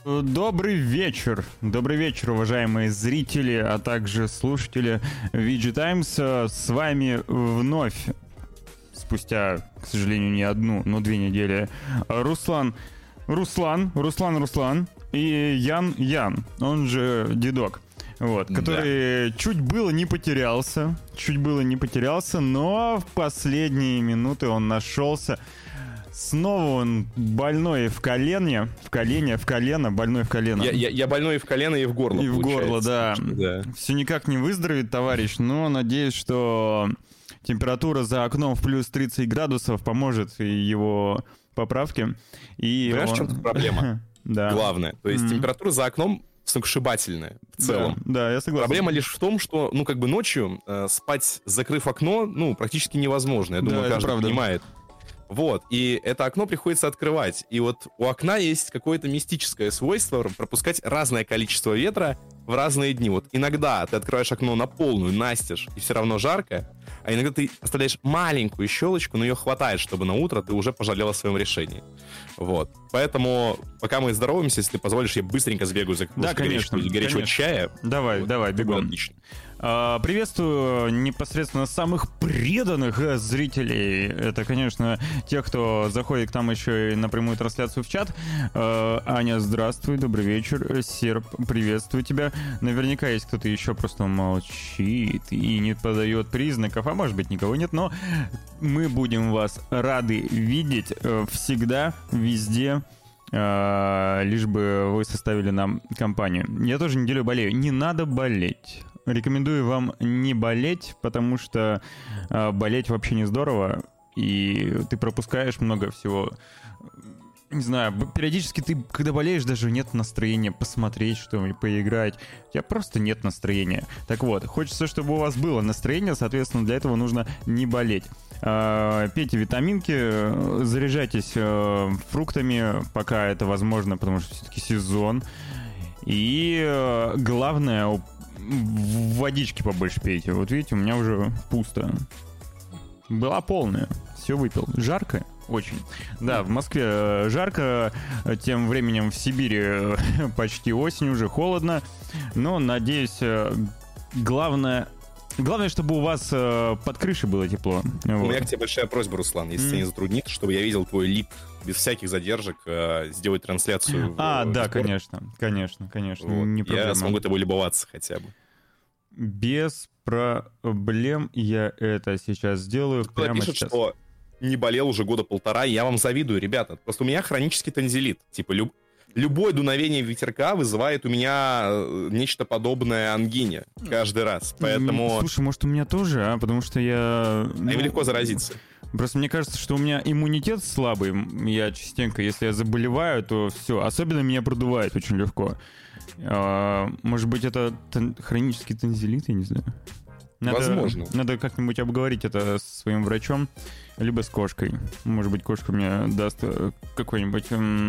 Добрый вечер, уважаемые зрители, а также слушатели VG Times. С вами вновь, спустя, к сожалению, не одну, но 2 недели, Руслан и Ян, он же Дедок. Вот, который чуть было не потерялся, но в последние минуты он нашелся. Снова он больной в колено, больной в колено. Я больной и в колено, и в горло. И в горло, да. Все никак не выздоровеет, товарищ, но надеюсь, что температура за окном в плюс 30 градусов поможет его поправке. Понимаешь, в чем проблема? Да. Главное. То есть температура за окном сногсшибательная в целом. Да, я согласен. Проблема лишь в том, что, ночью спать, закрыв окно, практически невозможно. Я думаю, каждый понимает. Вот, и это окно приходится открывать. И вот у окна есть какое-то мистическое свойство пропускать разное количество ветра в разные дни. Вот иногда ты открываешь окно на полную, настежь, и все равно жарко, а иногда ты оставляешь маленькую щелочку, но ее хватает, чтобы на утро ты уже пожалел о своем решении. Вот. Поэтому, пока мы здороваемся, если ты позволишь, я быстренько сбегаю за горячего чая. Давай, бегом. Отлично. Приветствую непосредственно самых преданных зрителей. Это, конечно, те, кто заходит к нам еще и на прямую трансляцию в чат. Аня, здравствуй, добрый вечер. Серп, приветствую тебя. Наверняка есть кто-то еще, просто молчит и не подает признаков, а может быть никого нет, но мы будем вас рады видеть всегда, везде. Лишь бы вы составили нам компанию. Я тоже неделю болею. Не надо болеть. Рекомендую вам не болеть, потому что болеть вообще не здорово, и ты пропускаешь много всего. Не знаю, периодически ты, когда болеешь, даже нет настроения посмотреть что-нибудь, поиграть. У тебя просто нет настроения. Так вот, хочется, чтобы у вас было настроение, соответственно, для этого нужно не болеть. Пейте витаминки, заряжайтесь фруктами, пока это возможно, потому что все-таки сезон. И главное, водички побольше пейте. Вот видите, у меня уже пусто. Была полная. Все выпил. Жарко? Очень. Да, в Москве жарко. Тем временем в Сибири почти осень, уже холодно. Но, надеюсь, главное, чтобы у вас под крышей было тепло. У меня к тебе большая просьба, Руслан, если тебя не затруднит, чтобы я видел твой лик без всяких задержек, сделать трансляцию. Да, конечно. Вот. Не проблема. Я смогу тобой любоваться хотя бы. Без проблем я это сейчас сделаю. Кто прямо пишет, сейчас. Что не болел уже 1.5 года, я вам завидую, ребята. Просто у меня хронический танзелит. Типа любое дуновение ветерка вызывает у меня нечто подобное ангине каждый раз. Поэтому... Слушай, может, у меня тоже, потому что я... Им легко заразиться. Просто мне кажется, что у меня иммунитет слабый. Я частенько, если я заболеваю, то все. Особенно меня продувает очень легко. Может быть, это хронический танзелит, я не знаю. Возможно. Надо как-нибудь обговорить это со своим врачом, либо с кошкой. Может быть, кошка мне даст какой-нибудь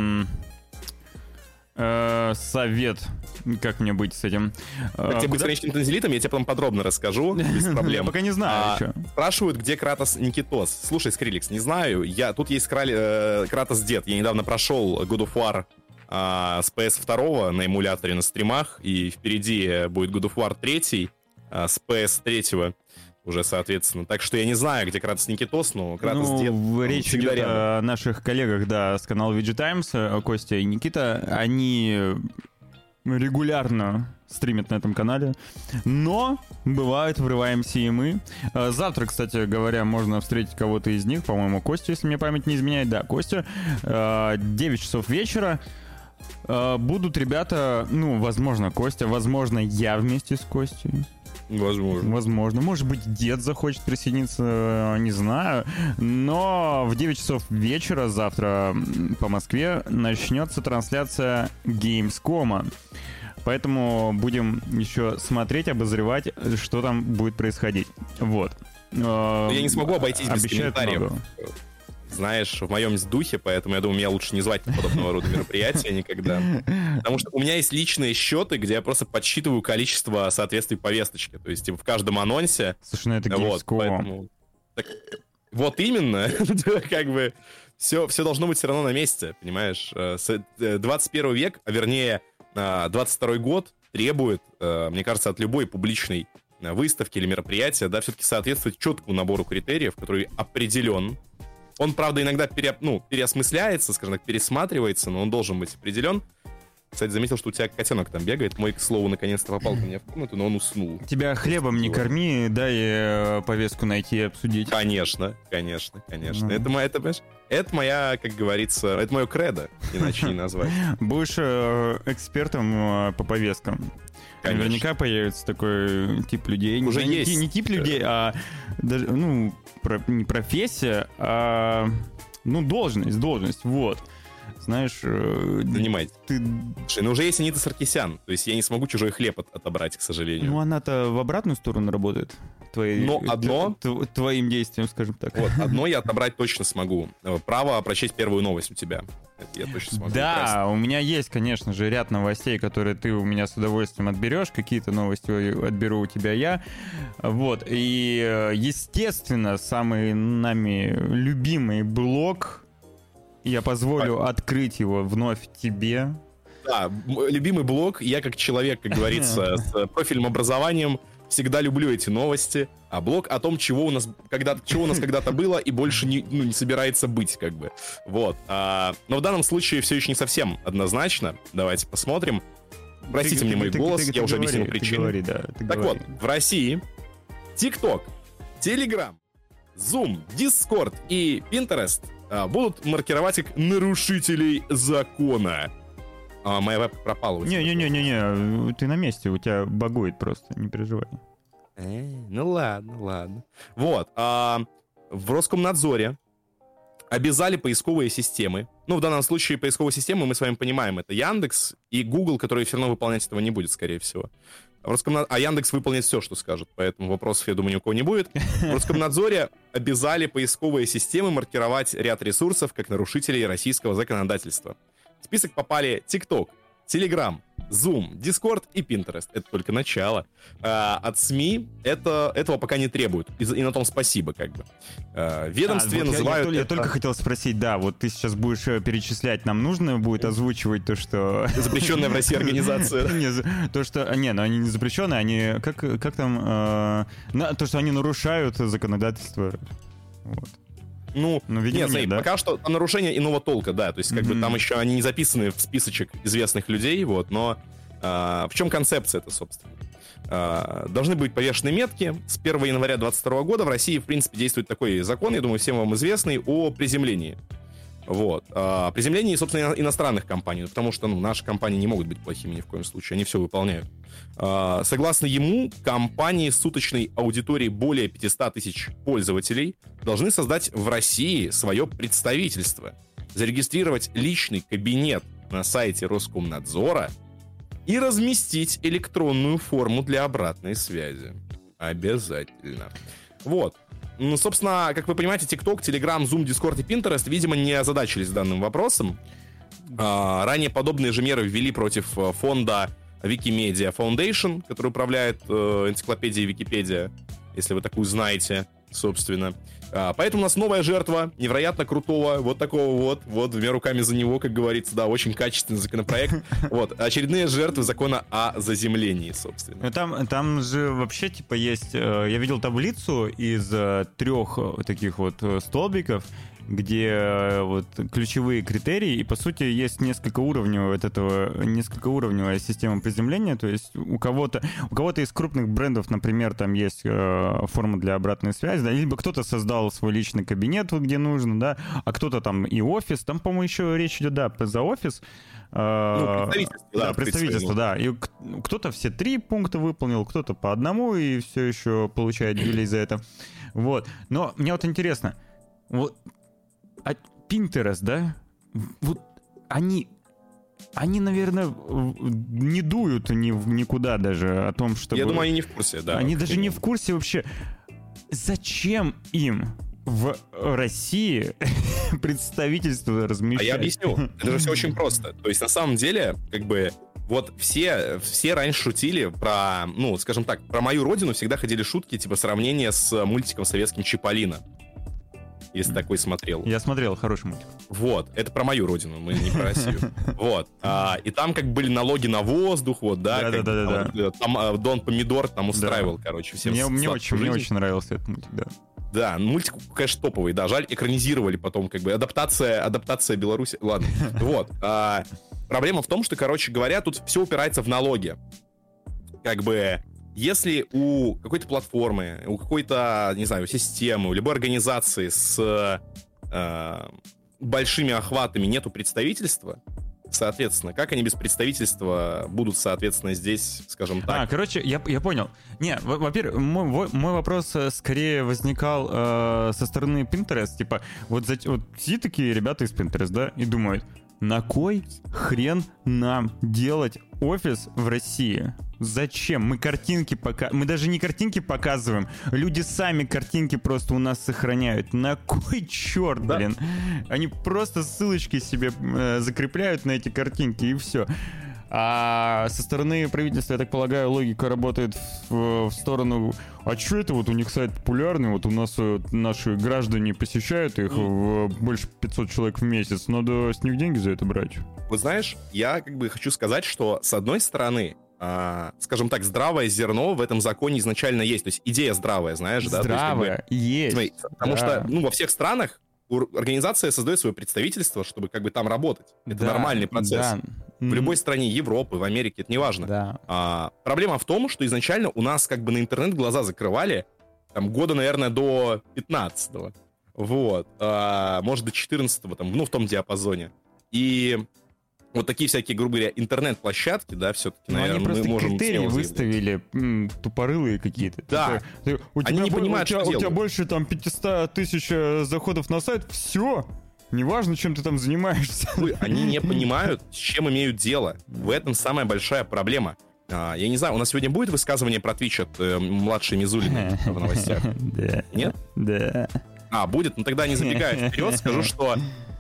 совет, как мне быть с этим. Как тебе быть с хроническим танзелитом, я тебе потом подробно расскажу, без проблем. Я пока не знаю еще. Спрашивают, где Кратос Никитос. Слушай, Скриликс, не знаю. Тут есть Кратос Дед. Я недавно прошел God of War с PS2 на эмуляторе на стримах, и впереди будет God of War 3 с PS3 уже, соответственно. Так что я не знаю, где Кратос Никитос, но Кратос Дед. Речь идет о наших коллегах, да, с канала VG Times, Костя и Никита. Они регулярно стримят на этом канале, но бывает, врываемся и мы. Завтра, кстати говоря, можно встретить кого-то из них, по-моему, Костю, если мне память не изменяет. Да, Костя. 9 часов вечера. Будут ребята, возможно, Костя, возможно, я вместе с Костей. Возможно. Может быть, дед захочет присоединиться, не знаю. Но в 9 часов вечера завтра по Москве начнется трансляция Gamescom. Поэтому будем еще смотреть, обозревать, что там будет происходить. Вот. Я не смогу обойтись без комментариев. Много. Знаешь, в моем духе, поэтому я думаю, меня лучше не звать на подобного рода мероприятия никогда. Потому что у меня есть личные счеты, где я просто подсчитываю количество соответствий повесточке. То есть, типа, в каждом анонсе... Слушай, это Gamescom. Вот именно, как бы... все должно быть все равно на месте, понимаешь? 21 век, а вернее 22 год требует, мне кажется, от любой публичной выставки или мероприятия, да, все-таки соответствовать четкому набору критериев, который определен. Он, правда, иногда переосмысляется, скажем так, пересматривается, но он должен быть определен. Кстати, заметил, что у тебя котенок там бегает. Мой, к слову, наконец-то попал ко мне в комнату, но он уснул. Тебя хлебом не корми, дай повестку найти и обсудить. Конечно. Это моя, как говорится, это мое кредо, иначе не назвать. Будешь экспертом по повесткам. Конечно. Наверняка появится такой тип людей. Уже есть. Не тип людей, а даже, не профессия, а должность, вот. Знаешь... Занимайтесь. Слушай, уже есть Анита Саркисян, то есть я не смогу чужой хлеб отобрать, к сожалению. Ну, она-то в обратную сторону работает. Твоим действием, скажем так. Вот, одно я отобрать точно смогу. Право прочесть первую новость у тебя. Это я точно смогу. Да, у меня есть, конечно же, ряд новостей, которые ты у меня с удовольствием отберешь. Какие-то новости отберу у тебя я. Вот, и, естественно, самый нами любимый блог... Я позволю открыть его вновь тебе. Да, любимый блог. Я как человек, как говорится, с профильным образованием всегда люблю эти новости. А блог о том, чего у нас когда-то было и больше не собирается быть, как бы. Вот. Но в данном случае все еще не совсем однозначно. Давайте посмотрим. Простите мне мой голос, я уже объяснил причину. Так вот, в России TikTok, Telegram, Zoom, Discord и Pinterest будут маркировать как нарушителей закона. Моя вебка пропала. Не, ты на месте, у тебя багует просто, не переживай. Ну ладно. Вот, в Роскомнадзоре обязали поисковые системы. Ну, в данном случае поисковые системы, мы с вами понимаем, это Яндекс и Google, который все равно выполнять этого не будет, скорее всего. А Яндекс выполнит все, что скажет, поэтому вопросов, я думаю, ни у кого не будет. В Роскомнадзоре обязали поисковые системы маркировать ряд ресурсов как нарушителей российского законодательства. В список попали TikTok, Telegram, Zoom, Discord и Pinterest. Это только начало. От СМИ этого пока не требуют. И на том спасибо, как бы. Ведомстве называют... Я только хотел спросить, да, вот ты сейчас будешь перечислять, нам нужно будет озвучивать то, что... Запрещенная в России организация. То, что... но они не запрещенные, они... Как там... То, что они нарушают законодательство. Вот. Видимо, нет, да? Пока что нарушение иного толка, да, то есть как бы там еще они не записаны в списочек известных людей, вот, но в чем концепция это, собственно? Должны быть повешены метки. С 1 января 2022 года в России, в принципе, действует такой закон, я думаю, всем вам известный, о приземлении. Вот. Приземлении, собственно, иностранных компаний, потому что наши компании не могут быть плохими ни в коем случае, они все выполняют. Согласно ему, компании с суточной аудиторией более 500 тысяч пользователей должны создать в России свое представительство, зарегистрировать личный кабинет на сайте Роскомнадзора и разместить электронную форму для обратной связи. Обязательно. Вот. Собственно, как вы понимаете, TikTok, Telegram, Zoom, Discord и Pinterest, видимо, не озадачились данным вопросом. Ранее подобные же меры ввели против фонда Wikimedia Foundation, который управляет энциклопедией Википедия, если вы такую знаете, собственно. Поэтому у нас новая жертва невероятно крутого, вот такого вот двумя руками за него, как говорится, да, очень качественный законопроект. Вот, очередные жертвы закона о заземлении, собственно. Там же вообще, типа, есть... Я видел таблицу из 3 таких вот столбиков, где вот ключевые критерии, и, по сути, есть несколько уровневая система приземления, то есть у кого-то из крупных брендов, например, там есть форма для обратной связи, да, либо кто-то создал свой личный кабинет, вот где нужно, да, а кто-то там и офис, там, по-моему, еще речь идет, да, за офис. Представительство, да. И кто-то все 3 пункта выполнил, кто-то по одному, и все еще получает юлей за это. Вот. Но мне вот интересно, вот Pinterest, да? Вот они, наверное, не дуют никуда даже о том, что... Я думаю, они не в курсе, да. Они даже не в курсе вообще. Зачем им в России представительство размещать? А я объясню. Это же все очень просто. То есть, на самом деле, как бы, вот все раньше шутили про, скажем так, про мою родину всегда ходили шутки, типа, сравнения с мультиком советским «Чиполлино». если такой смотрел. Я смотрел, хороший мультик. Вот, это про мою родину, мы не про Россию. Вот, и там как были налоги на воздух, вот, да. Да. Там Дон Помидор там устраивал, короче, всем. Мне очень нравился этот мультик, да. Да, мультик, конечно, топовый, да, жаль, экранизировали потом, как бы, адаптация Беларуси, ладно, вот. Проблема в том, что, короче говоря, тут все упирается в налоги. Как бы, если у какой-то платформы, у какой-то, не знаю, системы, у любой организации с большими охватами нету представительства, соответственно, как они без представительства будут, соответственно, здесь, скажем так... Короче, я понял. Не, во-первых, мой вопрос скорее возникал со стороны Pinterest. Типа, вот сидят такие ребята из Pinterest, да, и думают, на кой хрен нам делать офис в России? Зачем? Мы даже не картинки показываем. Люди сами картинки просто у нас сохраняют. На кой черт, да? Блин? Они просто ссылочки себе закрепляют на эти картинки, и все. А со стороны правительства, я так полагаю, логика работает в сторону, а что это вот у них сайт популярный, вот у нас наши граждане посещают их больше 500 человек в месяц, надо с них деньги за это брать. Вот знаешь, я как бы хочу сказать, что с одной стороны, скажем так, здравое зерно в этом законе изначально есть, то есть идея здравая, знаешь, да? Здравая, есть. Смотри, потому что, во всех странах организация создает свое представительство, чтобы как бы там работать. Это нормальный процесс. Да. В любой стране Европы, в Америке, это не важно. Да. Проблема в том, что изначально у нас как бы на интернет глаза закрывали там года, наверное, до 15-го. Вот. Может, до 14-го, там, в том диапазоне. И вот такие всякие, грубо говоря, интернет-площадки, да, все-таки, наверное, они просто мы можем критерии выставили тупорылые какие-то. Да. Они не понимают, что делают. У тебя больше там 500 тысяч заходов на сайт, все. Неважно, чем ты там занимаешься. Они не понимают, с чем имеют дело. В этом самая большая проблема. Я не знаю, у нас сегодня будет высказывание про Twitch от младшей Мизулиной в новостях? Да. Нет? Да. Будет? Ну тогда не забегая вперед, скажу, что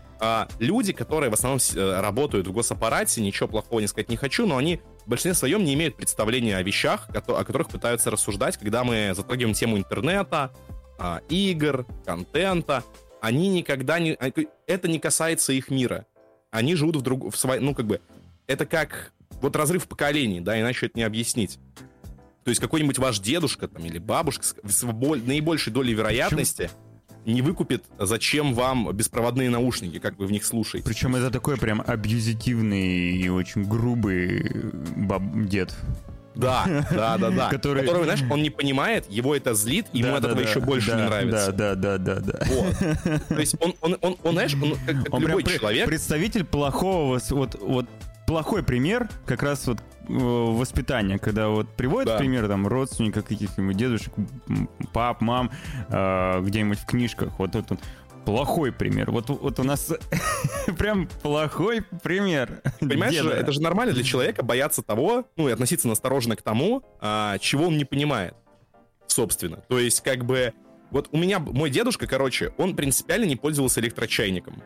люди, которые в основном работают в госаппарате, ничего плохого не сказать не хочу, но они в большинстве своем не имеют представления о вещах, о которых пытаются рассуждать, когда мы затрагиваем тему интернета, игр, контента. Они никогда не... Это не касается их мира. Они живут в своей... Это как вот разрыв поколений, да, иначе это не объяснить. То есть какой-нибудь ваш дедушка там, или бабушка с наибольшей долей вероятности не выкупит, зачем вам беспроводные наушники, как вы в них слушаете. Причем это такой прям абьюзитивный и очень грубый дед. Да. Который, знаешь, он не понимает, его это злит, ему от этого еще больше не нравится. Да. Вот. То есть он знаешь, он как любой человек... Представитель плохого, вот плохой пример как раз вот воспитания, когда вот приводят пример там родственников каких-нибудь, дедушек, пап, мам, где-нибудь в книжках, вот этот плохой пример. Вот у нас прям плохой пример. Понимаешь, это же нормально для человека бояться того, и относиться настороженно к тому, чего он не понимает, собственно. То есть, как бы, вот у меня, мой дедушка, короче, он принципиально не пользовался электрочайником.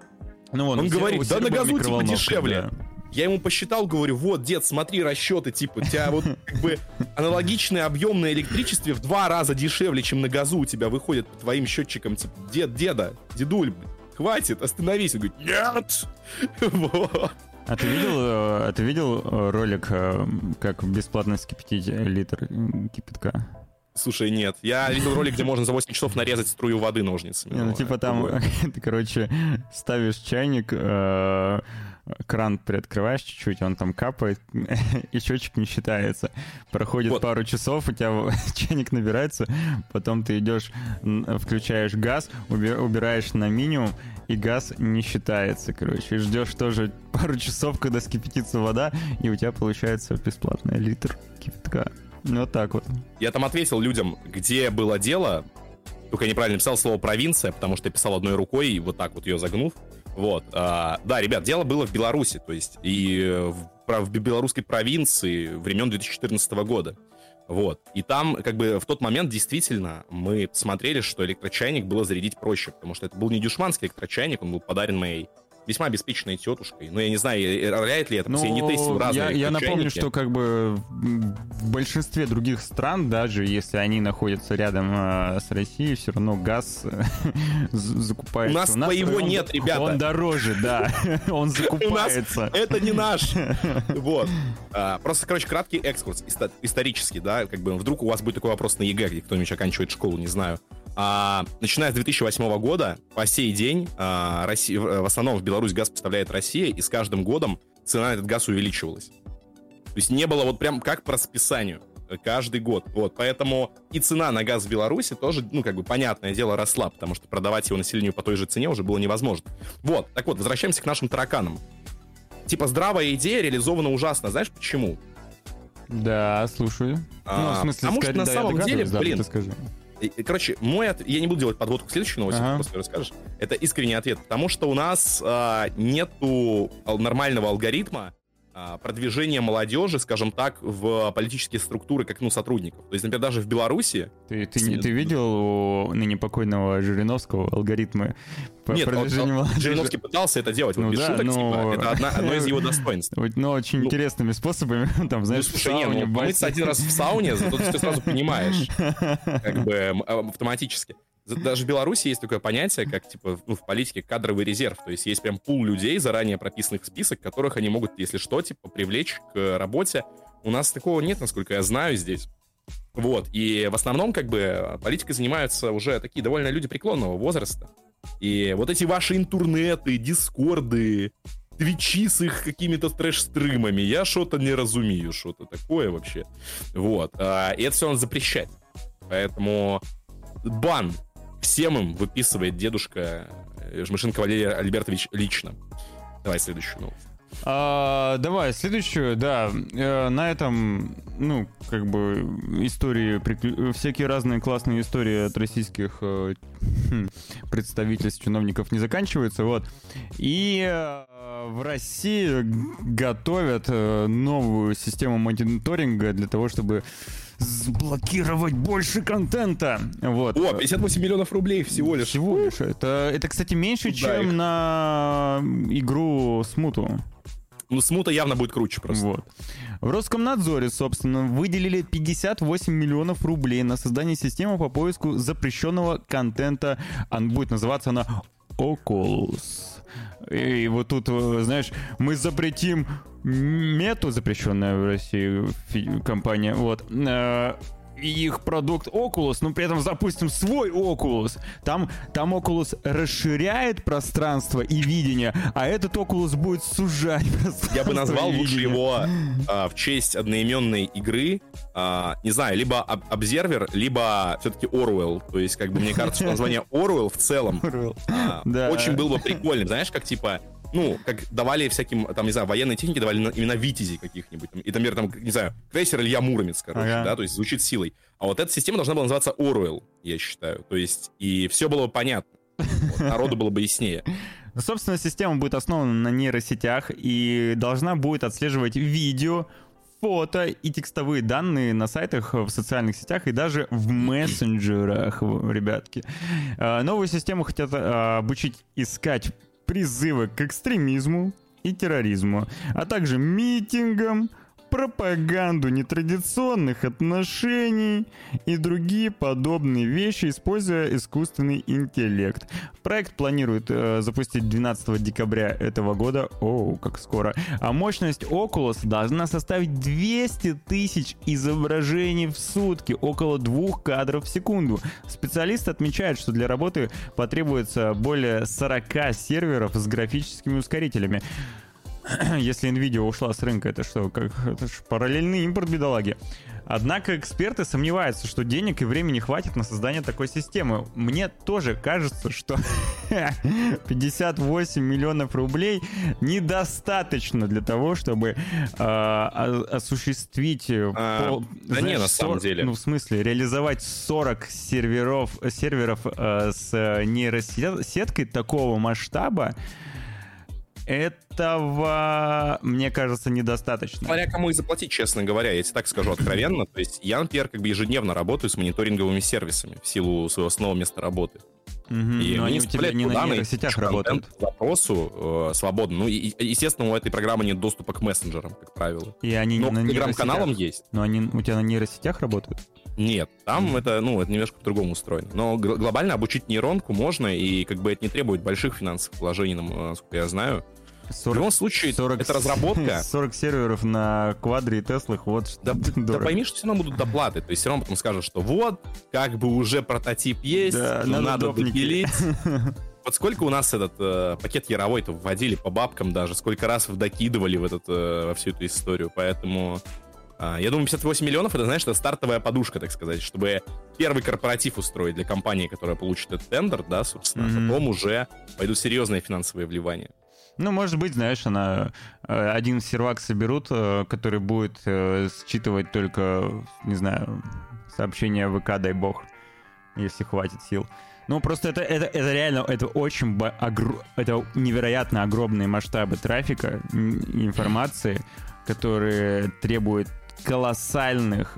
Он говорит, да на газу типа дешевле. Да. Я ему посчитал, говорю, вот, дед, смотри расчеты, типа, у тебя вот как бы аналогичный объем на электричестве в 2 раза дешевле, чем на газу у тебя выходит по твоим счетчикам, типа, дедуль, хватит, остановись. Он говорит, нет! Вот. А ты видел ролик, как бесплатно скипятить литр кипятка? Слушай, нет. Я видел ролик, где можно за 8 часов нарезать струю воды ножницами. Типа там, ты, короче, ставишь чайник, кран приоткрываешь чуть-чуть, он там капает, и счетчик не считается. Проходит пару часов, у тебя чайник набирается, потом ты идешь, включаешь газ, убираешь на минимум, и газ не считается, короче. И ждешь тоже пару часов, когда скипятится вода, и у тебя получается бесплатный литр кипятка. Вот так вот. Я там ответил людям, где было дело, только я неправильно написал слово «провинция», потому что я писал одной рукой, вот так вот ее загнув. Вот. Да, ребят, дело было в Беларуси, то есть и в белорусской провинции времен 2014 года. Вот. И там, как бы, в тот момент действительно мы смотрели, что электрочайник было зарядить проще, потому что это был не дешманский электрочайник, он был подарен моей весьма обеспеченной тетушкой. Но я не знаю, роляет ли это, потому что я не тестил разные я напомню, что как бы в большинстве других стран, даже если они находятся рядом с Россией, все равно газ закупается. У нас своего нет, ребята. Он дороже, да. Он закупается. Это не наш. Вот. Просто, короче, краткий экскурс исторический, да, как бы вдруг у вас будет такой вопрос на ЕГЭ, кто-нибудь оканчивает школу, не знаю. Начиная с 2008 года по сей день в основном в Беларусь газ поставляет Россия, и с каждым годом цена на этот газ увеличивалась. То есть не было вот прям как по расписанию каждый год. Вот, поэтому и цена на газ в Беларуси тоже, ну, как бы, понятное дело, росла, потому что продавать его населению по той же цене уже было невозможно. Вот, так вот, возвращаемся к нашим тараканам. Типа, здравая идея реализована ужасно. Знаешь почему? Да, слушаю. В смысле, потому что на самом деле, блин, скажи. Короче, я не буду делать подводку к следующей новости, просто расскажешь. Это искренний ответ, потому что у нас нету нормального алгоритма продвижения молодежи, скажем так, в политические структуры как, сотрудников. То есть, например, даже в Беларуси... Ты видел у ныне покойного Жириновского алгоритмы продвижения молодежи? Жириновский пытался это делать, без шуток, типа, это одно из его достоинств. Но очень интересными способами, там, знаешь, в сауне... Помыться один раз в сауне, зато ты сразу понимаешь, как бы, автоматически. Даже в Беларуси есть такое понятие, как, типа, в политике кадровый резерв. То есть есть прям пул людей, заранее прописанных в список, которых они могут, если что, типа, привлечь к работе. У нас такого нет, насколько я знаю, здесь. Вот. И в основном, как бы, политикой занимаются уже такие довольно люди преклонного возраста. И вот эти ваши интернеты, дискорды, твичи с их какими-то трэш-стримами, я что-то не разумею, что-то такое вообще. Вот. И это все надо запрещать. Поэтому бан всем им выписывает дедушка Жмышенко Валерий Альбертович лично. Давай следующую новость. Давай следующую, да. На этом, как бы, истории, всякие разные классные истории от российских представительств, чиновников не заканчиваются, вот. И в России готовят новую систему мониторинга для того, чтобы блокировать больше контента. Вот. 58 миллионов рублей всего лишь. Всего лишь. Это, кстати, меньше, чем на игру Смуту. Смута явно будет круче просто. Вот. В Роскомнадзоре, собственно, выделили 58 миллионов рублей на создание системы по поиску запрещенного контента. Будет называться она Oculus. И вот тут, знаешь, мы запретим Мету, запрещенная в России компания, вот, их продукт Oculus, но при этом запустим свой Oculus. Там Oculus расширяет пространство и видение, а этот Oculus будет сужать пространство. Я бы назвал лучше его в честь одноименной игры, не знаю, либо Observer, либо все-таки Orwell. То есть, как бы, мне кажется, что название Orwell в целом очень было бы прикольным. Знаешь, как типа... как давали всяким, там, не знаю, военной технике давали именно витязей каких-нибудь. И, например, там, не знаю, крейсер Илья Муромец, короче, да, то есть звучит силой. А вот эта система должна была называться Orwell, я считаю. То есть, и все было бы понятно. Вот, народу было бы яснее. Собственно, система будет основана на нейросетях и должна будет отслеживать видео, фото и текстовые данные на сайтах, в социальных сетях и даже в мессенджерах, ребятки. Новую систему хотят обучить искать призывы к экстремизму и терроризму, а также митингам, пропаганду нетрадиционных отношений и другие подобные вещи, используя искусственный интеллект. Проект планирует запустить 12 декабря этого года. Как скоро. А мощность Oculus должна составить 200 тысяч изображений в сутки, около 2 кадров в секунду. Специалисты отмечают, что для работы потребуется более 40 серверов с графическими ускорителями. Если Nvidia ушла с рынка, это что? Это ж параллельный импорт, бедолаги. Однако эксперты сомневаются, что денег и времени хватит на создание такой системы. Мне тоже кажется, что 58 миллионов рублей недостаточно для того, чтобы осуществить... на самом деле. В смысле, реализовать 40 серверов с нейросеткой такого масштаба. Этого, мне кажется, недостаточно. Смотря кому и заплатить, честно говоря, я тебе так скажу откровенно. То есть я, например, как бы ежедневно работаю с мониторинговыми сервисами в силу своего основного места работы. И но они у тебя не на нейросетях работают. Запросу свободно. Ну, естественно, у этой программы нет доступа к мессенджерам, как правило. И они но на к телеграм-каналам есть. Но они у тебя на нейросетях работают? Нет, там это немножко по-другому устроено. Но глобально обучить нейронку можно, и как бы это не требует больших финансовых вложений, насколько я знаю. В любом случае, это разработка. 40 серверов на Квадре и Теслах, вот что да пойми, что все равно будут доплаты. То есть все равно потом скажут, что вот, как бы уже прототип есть, да, надо допилить. Вот сколько у нас этот пакет Яровой-то вводили по бабкам даже, сколько раз докидывали во всю эту историю. Поэтому я думаю, 58 миллионов, это, знаешь, это стартовая подушка, так сказать, чтобы первый корпоратив устроить для компании, которая получит этот тендер, да, собственно, потом уже пойдут серьезные финансовые вливания. Ну, может быть, знаешь, один сервак соберут, который будет считывать только, не знаю, сообщения ВК, дай бог, если хватит сил. Ну, просто это реально, это очень это невероятно огромные масштабы трафика, информации, которые требуют колоссальных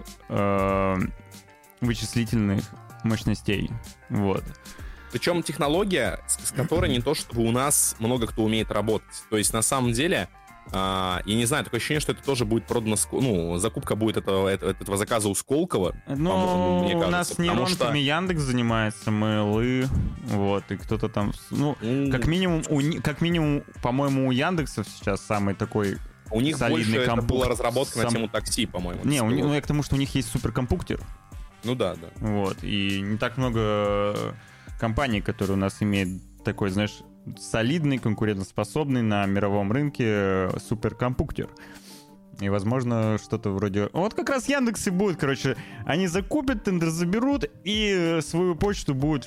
вычислительных мощностей. Вот. Причем технология, с которой не то чтобы у нас много кто умеет работать. То есть, на самом деле, я не знаю, такое ощущение, что это тоже будет продано... Ну, закупка будет этого заказа у Сколково. Ну, мне кажется, у нас нейронками Яндекс занимается, Mail.ly, вот, и кто-то там... Ну, как минимум, по-моему, у Яндекса сейчас самый такой... У них больше это была разработка на тему такси, по-моему. Не, я к тому, что у них есть суперкомпьютер. Ну да. Вот, и не так много компаний, которые у нас имеют такой, знаешь, солидный, конкурентоспособный на мировом рынке суперкомпьютер. И, возможно, что-то вроде... Вот как раз Яндекс и будет, короче, они закупят, тендер заберут, и свою почту будут...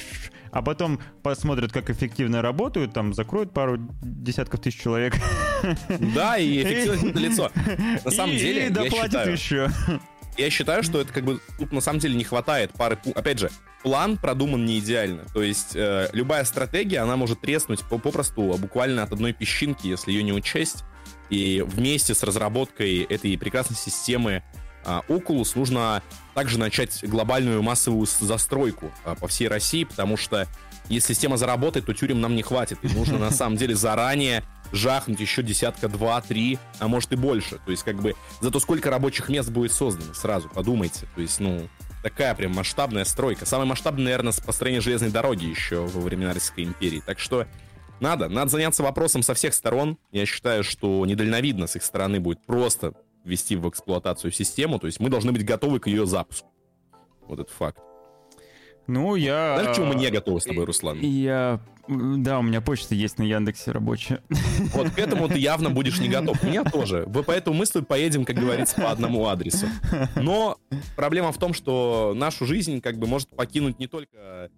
А потом посмотрят, как эффективно работают, там закроют пару десятков тысяч человек. Да, и эффективность на лицо. На самом деле, и доплатят еще. Я считаю, что это как бы тут на самом деле не хватает пары... Опять же, план продуман не идеально. То есть любая стратегия, она может треснуть попросту буквально от одной песчинки, если ее не учесть. И вместе с разработкой этой прекрасной системы Oculus нужно также начать глобальную массовую застройку по всей России, потому что если система заработает, то тюрем нам не хватит. И нужно на самом деле заранее жахнуть еще десятка, 2-3, а может и больше. То есть как бы зато сколько рабочих мест будет создано, сразу подумайте. То есть, такая прям масштабная стройка. Самое масштабное, наверное, построение железной дороги еще во времена Российской империи. Так что надо заняться вопросом со всех сторон. Я считаю, что недальновидно с их стороны будет просто ввести в эксплуатацию систему. То есть мы должны быть готовы к ее запуску. Вот это факт. Знаешь, к чему мы не готовы с тобой, Руслан? Да, у меня почта есть на Яндексе рабочая. Вот к этому ты явно будешь не готов. У меня тоже. Поэтому мы с тобой поедем, как говорится, по одному адресу. Но проблема в том, что нашу жизнь как бы может покинуть не только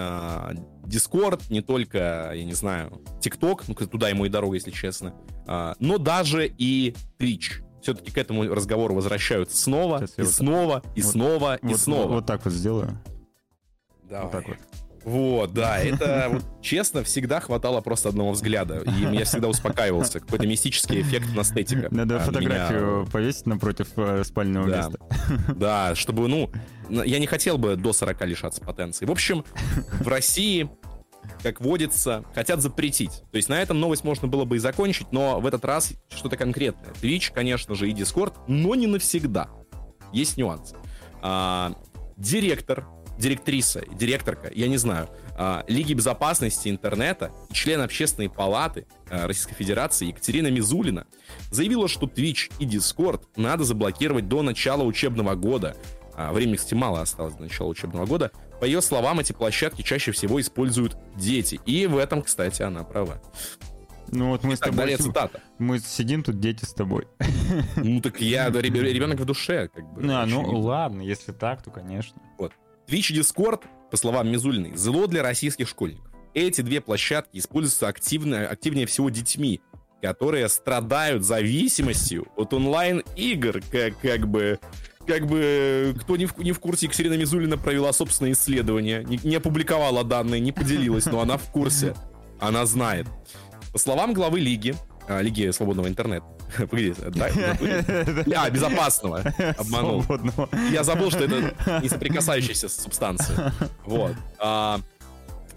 Discord, не только, я не знаю, TikTok, туда ему и дорога, если честно, но даже и Twitch. Все-таки к этому разговору возвращаются снова, и снова, и снова, и снова. Вот так вот сделаю. Давай. Вот так вот. Вот, да, это вот, честно, всегда хватало просто одного взгляда. И меня всегда успокаивался. Какой-то мистический эффект настетика. Надо фотографию повесить напротив спального места. Да, чтобы, я не хотел бы до 40 лишаться потенции. В общем, в России, как водится, хотят запретить. То есть на этом новость можно было бы и закончить, но в этот раз что-то конкретное. Twitch, конечно же, и Discord, но не навсегда. Есть нюанс. Директорка, я не знаю, Лиги безопасности интернета, член Общественной палаты Российской Федерации Екатерина Мизулина заявила, что Twitch и Discord надо заблокировать до начала учебного года. Времени, кстати, мало осталось до начала учебного года. По ее словам, эти площадки чаще всего используют дети. И в этом, кстати, она права. Вот мы с тобой... Далее цитата. Мы сидим тут, дети с тобой. Так ребенок в душе, как бы. Ладно, если так, то конечно. Вот. Twitch и Discord, по словам Мизулиной, зло для российских школьников. Эти две площадки используются активнее всего детьми, которые страдают зависимостью от онлайн-игр. Как бы кто не в курсе, Екатерина Мизулина провела собственное исследование, не опубликовала данные, не поделилась, но она в курсе, она знает. По словам главы Лиги свободного интернета. Погоди, безопасного. Обманул. Я забыл, что это не соприкасающаяся субстанция. Вот.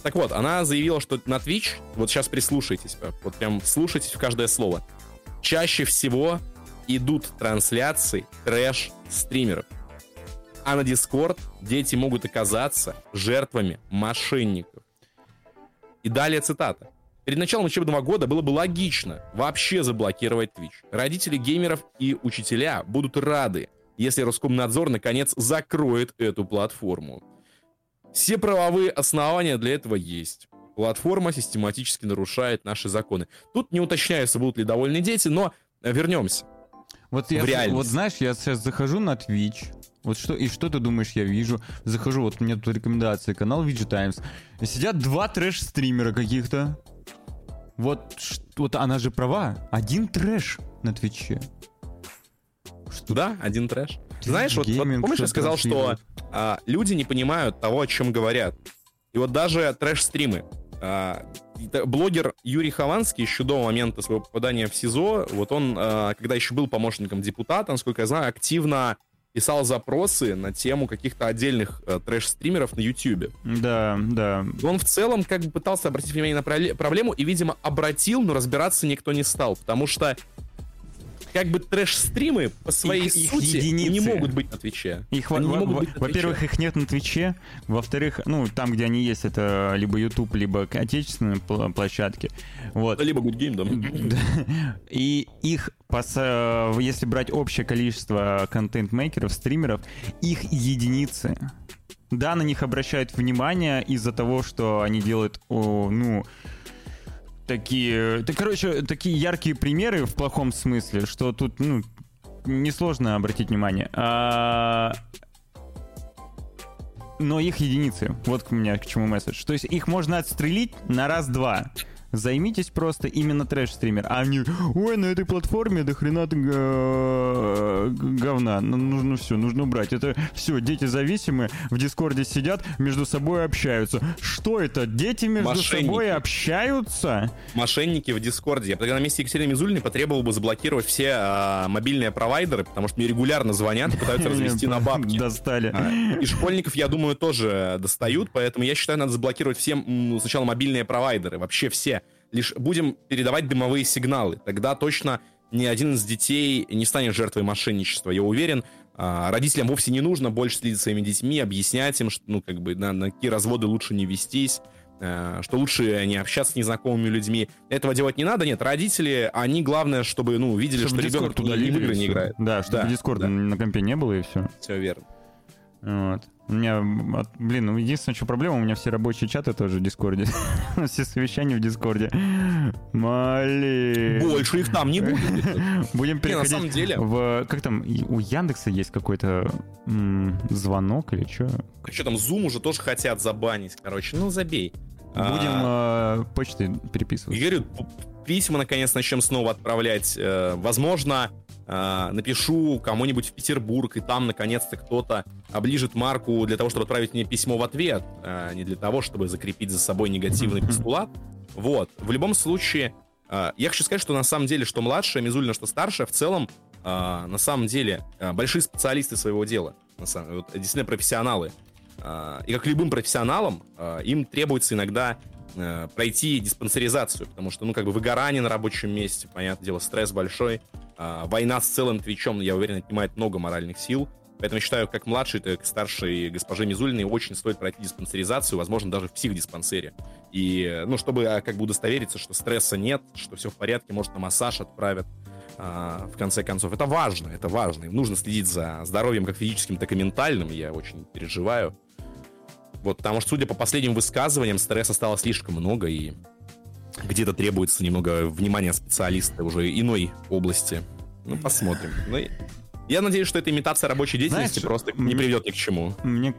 Так вот, она заявила, что на Twitch, вот сейчас прислушайтесь, вот прям слушайтесь в каждое слово, чаще всего идут трансляции трэш-стримеров. А на Discord дети могут оказаться жертвами мошенников. И далее цитата. Перед началом учебного года было бы логично вообще заблокировать Twitch. Родители геймеров и учителя будут рады, если Роскомнадзор наконец закроет эту платформу. Все правовые основания для этого есть. Платформа систематически нарушает наши законы. Тут не уточняется, будут ли довольны дети, но вернемся. Вот знаешь, я сейчас захожу на Twitch. Вот что ты думаешь, я вижу? Захожу, вот у меня тут рекомендации, канал VG Times. И сидят два трэш-стримера каких-то. Вот она же права. Один трэш на Твиче. Да, один трэш. Знаешь, вот помнишь, я сказал, что люди не понимают того, о чем говорят. И вот даже трэш-стримы. Блогер Юрий Хованский еще до момента своего попадания в СИЗО, вот он, когда еще был помощником депутата, насколько я знаю, активно писал запросы на тему каких-то отдельных трэш-стримеров на Ютьюбе. Да. Он в целом как бы пытался обратить внимание на проблему и, видимо, обратил, но разбираться никто не стал, потому что как бы трэш-стримы по своей сути не могут быть на Твиче. Во-первых, их нет на Твиче. Во-вторых, там, где они есть, это либо YouTube, либо отечественные площадки. Вот. Либо Good Game, да. И их, если брать общее количество контент-мейкеров, стримеров, их единицы. Да, на них обращают внимание из-за того, что они делают, такие яркие примеры в плохом смысле, что тут, несложно обратить внимание. Но их единицы. Вот у меня к чему месседж. То есть их можно отстрелить на раз-два. Займитесь просто именно трэш-стример. А они, на этой платформе до хрена говна. Нужно убрать. Это все, дети зависимые, в Дискорде сидят, между собой общаются. Что это? Дети между собой общаются? Мошенники в Дискорде. Я тогда на месте Екатерины Мизулиной потребовал бы заблокировать все мобильные провайдеры, потому что мне регулярно звонят и пытаются развести на бабки. Достали. И школьников, я думаю, тоже достают, поэтому я считаю, надо заблокировать всем сначала мобильные провайдеры, вообще все. Лишь будем передавать дымовые сигналы. Тогда точно ни один из детей не станет жертвой мошенничества. Я уверен, родителям вовсе не нужно больше следить за своими детьми, объяснять им, что на какие разводы лучше не вестись, что лучше не общаться с незнакомыми людьми. Этого делать не надо. Нет, родители, они главное, чтобы видели, что ребенок туда в игры не играет. Да, чтобы Дискорда на компе не было, и все. Все верно. Вот. У меня, единственная, что проблема, у меня все рабочие чаты тоже в Дискорде. Все совещания в Дискорде. Больше их там не будет. Будем переходить на самом деле... как там, у Яндекса есть какой-то звонок или что? Что там, Zoom уже тоже хотят забанить, забей. Будем почты переписывать. Я говорю, письма наконец начнем снова отправлять. Возможно, напишу кому-нибудь в Петербург, и там наконец-то кто-то оближет марку для того, чтобы отправить мне письмо в ответ, не для того, чтобы закрепить за собой негативный постулат. Вот. В любом случае, я хочу сказать, что на самом деле, что младшая Мизулина, что старшая, в целом, на самом деле, большие специалисты своего дела. Действительно профессионалы. И как любым профессионалам, им требуется иногда пройти диспансеризацию, потому что, выгорание на рабочем месте, понятное дело, стресс большой, война с целым Твичом, я уверен, отнимает много моральных сил, поэтому я считаю, как младшей, так и старшей госпоже Мизулиной очень стоит пройти диспансеризацию, возможно, даже в психодиспансере, и, чтобы удостовериться, что стресса нет, что все в порядке, может, на массаж отправят, в конце концов. Это важно, и нужно следить за здоровьем как физическим, так и ментальным, я очень переживаю. Вот, потому что, судя по последним высказываниям, стресса стало слишком много, и где-то требуется немного внимания специалиста уже иной области. Посмотрим. Я надеюсь, что эта имитация рабочей деятельности просто не приведет ни к чему. Мне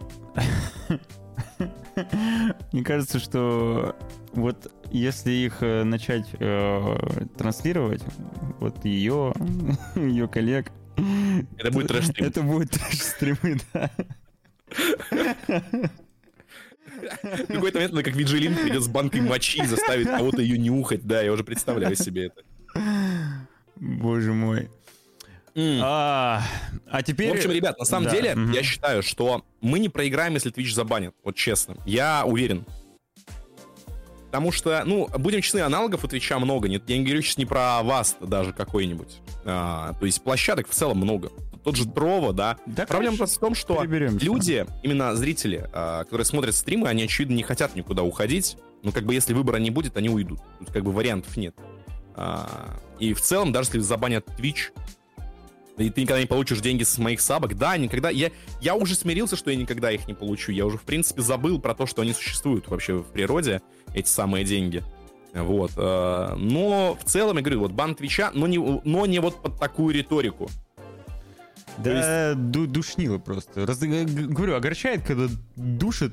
кажется, что вот если их начать транслировать, вот ее коллег... Это будет трэш-стрим. Это будет трэш-стримы, да. В какой-то момент она как Виджилин придет с банкой мочи и заставит кого-то ее нюхать. Да, я уже представляю себе это. Боже мой. А теперь... В общем, ребят, на самом деле, я считаю, что мы не проиграем, если Twitch забанит. Вот честно. Я уверен. Потому что, ну, будем честны, аналогов у Твича много. Нет, я не говорю сейчас не про вас даже какой-нибудь. То есть площадок в целом много. Тот же Трово, да. Проблема просто в том, что люди, именно зрители, которые смотрят стримы, они, очевидно, не хотят никуда уходить. Но как бы если выбора не будет, они уйдут. Тут как бы вариантов нет. И в целом, даже если забанят Twitch, и ты никогда не получишь деньги с моих сабок, да, никогда... Я уже смирился, что я никогда их не получу. Я уже, в принципе, забыл про то, что они существуют вообще в природе, эти самые деньги. Вот. Но в целом, я говорю, вот бан Твича, но не вот под такую риторику. Да, душнило просто. Говорю, огорчает, когда душат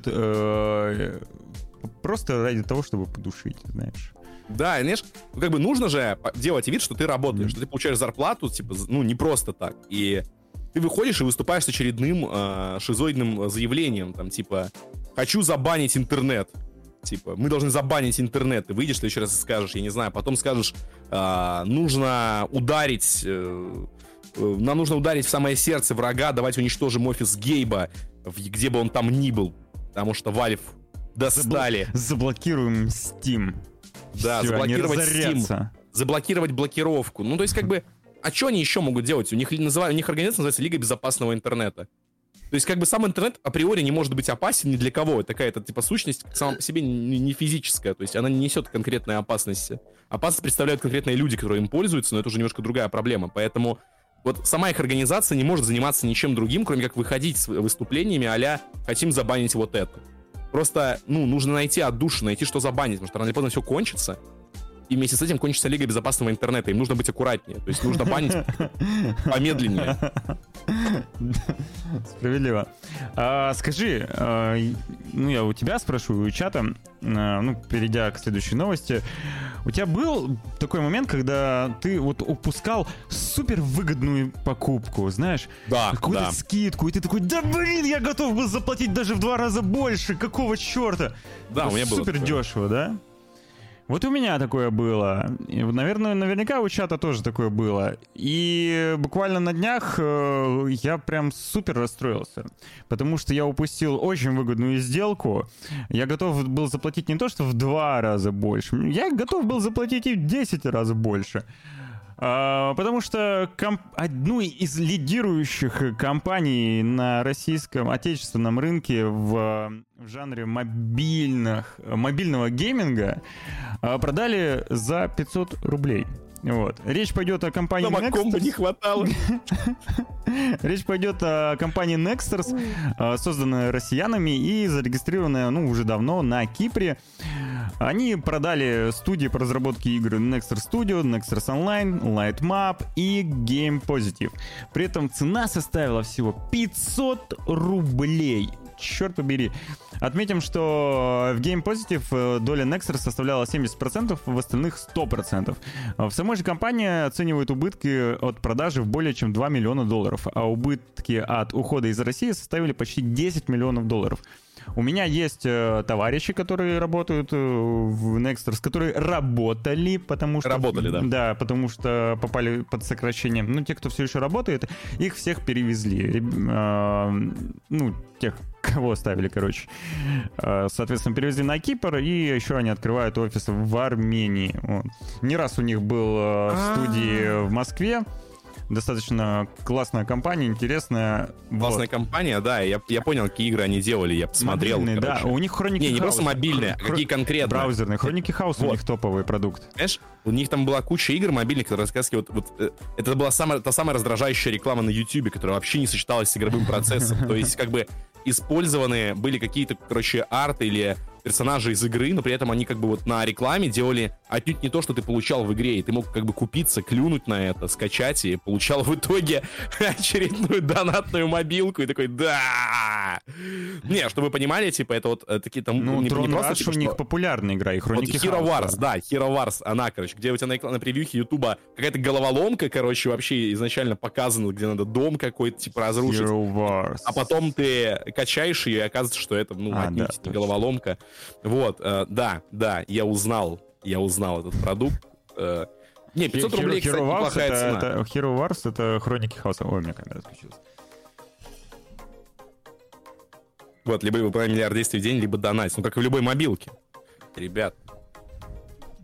просто ради того, чтобы подушить, знаешь. Да, знаешь, ну, как бы нужно же делать вид, что ты работаешь, что ты получаешь зарплату, типа, ну, не просто так. И ты выходишь и выступаешь с очередным шизоидным заявлением, там, типа, хочу забанить интернет. Типа, мы должны забанить интернет. Ты выйдешь, в следующий раз и скажешь, я не знаю, потом скажешь, нужно ударить... Нам нужно ударить в самое сердце врага, давайте уничтожим офис Гейба, где бы он там ни был. Потому что Valve достали. Заблокируем Steam. Да, всё, заблокировать Steam, заблокировать блокировку. Ну, то есть, как бы, а что они еще могут делать? У них организация называется Лига безопасного интернета. То есть, как бы, сам интернет априори не может быть опасен ни для кого. Это такая-то, типа, сущность сама по себе не физическая. То есть, она не несет конкретной опасности. Опасность представляют конкретные люди, которые им пользуются, но это уже немножко другая проблема. Поэтому вот сама их организация не может заниматься ничем другим, кроме как выходить с выступлениями а-ля «хотим забанить вот это». Просто, ну, нужно найти отдушину, найти, что забанить, потому что рано или поздно все кончится, и вместе с этим кончится Лига безопасного интернета, им нужно быть аккуратнее, то есть нужно банить помедленнее. Справедливо. Скажи, ну, я у тебя спрашиваю, у чата, ну, перейдя к следующей новости, у тебя был такой момент, когда ты вот упускал супер выгодную покупку, знаешь? Да, какую-то скидку, и ты такой, да блин, я готов был заплатить даже в 2 раза больше, какого черта? Да, у меня было супер дешево, да? Вот у меня такое было. И, наверное, наверняка у чата тоже такое было. И буквально на днях я прям супер расстроился. Потому что я упустил очень выгодную сделку. Я готов был заплатить не то, что в 2 раза больше. Я готов был заплатить и в 10 раз больше. Потому что одну из лидирующих компаний на российском отечественном рынке в жанре мобильного гейминга продали за 500 рублей. Вот. Речь пойдет о компании Nexters. Комбо не хватало. Речь пойдет о компании Nexters, созданная россиянами и зарегистрированная, ну, уже давно на Кипре. Они продали студии по разработке игр Nexters Studio, Nexters Online, Lightmap и Game Positive. При этом цена составила всего 500 рублей. Черт побери. Отметим, что в Game Positive доля Nexters составляла 70%, в остальных 100%. В самой же компании оценивают убытки от продажи в более чем $2 миллиона, а убытки от ухода из России составили почти $10 миллионов. У меня есть товарищи, которые работают в Nexters, которые работали, потому что... Работали, да. Да, потому что попали под сокращение. Ну, те, кто все еще работает, их всех перевезли. Ну, тех, кого оставили, короче. Соответственно, перевезли на Кипр, и еще они открывают офис в Армении. Не раз у них был в студии в Москве. Достаточно классная компания, интересная. Классная компания, да. Я понял, какие игры они делали, я посмотрел. Мобильные, да. У них Хроники не просто мобильные, а какие конкретно. Браузерные. Хроники Хаоса у них топовый продукт. Знаешь, у них там была куча игр мобильных, которые рассказывали, это была та самая раздражающая реклама на YouTube, которая вообще не сочеталась с игровым процессом. То есть, как бы, использованы были какие-то, короче, арты или персонажи из игры, но при этом они как бы вот на рекламе делали отнюдь не то, что ты получал в игре, и ты мог как бы купиться, клюнуть на это, скачать, и получал в итоге очередную донатную мобилку, и такой, да! Не, чтобы вы понимали, типа, это вот такие там... Ну, не Tron просто, Rush у них популярная игра, и Хроники Hero Хаоса. Wars, да, Hero Wars, она, короче, где у тебя на превьюхе Ютуба какая-то головоломка, короче, вообще изначально показана, где надо дом какой-то, типа, разрушить. Hero Wars. А потом ты качаешь ее, и оказывается, что это, ну, отнюдь не головоломка. Вот, да, я узнал этот продукт. Не, 500 рублей, кстати, неплохая цена. Hero Wars — это Хроники Хаоса. Ой, у меня камера отключилась. Вот, либо вы выполняете миллиард действий в день, либо донать. Ну, как и в любой мобилке. Ребят,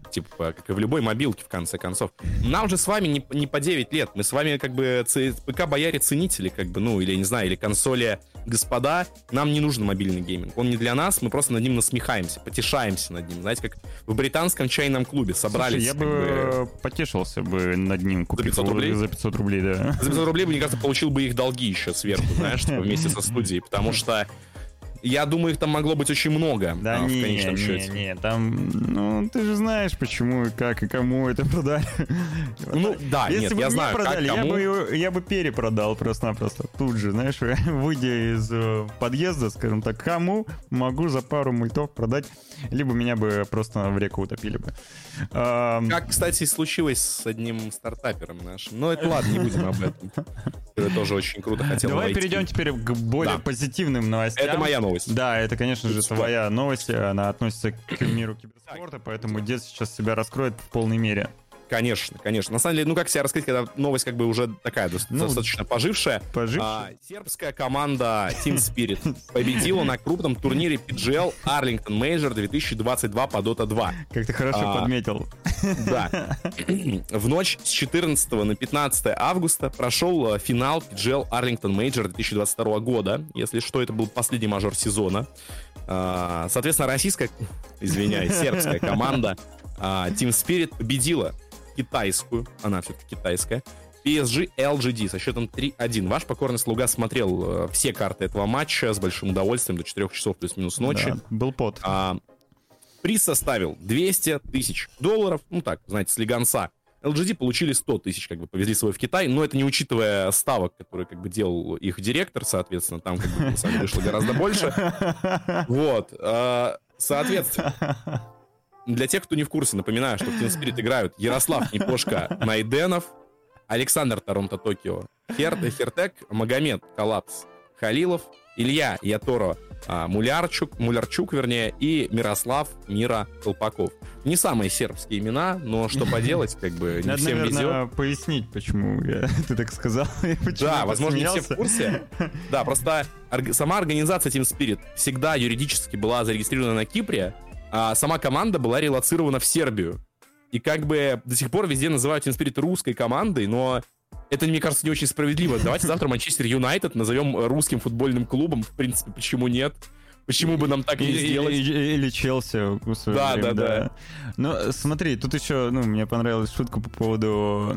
типа, как и в любой мобилке, в конце концов. Нам же с вами не по 9 лет, мы с вами как бы ПК-бояре-ценители, как бы, ну, или, не знаю, или консоли господа, нам не нужен мобильный гейминг. Он не для нас, мы просто над ним насмехаемся, потешаемся над ним. Знаете, как в британском чайном клубе собрались. Слушай, я бы потешился бы над ним, купил за 500 рублей? За 500 рублей, да. За 500 рублей, мне кажется, получил бы их долги еще сверху, знаешь, типа, вместе со студией, потому что я думаю, их там могло быть очень много. Да, в конечном счете. Не, там, ну, ты же знаешь, почему, как и кому это продали. Ну, да, если нет, бы я мне знаю, продали, как, кому. я бы перепродал просто-напросто. Тут же, знаешь, выйдя из подъезда, скажем так, кому могу за пару мультов продать, либо меня бы просто в реку утопили бы. Как, кстати, случилось с одним стартапером нашим. Но это ладно, не будем об этом. Это тоже очень круто хотел Давай войти. перейдем теперь к более позитивным новостям. Это моя новость. Да, это, конечно же, твоя новость. Она относится к миру киберспорта, поэтому дед сейчас себя раскроет в полной мере. Конечно, конечно. На самом деле, ну как себя рассказать, когда новость как бы уже такая достаточно пожившая. Сербская команда Team Spirit победила на крупном турнире PGL Arlington Major 2022 по Dota 2. Как ты хорошо подметил. Да. В ночь с 14 на 15 августа прошел финал PGL Arlington Major 2022 года. Если что, это был последний мажор сезона. Соответственно, сербская команда Team Spirit победила китайскую, она все-таки китайская, PSG LGD со счетом 3-1. Ваш покорный слуга смотрел все карты этого матча с большим удовольствием до 4 часов плюс-минус ночи. Да, был пот. Приз составил $200 тысяч. Ну так, знаете, с лиганца. LGD получили 100 тысяч, как бы повезли свой в Китай, но это не учитывая ставок, которые как бы делал их директор, соответственно, там как бы на самом деле вышло гораздо больше. Вот, соответственно. Для тех, кто не в курсе, напоминаю, что в Team Spirit играют Ярослав Непошка Найденов, Александр Торонто Токио Хертек, Магомед Коллапс Халилов, Илья Яторо Мулярчук, и Мирослав Мира Колпаков. Не самые сербские имена, но что поделать, как бы не всем везет. Надо, наверное, пояснить, почему ты так сказал. Да, возможно, не все в курсе. Да, просто сама организация Team Spirit всегда юридически была зарегистрирована на Кипре, а сама команда была релоцирована в Сербию. И как бы до сих пор везде называют Team Spirit русской командой, но это, мне кажется, не очень справедливо. Давайте завтра Манчестер Юнайтед назовем русским футбольным клубом. В принципе, почему нет? Почему бы нам так не сделать? Или Челси. Да. Но смотри, тут еще, мне понравилась шутка по поводу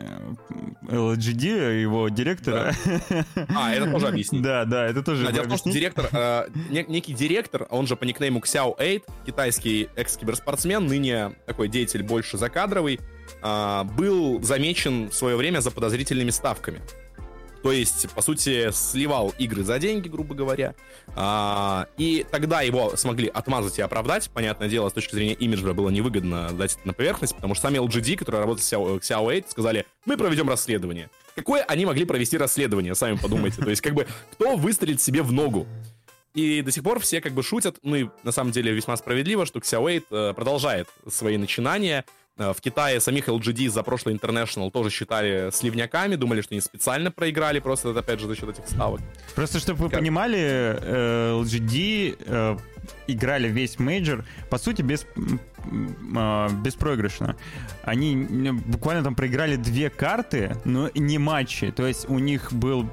LGD, его директора. Да. Это тоже объяснить. Да, это тоже дело в том, что директор, некий директор, он же по никнейму Xiao 8, китайский экс-киберспортсмен, ныне такой деятель больше закадровый, был замечен в свое время за подозрительными ставками. То есть, по сути, сливал игры за деньги, грубо говоря. И тогда его смогли отмазать и оправдать. Понятное дело, с точки зрения имиджа было невыгодно дать это на поверхность, потому что сами LGD, которые работают с Xiao 8, сказали, мы проведем расследование. Какое они могли провести расследование, сами подумайте. То есть, как бы, кто выстрелит себе в ногу? И до сих пор все как бы шутят, и на самом деле весьма справедливо, что Xiao 8 продолжает свои начинания. В Китае самих LGD за прошлый International тоже считали сливняками, думали, что они специально проиграли, просто опять же за счет этих ставок. Просто, чтобы вы понимали, LGD играли весь мейджор, по сути, беспроигрышно. Они буквально там проиграли 2 карты, но не матчи. То есть у них был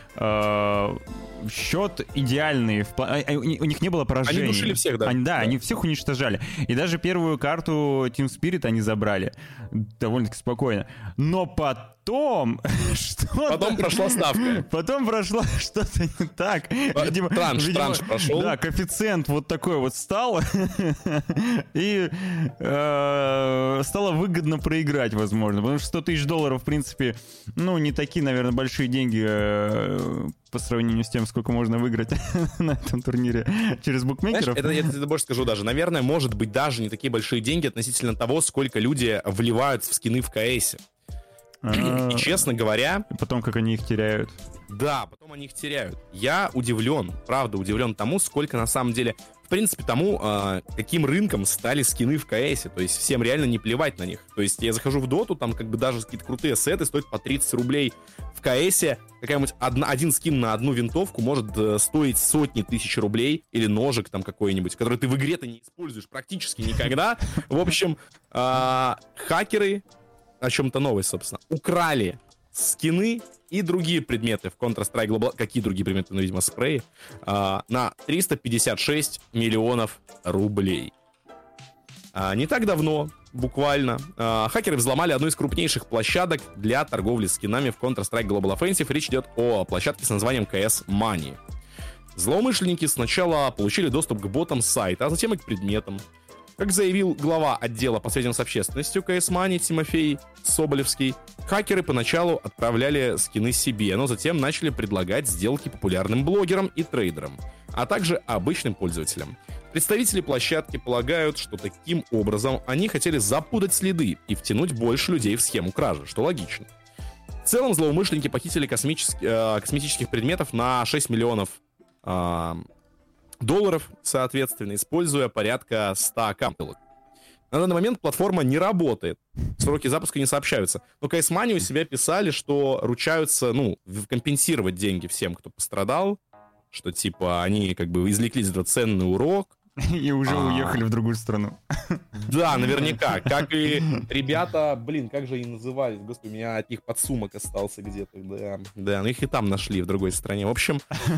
счет идеальный. У них не было поражений. Они душили всех, да. Они всех уничтожали. И даже первую карту Team Spirit они забрали. Довольно-таки спокойно. Но потом... Потом прошла ставка. Потом прошло что-то не так. Транш прошел. Да, коэффициент вот такой вот стал. И стало выгодно проиграть, возможно. Потому что $100 тысяч, в принципе, не такие, наверное, большие деньги по сравнению с тем, сколько можно выиграть на этом турнире через букмекеров. Знаешь, я тебе больше скажу даже. Наверное, может быть, даже не такие большие деньги относительно того, сколько люди вливают в скины в КСе. И, честно говоря... И потом, как они их теряют. Да, потом они их теряют. Я удивлен, правда удивлен тому, сколько на самом деле... В принципе, тому, каким рынком стали скины в КСе. То есть всем реально не плевать на них. То есть я захожу в доту, там как бы даже какие-то крутые сеты стоят по 30 рублей. В КСе какая-нибудь один скин на одну винтовку может стоить сотни тысяч рублей. Или ножик там какой-нибудь, который ты в игре-то не используешь практически никогда. В общем, хакеры, о чем-то новость, собственно, украли скины и другие предметы в Counter-Strike Global... Какие другие предметы? Ну, видимо, спреи. На 356 миллионов рублей. Не так давно, буквально, хакеры взломали одну из крупнейших площадок для торговли скинами в Counter-Strike Global Offensive. Речь идет о площадке с названием CS Money. Злоумышленники сначала получили доступ к ботам сайта, а затем и к предметам. Как заявил глава отдела по связям с общественностью CS Money Тимофей Соболевский, хакеры поначалу отправляли скины себе, но затем начали предлагать сделки популярным блогерам и трейдерам, а также обычным пользователям. Представители площадки полагают, что таким образом они хотели запутать следы и втянуть больше людей в схему кражи, что логично. В целом злоумышленники похитили косметических предметов на 6 миллионов долларов, соответственно, используя порядка 100 аккаунтов. На данный момент платформа не работает, сроки запуска не сообщаются. Но CS Money у себя писали, что ручаются, компенсировать деньги всем, кто пострадал, что, типа, они, как бы, извлекли этот ценный урок. И уже уехали в другую страну. Да, наверняка. Как и ребята, как же они назывались? Господи, у меня от них подсумок остался где-то. Да, их и там нашли в другой стране. В общем,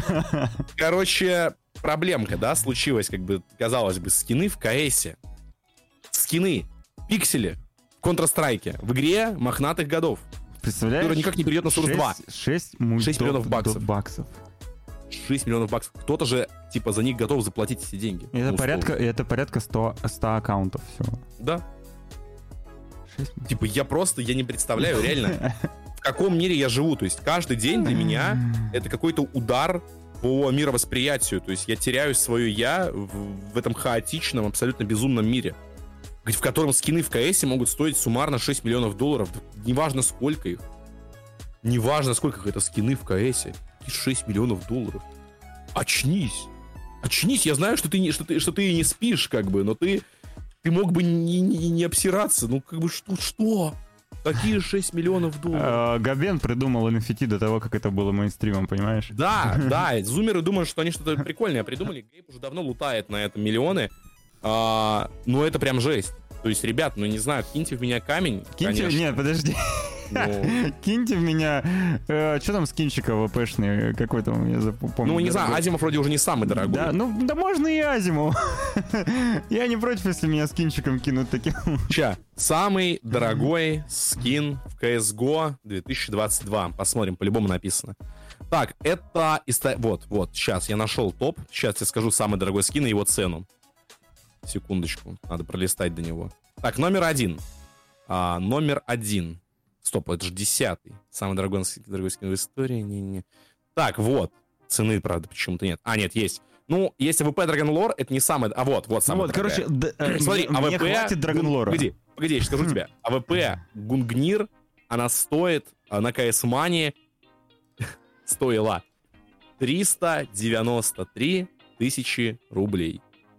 проблемка, да, случилась, как бы, казалось бы, скины в КСе. Скины, пиксели в Counter-Strike, в игре мохнатых годов. Представляешь? Которая никак не придет на Source 2. 6 миллионов баксов. 6 миллионов баксов. Кто-то же, типа, за них готов заплатить эти деньги. Это порядка 100 аккаунтов всего. Да. Типа, я не представляю реально, в каком мире я живу. То есть каждый день для меня это какой-то удар по мировосприятию. То есть я теряю свое я в этом хаотичном, абсолютно безумном мире, в котором скины в КСе могут стоить суммарно 6 миллионов долларов. Неважно, сколько их. Неважно, сколько их, это скины в КСе. 6 миллионов долларов. Очнись. Очнись, я знаю, что ты не спишь, как бы, но ты мог бы не обсираться. Ну, как бы, что? Какие 6 миллионов долларов? Габен придумал NFT до того, как это было мейнстримом, понимаешь? Да, зумеры думают, что они что-то прикольное придумали. Гейб уже давно лутает на этом миллионы. Но это прям жесть. То есть, ребят, не знаю, киньте в меня камень. Нет, подожди. Киньте в меня... Что там скинчик АВПшный? Какой там, я помню. Не знаю, Азимов вроде уже не самый дорогой. Да можно и Азимов. Я не против, если меня скинчиком кинут таким. Самый дорогой скин в CSGO 2022. Посмотрим, по-любому написано. Так, это... Вот, сейчас я нашел топ. Сейчас я скажу самый дорогой скин и его цену. Секундочку, надо пролистать до него. Так, номер один. Стоп, это же 10-й. Самый дорогой скин в истории. Не. Так, вот. Цены, правда, почему-то нет. Нет, есть. Есть АВП Dragon Lore, это не самый... вот самый дорогой. Смотри, АВП... Мне хватит Dragon Lore. Погоди, я сейчас скажу тебе. АВП Гунгнир, она стоит на CS Money стоила 393 тысячи рублей.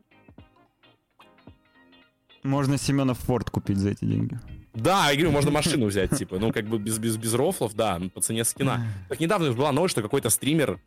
Можно Семенов Форд купить за эти деньги. Да, я говорю, можно машину взять, типа, без рофлов, да, по цене скина. Так недавно была новость, что какой-то стример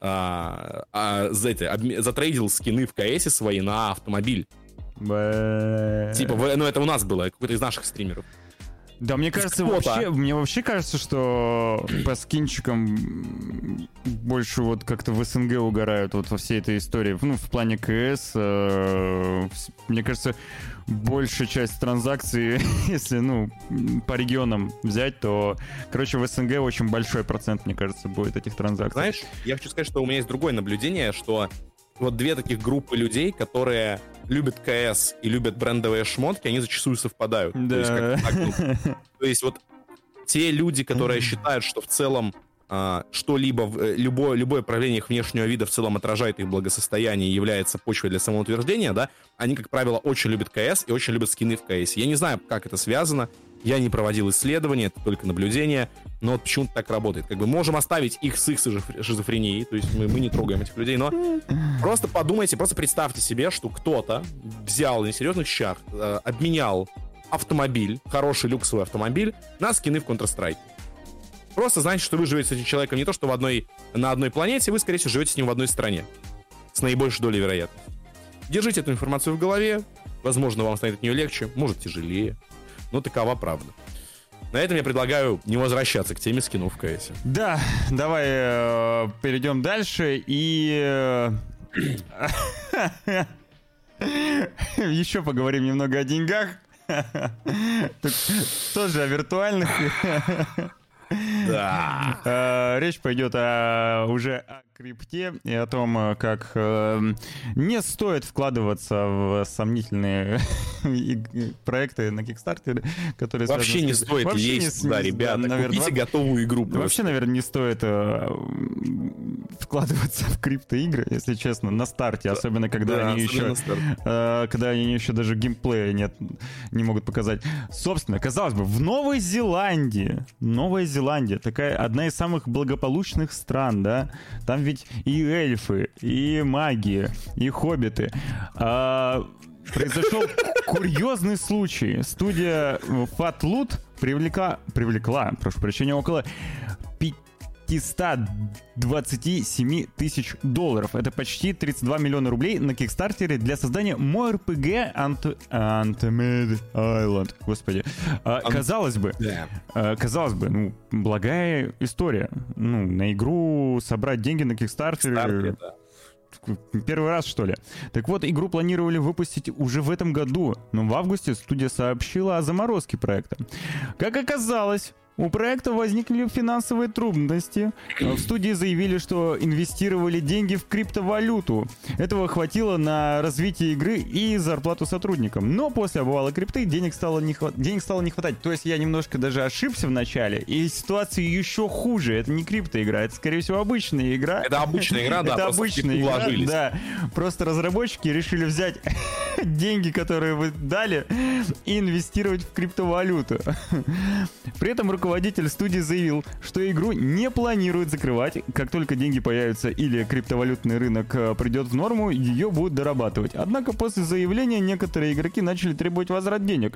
затрейдил скины в КСе свои на автомобиль. Типа, это у нас было, какой-то из наших стримеров. Да, мне кажется, вообще кажется, что по скинчикам больше вот как-то в СНГ угорают вот во всей этой истории. В плане КС, мне кажется, большая часть транзакций, если, по регионам взять, то, в СНГ очень большой процент, мне кажется, будет этих транзакций. Знаешь, я хочу сказать, что у меня есть другое наблюдение, что вот две таких группы людей, которые любят КС и любят брендовые шмотки, они зачастую совпадают. Да. То есть вот те люди, которые считают, что в целом что-либо, любое проявление их внешнего вида в целом отражает их благосостояние и является почвой для самоутверждения, да, они, как правило, очень любят КС и очень любят скины в КС. Я не знаю, как это связано, Я не проводил исследования, это только наблюдение, но вот почему-то так работает. Как бы можем оставить их с их шизофренией, то есть мы не трогаем этих людей, но просто подумайте, просто представьте себе, что кто-то взял на серьезных щах, обменял автомобиль, хороший люксовый автомобиль, на скины в Counter-Strike. Просто знаете, что вы живете с этим человеком не то, что на одной планете, вы, скорее всего, живете с ним в одной стране. С наибольшей долей вероятности. Держите эту информацию в голове. Возможно, вам станет от нее легче, может, тяжелее. Но такова правда. На этом я предлагаю не возвращаться к теме скинов в CS. Да, давай перейдем дальше и... еще поговорим немного о деньгах. Тоже о виртуальных. Да. Речь пойдет уже о крипте и о том, как не стоит вкладываться в сомнительные проекты на Кикстартере, которые вообще не стоит вообще лезть туда, ребята. Наверное, купите готовую игру. Просто. Вообще, наверное, не стоит вкладываться в криптоигры, если честно, на старте, особенно когда они еще даже геймплея не могут показать. Собственно, казалось бы, в Новой Зеландии, такая одна из самых благополучных стран, да, там ведь и эльфы, и маги, и хоббиты. Произошел курьезный случай. Студия Fatloot привлекла, прошу прощения, около 527 тысяч долларов. Это почти 32 миллиона рублей на Кикстартере для создания MoRPG Untamed Island. Господи. Казалось бы, ну, благая история. Ну, на игру собрать деньги на Кикстартере... Первый раз, что ли? Так вот, игру планировали выпустить уже в этом году, но в августе студия сообщила о заморозке проекта. Как оказалось, у проекта возникли финансовые трудности. В студии заявили, что инвестировали деньги в криптовалюту. Этого хватило на развитие игры и зарплату сотрудникам. Но после обвала крипты денег стало не хватать. То есть я немножко даже ошибся в начале, и ситуация еще хуже. Это не криптоигра, это, скорее всего, обычная игра. Это обычная игра, да, это обычная игра, да. Просто разработчики решили взять деньги, которые вы дали, и инвестировать в криптовалюту. При этом руководитель студии заявил, что игру не планируют закрывать. Как только деньги появятся или криптовалютный рынок придет в норму, ее будут дорабатывать. Однако после заявления некоторые игроки начали требовать возврат денег.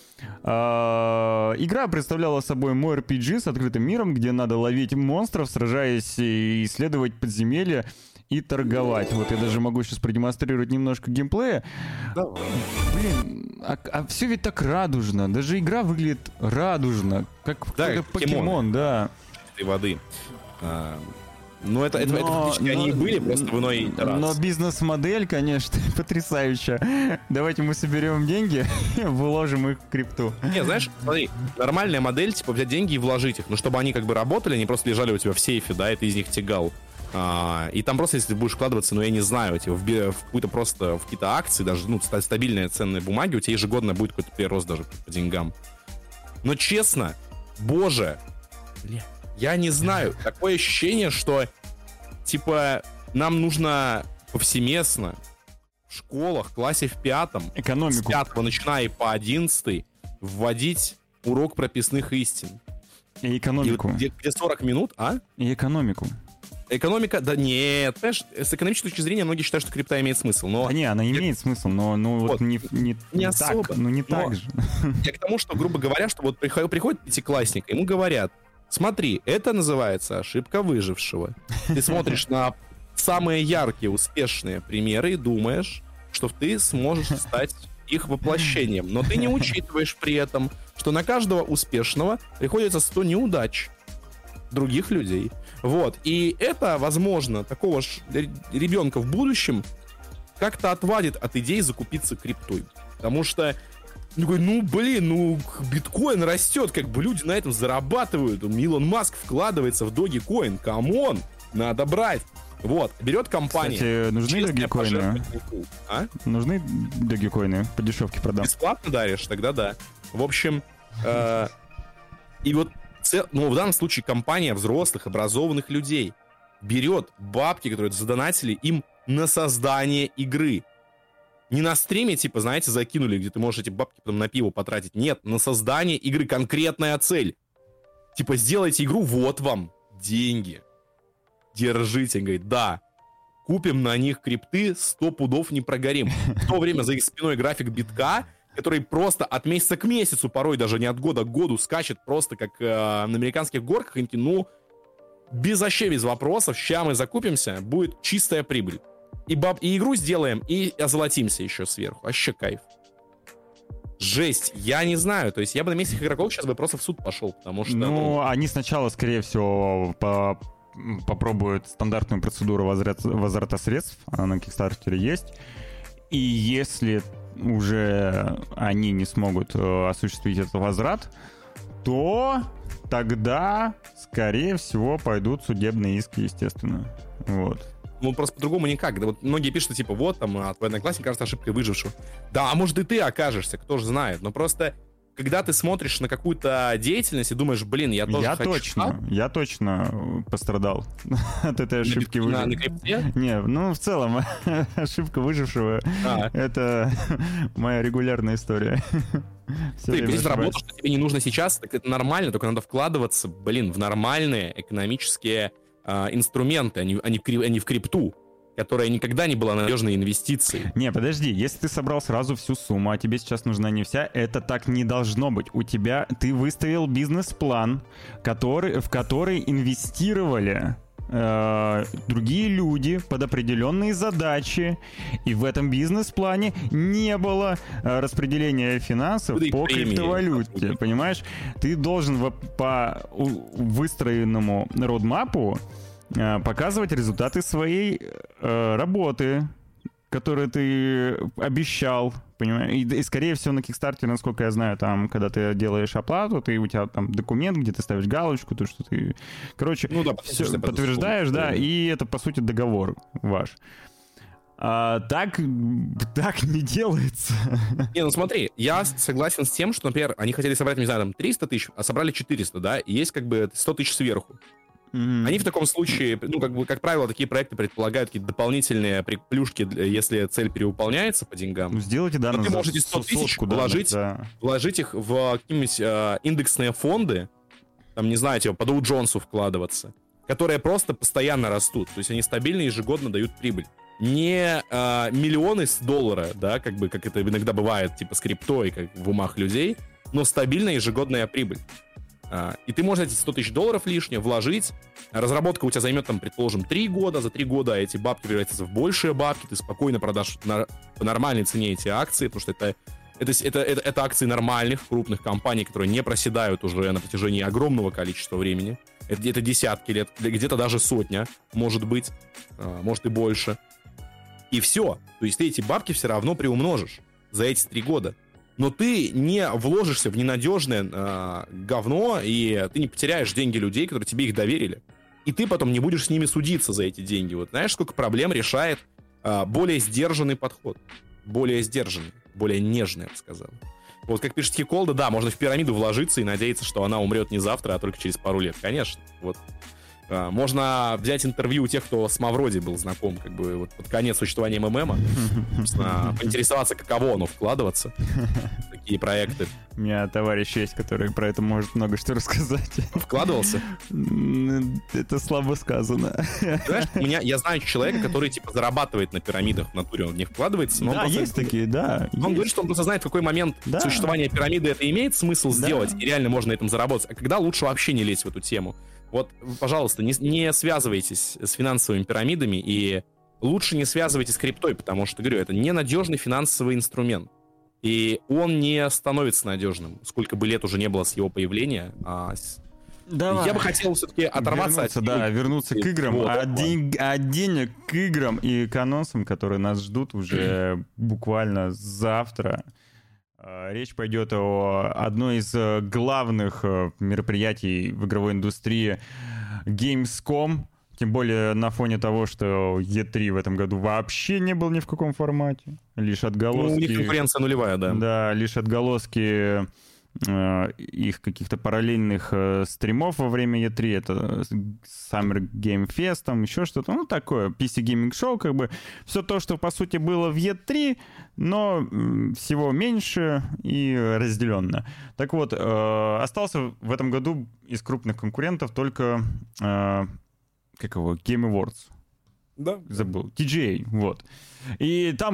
Игра представляла собой MoRPG с открытым миром, где надо ловить монстров, сражаясь и исследовать подземелья и торговать. Вот я даже могу сейчас продемонстрировать немножко геймплея. Давай. Блин, а все ведь так радужно. Даже игра выглядит радужно. Как какой-то покемон, да. Этой воды. Ну, это фактически они и были, просто в иной раз. Но бизнес-модель, конечно, потрясающая. Давайте мы соберем деньги, вложим их в крипту. Не, знаешь, смотри, нормальная модель, типа взять деньги и вложить их. Но чтобы они как бы работали, они просто лежали у тебя в сейфе, да, и ты из них тягал. И там просто, если ты будешь вкладываться, ну, я не знаю, типа, в какую-то просто, в какие-то акции, даже, ну, стабильные ценные бумаги, у тебя ежегодно будет какой-то прирост даже по деньгам. Но честно, боже, я не знаю, такое ощущение, что, типа, нам нужно повсеместно в школах, в классе в 5, экономику. С 5 начиная по 11 вводить урок прописных истин. И экономику. И где 40 минут, И экономику. Экономика, да нет, понимаешь, с экономической точки зрения многие считают, что крипта имеет смысл, но... Да не, она имеет смысл, но вот не особо. Так, ну не так же. Я к тому, что, грубо говоря, что вот приходит пятиклассник, ему говорят, смотри, это называется ошибка выжившего. Ты смотришь на самые яркие, успешные примеры и думаешь, что ты сможешь стать их воплощением, но ты не учитываешь при этом, что на каждого успешного приходится 100 неудач других людей. Вот. И это, возможно, такого ж ребенка в будущем как-то отвадит от идеи закупиться криптой. Потому что, биткоин растет, как бы люди на этом зарабатывают. Илон Маск вкладывается в Dogecoin. Камон, надо брать. Вот, берет компания. Кстати, нужны Dogecoin? Нужны Dogecoin? По дешевке продам. Бесплатно даришь? Тогда да. В общем, и вот в данном случае компания взрослых, образованных людей берет бабки, которые задонатили им на создание игры. Не на стриме, типа, знаете, закинули, где ты можешь эти бабки потом на пиво потратить. Нет, на создание игры конкретная цель. Типа, сделайте игру, вот вам деньги. Держите. Он говорит, да, купим на них крипты, 100 пудов не прогорим. В то время за их спиной график битка, который просто от месяца к месяцу, порой даже не от года к году, скачет просто как на американских горках. Ну, без вопросов, ща мы закупимся, будет чистая прибыль. И игру сделаем, и озолотимся еще сверху. Вообще кайф. Жесть, я не знаю. То есть я бы на месте игроков сейчас бы просто в суд пошел, потому что... Ну, они сначала, скорее всего, попробуют стандартную процедуру возврата средств. Она на Kickstarter есть. И если уже они не смогут осуществить этот возврат, то тогда, скорее всего, пойдут судебные иски, естественно. Вот. Ну, просто по-другому никак. Да, вот многие пишут, типа, вот, там, твой одноклассник кажется ошибкой выжившего. Да, а может и ты окажешься, кто же знает. Но просто, когда ты смотришь на какую-то деятельность и думаешь, блин, я тоже хочу... Я точно пострадал от этой ошибки выжившего. На крипте? Не, ну, в целом, ошибка выжившего — это моя регулярная история. Ты перезаработал, что тебе не нужно сейчас, так это нормально, только надо вкладываться, блин, в нормальные экономические инструменты, а не в крипту, которая никогда не была надежной инвестицией. Не, подожди, если ты собрал сразу всю сумму, а тебе сейчас нужна не вся, это так не должно быть. Ты выставил бизнес-план, в который инвестировали другие люди под определенные задачи, и в этом бизнес-плане не было распределения финансов по криптовалюте, понимаешь? Ты должен по выстроенному родмапу показывать результаты своей работы, которые ты обещал, понимаешь? И, скорее всего, на Kickstarter, насколько я знаю, там, когда ты делаешь оплату, у тебя там документ, где ты ставишь галочку, то, что ты, короче, ну, да, все подтверждаешь, да, и это, по сути, договор ваш. Так не делается. Не, ну смотри, я согласен с тем, что, например, они хотели собрать, не знаю, там 300 тысяч, а собрали 400, да, и есть как бы 100 тысяч сверху. Они в таком случае, ну, как правило, такие проекты предполагают какие-то дополнительные плюшки, если цель перевыполняется по деньгам. Ну, сделайте данные. Вы можете 100 тысяч вложить их в какие-нибудь индексные фонды, там, не знаю, типа по Dow Jones'у вкладываться, которые просто постоянно растут. То есть они стабильно ежегодно дают прибыль. Не миллионы с доллара, да, как это иногда бывает, типа с криптой, как в умах людей, но стабильная ежегодная прибыль. И ты можешь эти 100 тысяч долларов лишнее вложить. Разработка у тебя займет, там, предположим, 3 года. За 3 года эти бабки превратятся в большие бабки. Ты спокойно продашь по нормальной цене эти акции, потому что это акции нормальных, крупных компаний, которые не проседают уже на протяжении огромного количества времени. Это где-то десятки лет, где-то даже сотня, может быть, может и больше. И все. То есть ты эти бабки все равно приумножишь за эти 3 года. Но ты не вложишься в ненадежное говно, и ты не потеряешь деньги людей, которые тебе их доверили. И ты потом не будешь с ними судиться за эти деньги. Вот знаешь, сколько проблем решает более сдержанный подход. Более сдержанный, более нежный, я бы сказал. Вот как пишет Хиколда, да, можно в пирамиду вложиться и надеяться, что она умрет не завтра, а только через пару лет. Конечно. Вот. Можно взять интервью у тех, кто с Мавроди был знаком, как бы вот под конец существования МММа. Собственно, поинтересоваться, каково оно вкладываться в такие проекты. У меня товарищ есть, который про это может много что рассказать. Вкладывался? Это слабо сказано. Знаешь, я знаю человека, который типа зарабатывает на пирамидах в натуре, он не вкладывается. Но да, есть такие, да. Он говорит, что он просто знает, в какой момент существования пирамиды это имеет смысл сделать, и реально можно на этом заработать, а когда лучше вообще не лезть в эту тему. Вот, пожалуйста, не связывайтесь с финансовыми пирамидами, и лучше не связывайтесь с криптой, потому что, говорю, это ненадежный финансовый инструмент. И он не становится надежным, сколько бы лет уже не было с его появления. Давай. Я бы хотел все-таки оторваться вернуться к играм, от денег к играм и к анонсам, которые нас ждут уже буквально завтра. Речь пойдет о одной из главных мероприятий в игровой индустрии Gamescom. Тем более на фоне того, что E3 в этом году вообще не был ни в каком формате. Лишь отголоски... Ну, у них конкуренция нулевая, да. Да, лишь отголоски их каких-то параллельных стримов во время E3, это Summer Game Fest, там еще что-то, ну, такое, PC Gaming Show, как бы, все то, что, по сути, было в E3, но всего меньше и разделенно. Так вот, остался в этом году из крупных конкурентов только, как его, Game Awards. Да. Забыл. TGA, вот. И там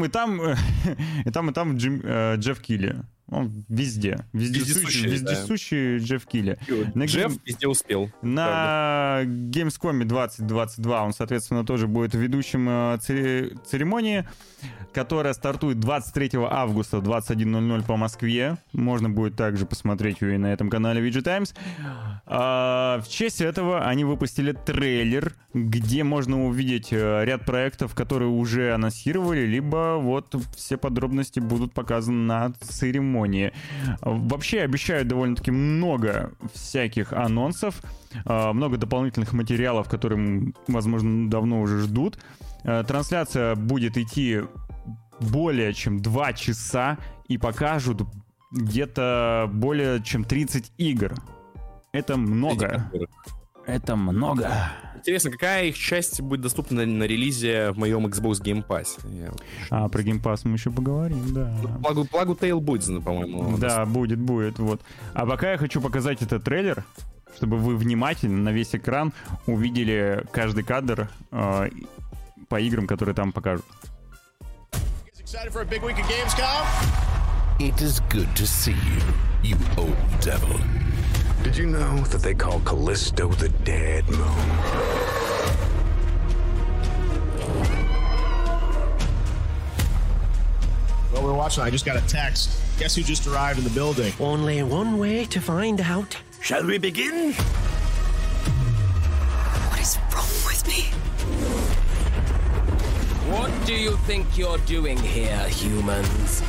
Джефф Килли. Он везде. Вездесущий Джефф Килли. Джефф везде успел. На Gamescom 2022 он, соответственно, тоже будет ведущим церемонии, которая стартует 23 августа в 21:00 по Москве. Можно будет также посмотреть ее и на этом канале VG Times. В честь этого они выпустили трейлер, где можно увидеть ряд проектов, которые уже анонсировали, либо вот все подробности будут показаны на церемонии. Вообще обещают довольно-таки много всяких анонсов, много дополнительных материалов, которые, возможно, давно уже ждут. Трансляция будет идти более чем 2 часа и покажут где-то более чем 30 игр. Это много. Это много. Интересно, какая их часть будет доступна на релизе в моем Xbox Game Pass? Про Game Pass мы еще поговорим, да. Плагу Tale будет, по-моему. Да, будет, вот. А пока я хочу показать этот трейлер, чтобы вы внимательно на весь экран увидели каждый кадр по играм, которые там покажут. It is good to see you, you old devil. Did you know that they call Callisto the Dead Moon? Well, we're watching. I just got a text. Guess who just arrived in the building? Only one way to find out. Shall we begin? What is wrong with me? What do you think you're doing here, humans?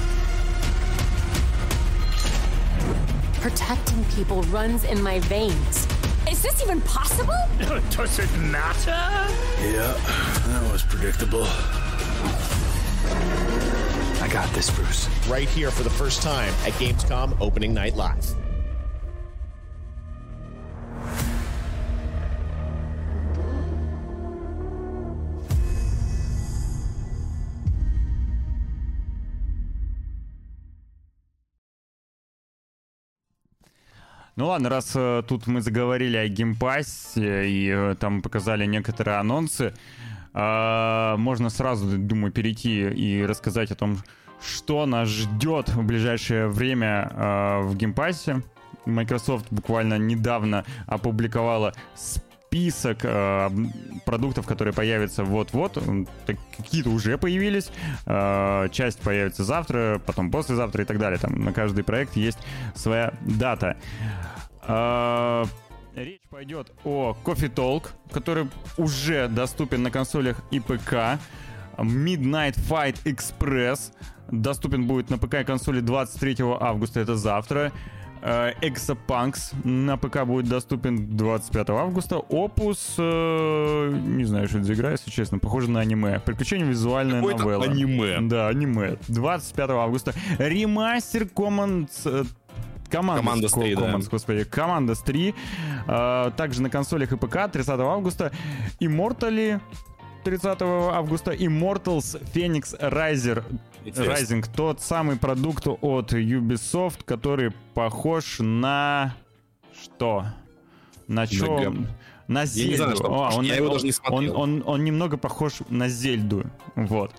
Protecting people runs in my veins. Is this even possible? Does it matter? Yeah, that was predictable. I got this, Bruce. Right here for the first time at Gamescom Opening Night Live. Ну ладно, раз тут мы заговорили о геймпассе и там показали некоторые анонсы, можно сразу, думаю, перейти и рассказать о том, что нас ждет в ближайшее время в геймпассе. Microsoft буквально недавно опубликовала список продуктов, которые появятся вот-вот. Какие-то уже появились, часть появится завтра, потом послезавтра и так далее. Там на каждый проект есть своя дата. Речь пойдет о Coffee Talk, который уже доступен на консолях и ПК. Midnight Fight Express доступен будет на ПК и консоли 23 августа, это завтра. Exapunks на ПК будет доступен 25 августа. Opus, не знаю, что это за игра, если честно, похоже на аниме. Приключение визуальная новелла. Аниме. Да, аниме. 25 августа. Ремастер Commandos 3, господи, Commandos 3. Также на консолях и ПК 30 августа. Immortally 30 августа. Immortals Phoenix Rising. Тот самый продукт от Ubisoft, который похож на... Что? На что? На Зельду. Я не знаю, я его даже не смотрел. Он немного похож на Зельду. Вот.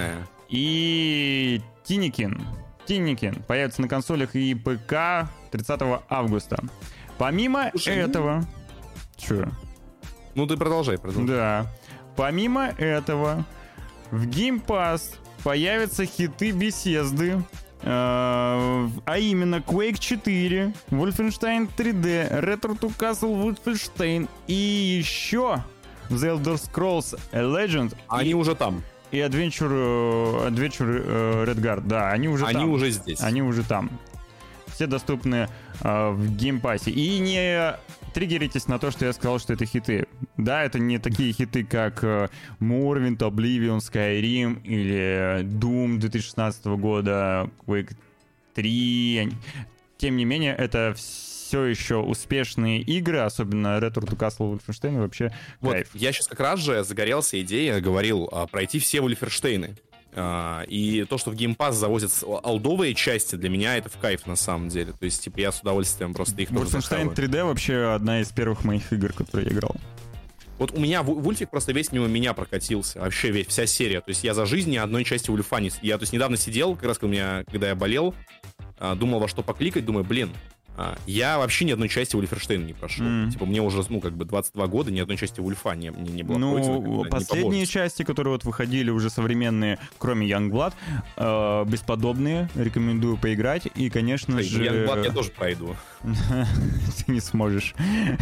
И Тинникин появится на консолях и ПК 30 августа. Помимо этого... Чё? Ну ты продолжай. Да. Помимо этого, в Game Pass появятся хиты Bethesdy, а именно Quake 4, Wolfenstein 3D, Return to Castle Wolfenstein и еще The Elder Scrolls Legend. Они уже там. И Adventure Redguard, да, они уже там. Они уже здесь. Они уже там. Все доступны в геймпассе. И не триггеритесь на то, что я сказал, что это хиты. Да, это не такие хиты, как Morrowind, Oblivion, Skyrim или Doom 2016 года, Quake 3. тем не менее, это все еще успешные игры, особенно Return to Castle Wolfenstein, вообще вот, кайф. Я сейчас как раз же загорелся идеей, говорил, пройти все Wolfensteины. И то, что в Game Pass завозят олдовые части, для меня это в кайф на самом деле. То есть, типа, я с удовольствием просто их тоже захаваю. Wolfenstein 3D вообще одна из первых моих игр, которые я играл. Вот у меня Вульфик просто весь мимо меня прокатился. Вообще вся серия. То есть я за жизнь ни одной части Вульфа не... Я, то есть, недавно сидел, как раз когда я болел, думал, во что покликать, думаю, блин, я вообще ни одной части Wolfenstein не прошел. Типа, мне уже, 22 года, ни одной части Вульфа не было. Ну, последние части, которые вот выходили уже современные, кроме Youngblood, бесподобные, рекомендую поиграть. И, конечно же... Youngblood я тоже пройду. Ты не сможешь.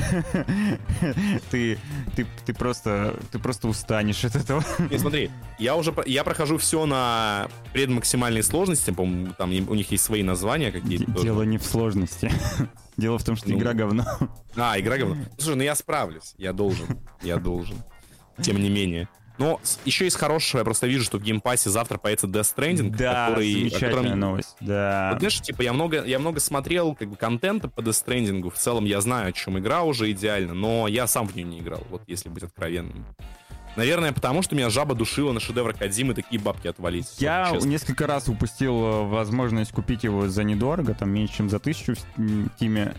Ты просто устанешь от этого. Не, смотри, я прохожу все на предмаксимальной сложности, по-моему, там у них есть свои названия какие-то. Дело не в сложности. Дело в том, что игра говно. Игра говно. Слушай, я справлюсь. Я должен. Тем не менее. Но еще есть хорошее, я просто вижу, что в геймпассе завтра появится Death Stranding, замечательная новость. Да. Вот, знаешь, типа, я много смотрел контента по Death Stranding. В целом я знаю, о чем игра уже идеально, но я сам в нее не играл, вот если быть откровенным. Наверное, потому что меня жаба душила на шедевр Кодзимы такие бабки отвалить. Я несколько раз упустил возможность купить его за недорого, там меньше, чем за 1000 в Тиме.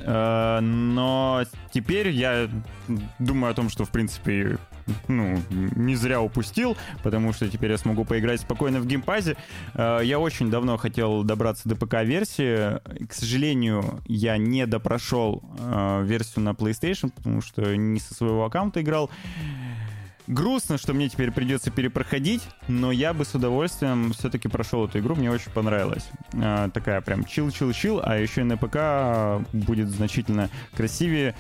Но теперь я думаю о том, что, в принципе, не зря упустил, потому что теперь я смогу поиграть спокойно в геймпазе. Я очень давно хотел добраться до ПК-версии. К сожалению, я не допрошел версию на PlayStation, потому что не со своего аккаунта играл. Грустно, что мне теперь придется перепроходить, но я бы с удовольствием все-таки прошел эту игру, мне очень понравилась. Такая прям чил-чил-чил, а еще и на ПК будет значительно красивее.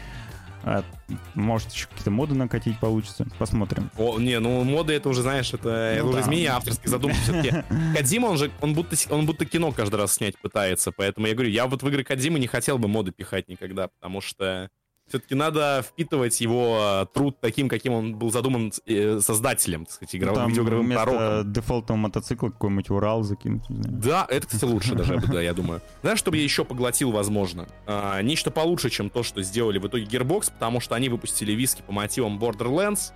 Может, еще какие-то моды накатить получится. Посмотрим. Моды это уже, знаешь, это уже изменение авторской задумки. Все-таки Кодзима, он будто кино каждый раз снять пытается, поэтому я говорю, я вот в игры Кодзимы не хотел бы моды пихать никогда, потому что все-таки надо впитывать его труд таким, каким он был задуман создателем, так сказать, видеоигровым пророком. Вместо дефолтного мотоцикла какой-нибудь Урал закинуть. Да, это, кстати, лучше даже, я думаю. Знаешь, что бы я еще поглотил, возможно? Нечто получше, чем то, что сделали в итоге Gearbox, потому что они выпустили виски по мотивам Borderlands.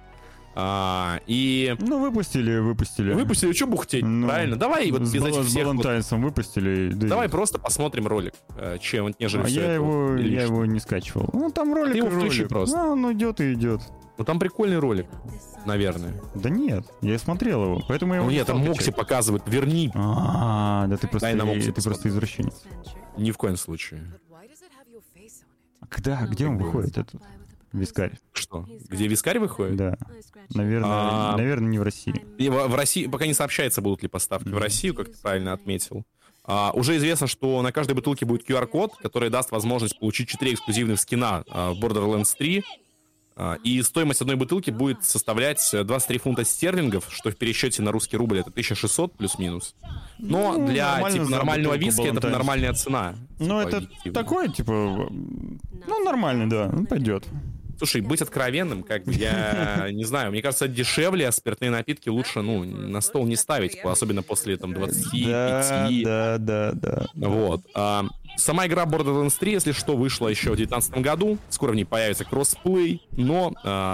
Выпустили. Выпустили, что бухтеть, правильно? Давай вот без этих всех... С Valentine'сом выпустили. Давай просто посмотрим ролик, нежели все я его не скачивал. Там ролик. Ты его включи просто. Он идет и идет. Там прикольный ролик, наверное. Да нет, я смотрел его, поэтому я его не там Мокси показывает, верни. Да ты просто извращенец. Ни в коем случае. Где он выходит, этот вискарь? Что? Где вискарь выходит? Да. Наверное, не в России. В России пока не сообщается, будут ли поставки в Россию, как ты правильно отметил. Уже известно, что на каждой бутылке будет QR-код, который даст возможность получить 4 эксклюзивных скина в Borderlands 3. И стоимость одной бутылки будет составлять 23 фунта стерлингов, что в пересчете на русский рубль это 1600 плюс-минус. Но для нормального виски это нормальная цена. Это такое, нормально, да, пойдет. Слушай, быть откровенным, я не знаю, мне кажется, дешевле, а спиртные напитки лучше, на стол не ставить, особенно после 25. Да. Вот. Сама игра Borderlands 3, если что, вышла еще в 2019 году. Скоро в ней появится кроссплей, но,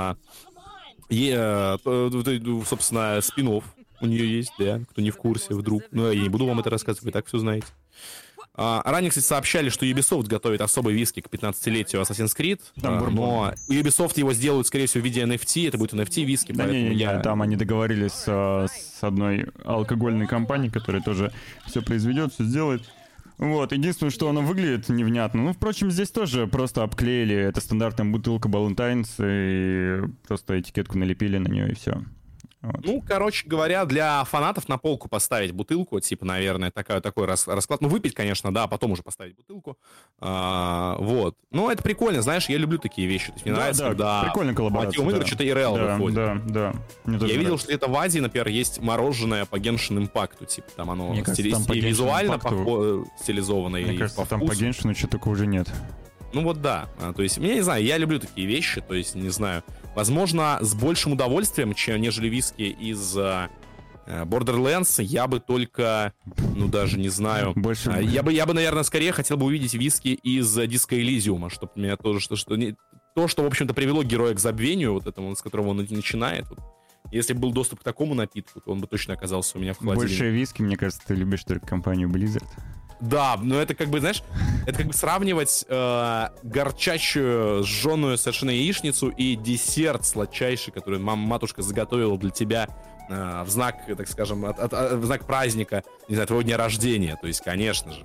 собственно, спин-офф у нее есть, да, кто не в курсе вдруг. Я не буду вам это рассказывать, вы так все знаете. Ранее, кстати, сообщали, что Ubisoft готовит особый виски к 15-летию Assassin's Creed, но Ubisoft его сделают, скорее всего, в виде NFT, это будет NFT-виски. Да, там они договорились с одной алкогольной компанией, которая тоже все произведет, все сделает. Вот, единственное, что оно выглядит невнятно. Впрочем, здесь тоже просто обклеили, это стандартная бутылка Valentine's, и просто этикетку налепили на нее, и все. Вот. Короче говоря, для фанатов на полку поставить бутылку, наверное, такой расклад. Выпить, конечно, да, а потом уже поставить бутылку. Вот. Это прикольно, знаешь, я люблю такие вещи. То есть мне нравится, когда прикольная коллаборация. Мотивом что-то IRL выходит. Да. Я видел, что это в Азии, например, есть мороженое по Genshin Impact. Там оно визуально стилизовано. Мне кажется, там по Genshin что-то такого уже нет. Да. То есть, я не знаю, я люблю такие вещи, то есть, не знаю, возможно, с большим удовольствием, нежели виски из Borderlands я бы только, ну даже не знаю, больше... я бы, наверное, скорее хотел бы увидеть виски из Disco Elysium, чтобы меня тоже, что, в общем-то, привело героя к забвению, вот этому, с которого он начинает. Вот. Если бы был доступ к такому напитку, то он бы точно оказался у меня в холодильнике. Больше виски, мне кажется, ты любишь только компанию Blizzard. Да, но это как бы, знаешь, это как бы сравнивать горчащую, сжженную совершенно яичницу и десерт сладчайший, который матушка заготовила для тебя в знак, так скажем, в знак праздника, не знаю, твоего дня рождения. То есть, конечно же.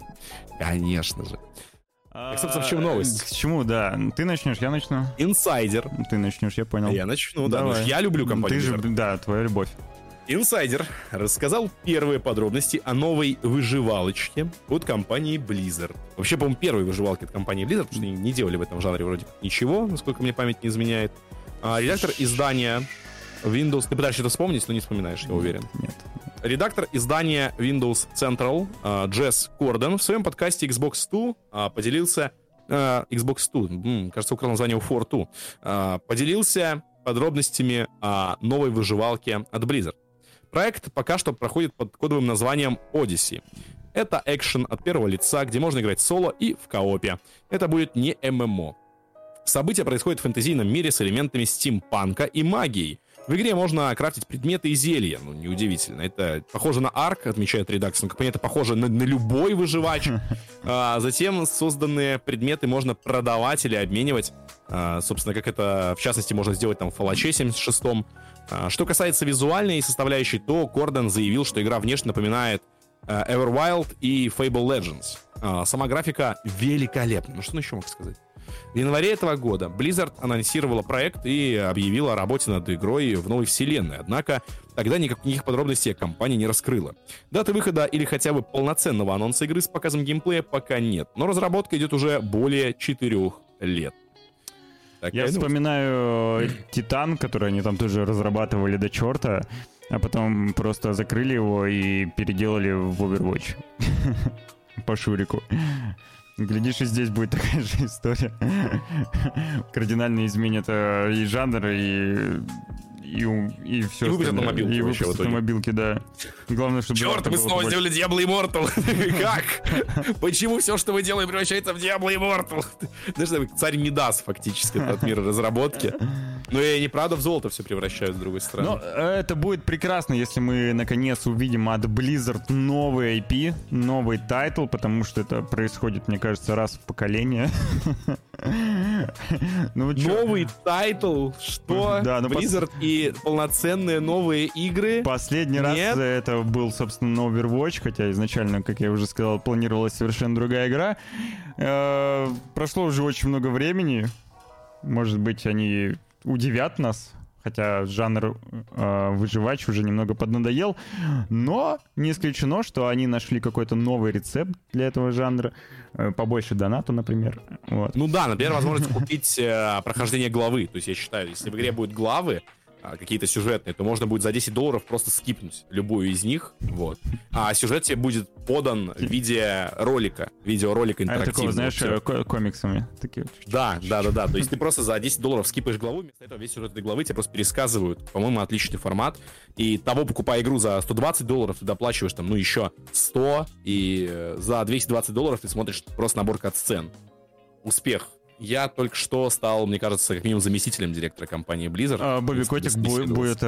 Так, собственно, в чем новость? К чему, да. Ты начнешь, я начну. Инсайдер. Ты начнешь, я понял. Я начну, да. Я люблю компанию Blizzard. Ты же, да, твоя любовь. Инсайдер рассказал первые подробности о новой выживалочке от компании Blizzard. Вообще, по-моему, первой выживалки от компании Blizzard, потому что они не делали в этом жанре вроде как ничего, насколько мне память не изменяет. Редактор издания Windows... Ты пытаешься это вспомнить, но не вспоминаешь, я уверен. Нет. Редактор издания Windows Central Джесс Корден в своем подкасте Xbox 2 поделился... Xbox 2, кажется, украл название у 4.2. Поделился подробностями о новой выживалке от Blizzard. Проект пока что проходит под кодовым названием Odyssey. Это экшен от первого лица, где можно играть соло и в коопе. Это будет не ММО. События происходят в фэнтезийном мире с элементами стимпанка и магией. В игре можно крафтить предметы и зелья. Ну, неудивительно. Это похоже на Арк, отмечает редактор. Ну, как понятно, похоже на любой выживач. Затем созданные предметы можно продавать или обменивать. Собственно, как это, в частности, можно сделать там в Fallout 76. Что касается визуальной составляющей, то Корден заявил, что игра внешне напоминает Everwild и Fable Legends. Сама графика великолепна. Ну, что он еще мог сказать? В январе этого года Blizzard анонсировала проект и объявила о работе над игрой в новой вселенной. Однако тогда никаких подробностей компания не раскрыла. Даты выхода или хотя бы полноценного анонса игры с показом геймплея пока нет. Но разработка идет уже более 4 лет. Я вспоминаю Титан, который они там тоже разрабатывали до черта, а потом просто закрыли его и переделали в Overwatch. По Шурику. Глядишь, и здесь будет такая же история. Кардинально изменят и жанр, и все. И выпустят на мобилке. И выпустят на мобилке, да. Главное, чтобы... Черт, мы снова сделали Diablo Immortal. Как? Почему все, что мы делаем, превращается в Diablo Immortal? Знаешь, царь Мидас фактически от мира разработки. Но и они, правда, в золото все превращают, с другой стороны. Но это будет прекрасно, если мы, наконец, увидим от Blizzard новый IP, новый тайтл, потому что это происходит, мне кажется, раз в поколение. Новый тайтл? Что? Да, Blizzard и полноценные новые игры? Последний раз это был, собственно, на Overwatch, хотя изначально, как я уже сказал, планировалась совершенно другая игра. Прошло уже очень много времени. Может быть, они удивят нас, хотя жанр выживач уже немного поднадоел, но не исключено, что они нашли какой-то новый рецепт для этого жанра, побольше донату, например. Вот. Ну да, например, возможность купить прохождение главы, то есть я считаю, если в игре будут главы, какие-то сюжетные, то можно будет за $10 просто скипнуть любую из них, вот. А сюжет тебе будет подан в виде ролика, видеоролика интерактивного. Такого, знаешь, комиксами. Такие. Да. То есть ты просто за $10 скипаешь главу, вместо этого весь сюжет этой главы тебе просто пересказывают. По-моему, отличный формат. И того, покупая игру за $120, ты доплачиваешь там, еще 100, и за $220 ты смотришь просто набор кат-сцен. Успех. Я только что стал, мне кажется, как минимум заместителем директора компании Blizzard. Бобби Котик будет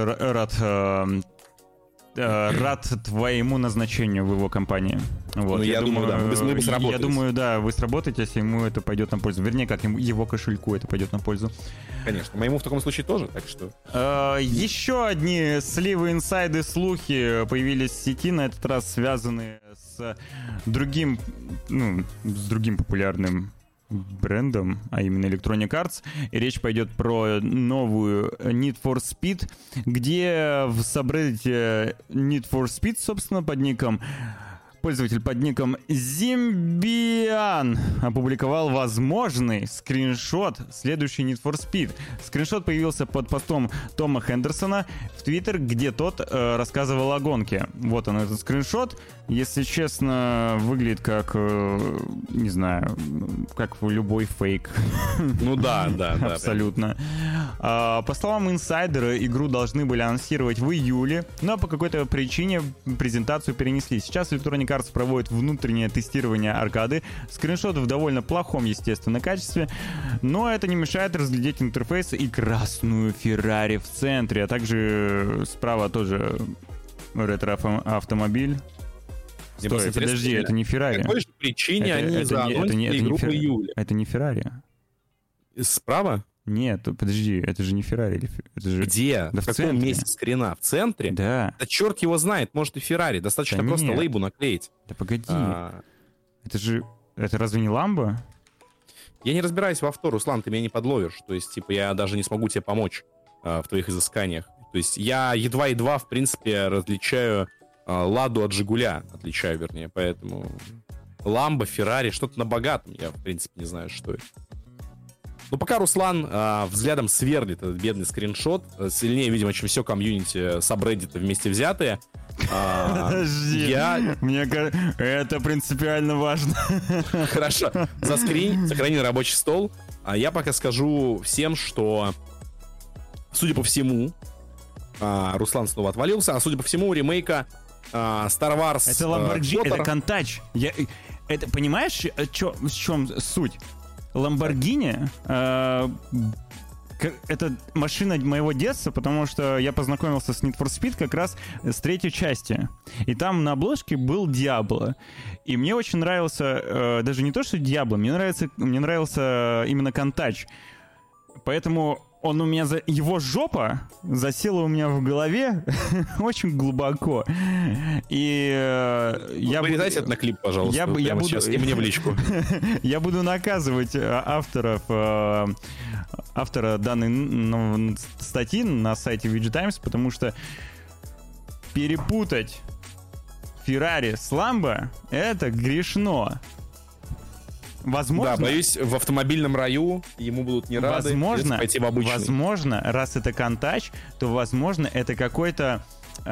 рад твоему назначению в его компании. Вот. Ну, я думаю, да, мы бы сработались. Я думаю, да, вы сработаетесь, ему это пойдет на пользу. Вернее, как его кошельку это пойдет на пользу. Конечно, моему в таком случае тоже, так что... Еще одни сливы, инсайды, слухи появились в сети, на этот раз связанные с другим популярным брендом, а именно Electronic Arts. И речь пойдет про новую Need for Speed, где в сабреддите Need for Speed, собственно, под ником Пользователь под ником Zimbian опубликовал возможный скриншот следующий Need for Speed. Скриншот появился под постом Тома Хендерсона в Твиттер, где тот рассказывал о гонке. Вот он, этот скриншот. Если честно, выглядит как, не знаю, как любой фейк. Ну да. Абсолютно. По словам инсайдера, игру должны были анонсировать в июле, но по какой-то причине презентацию перенесли. Сейчас Electronic Arts проводит внутреннее тестирование аркады. Скриншот в довольно плохом, естественно, качестве, но это не мешает разглядеть интерфейс и красную Феррари в центре, а также справа тоже ретро-автомобиль. Стой, подожди, это не Феррари. По какой же причине они заанонсили игру в июле? Это не Феррари. Справа? Нет, подожди, это же не Феррари. Где? Да в каком месте скрина? В центре? Да. Да черт его знает, может и Феррари. Достаточно просто лейбу наклеить. Да погоди. Это разве не Ламбо? Я не разбираюсь в авто, Руслан, ты меня не подловишь. То есть, типа, я даже не смогу тебе помочь в твоих изысканиях. То есть, я едва-едва, в принципе, различаю Ладу от Жигуля. Отличаю, вернее, поэтому... Ламбо, Феррари, что-то на богатом. Я, в принципе, не знаю, что это. Ну, пока Руслан взглядом сверлит этот бедный скриншот, сильнее, видимо, чем все комьюнити сабреддита вместе взятые. Подожди, мне кажется, это принципиально важно. Хорошо, сохрани на рабочий стол. А я пока скажу всем, что, судя по всему, Руслан снова отвалился, а судя по всему, у ремейка Star Wars... Это Lamborghini, это Countach. Это, понимаешь, в чем суть? Lamborghini это машина моего детства, потому что я познакомился с Need for Speed как раз с третьей части. И там на обложке был Диабло. И мне очень нравился, даже не то, что Диабло, мне нравился именно Countach. Поэтому он у меня, его жопа засела у меня в голове очень глубоко. И я вырезайте это на клип, пожалуйста. Я буду сейчас, и мне в личку. Я буду наказывать автора данной статьи на сайте VG Times, потому что перепутать Феррари с Ламбо — это грешно. Возможно, да, боюсь, в автомобильном раю ему будут не рады. Пойти в обычный. Возможно, раз это Countach, то, возможно, это какой-то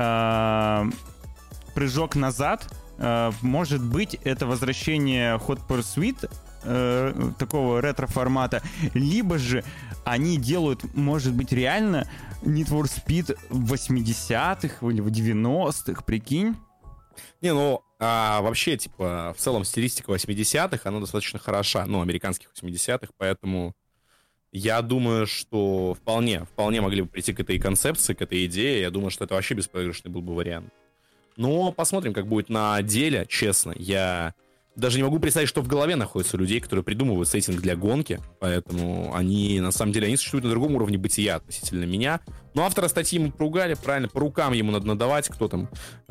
прыжок назад. Может быть, это возвращение Hot Pursuit такого ретро-формата. Либо же они делают, может быть, реально Need for Speed в 80-х или в 90-х, прикинь? Не, ну, вообще, типа, в целом стилистика 80-х, она достаточно хороша, ну, американских 80-х, поэтому я думаю, что вполне могли бы прийти к этой концепции, к этой идее, я думаю, что это вообще беспроигрышный был бы вариант. Но посмотрим, как будет на деле, честно, я даже не могу представить, что в голове находится у людей, которые придумывают сеттинг для гонки, поэтому они, на самом деле, они существуют на другом уровне бытия относительно меня. Но автора статьи мы поругали, правильно, по рукам ему надо надавать, кто там.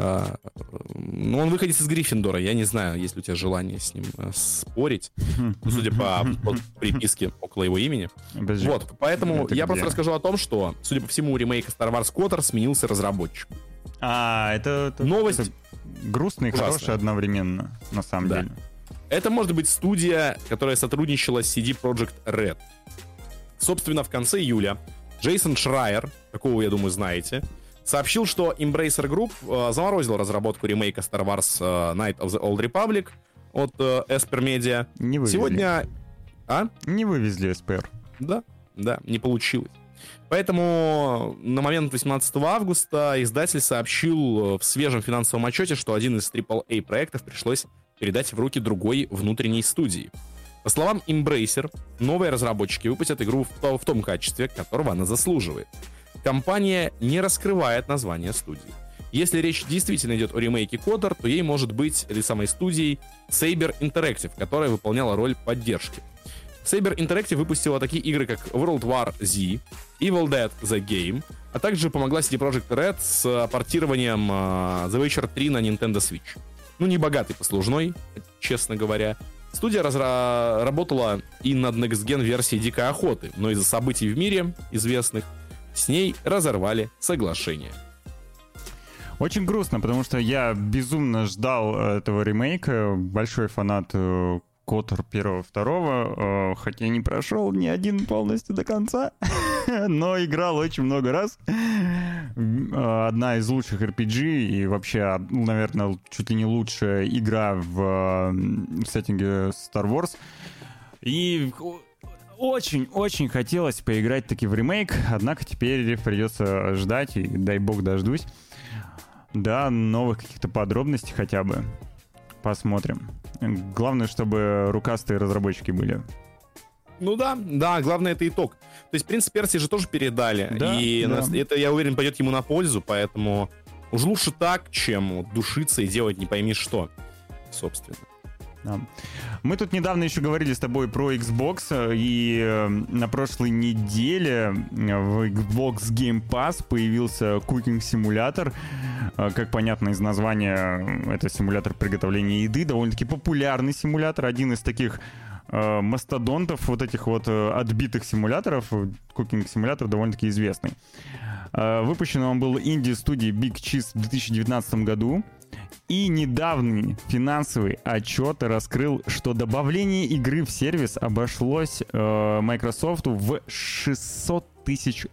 Ну, он выходит из Гриффиндора, я не знаю, есть ли у тебя желание с ним спорить, судя по приписке около его имени. Вот, поэтому я просто расскажу о том, что, судя по всему, у ремейка Star Wars KOTOR сменился разработчик. Это новость. Это грустная и хорошая одновременно, на самом деле. Это может быть студия, которая сотрудничала с CD Projekt Red. Собственно, в конце июля Джейсон Шрайер, такого, я думаю, знаете, сообщил, что Embracer Group заморозил разработку ремейка Star Wars Knights of the Old Republic от Esper Media. Не вывезли. Сегодня... Не вывезли Esper. Да, не получилось. Поэтому на момент 18 августа издатель сообщил в свежем финансовом отчете, что один из AAA проектов пришлось передать в руки другой внутренней студии. По словам Embracer, новые разработчики выпустят игру в том качестве, которого она заслуживает. Компания не раскрывает название студии. Если речь действительно идет о ремейке KOTOR, то ей может быть этой самой студией Saber Interactive, которая выполняла роль поддержки. Saber Interactive выпустила такие игры, как World War Z, Evil Dead The Game, а также помогла CD Projekt Red с портированием The Witcher 3 на Nintendo Switch. Ну, не богатый послужной, честно говоря. Студия работала и над next-gen версией Дикой Охоты, но из-за событий в мире известных с ней разорвали соглашение. Очень грустно, потому что я безумно ждал этого ремейка. Большой фанат Котор 1-2, хотя не прошел ни один полностью до конца, но играл очень много раз. Одна из лучших RPG и вообще, наверное, чуть ли не лучшая игра в сеттинге Star Wars. И очень-очень хотелось поиграть таки в ремейк, однако теперь придется ждать, и дай бог дождусь. Да, новых каких-то подробностей хотя бы. Посмотрим. Главное, чтобы рукастые разработчики были. Ну да, главное это итог. То есть «Принц Персии» же тоже передали, да, и это, я уверен, пойдет ему на пользу, поэтому уж лучше так, чем душиться и делать не пойми что, собственно. Да. Мы тут недавно еще говорили с тобой про Xbox, и на прошлой неделе в Xbox Game Pass появился кукинг-симулятор. Как понятно из названия, это симулятор приготовления еды, довольно-таки популярный симулятор, один из таких мастодонтов, вот этих вот отбитых симуляторов. Кукинг-симулятор довольно-таки известный. Выпущен он был инди-студией Big Cheese в 2019 году. И недавний финансовый отчет раскрыл, что добавление игры в сервис обошлось Microsoft в $600 тысяч.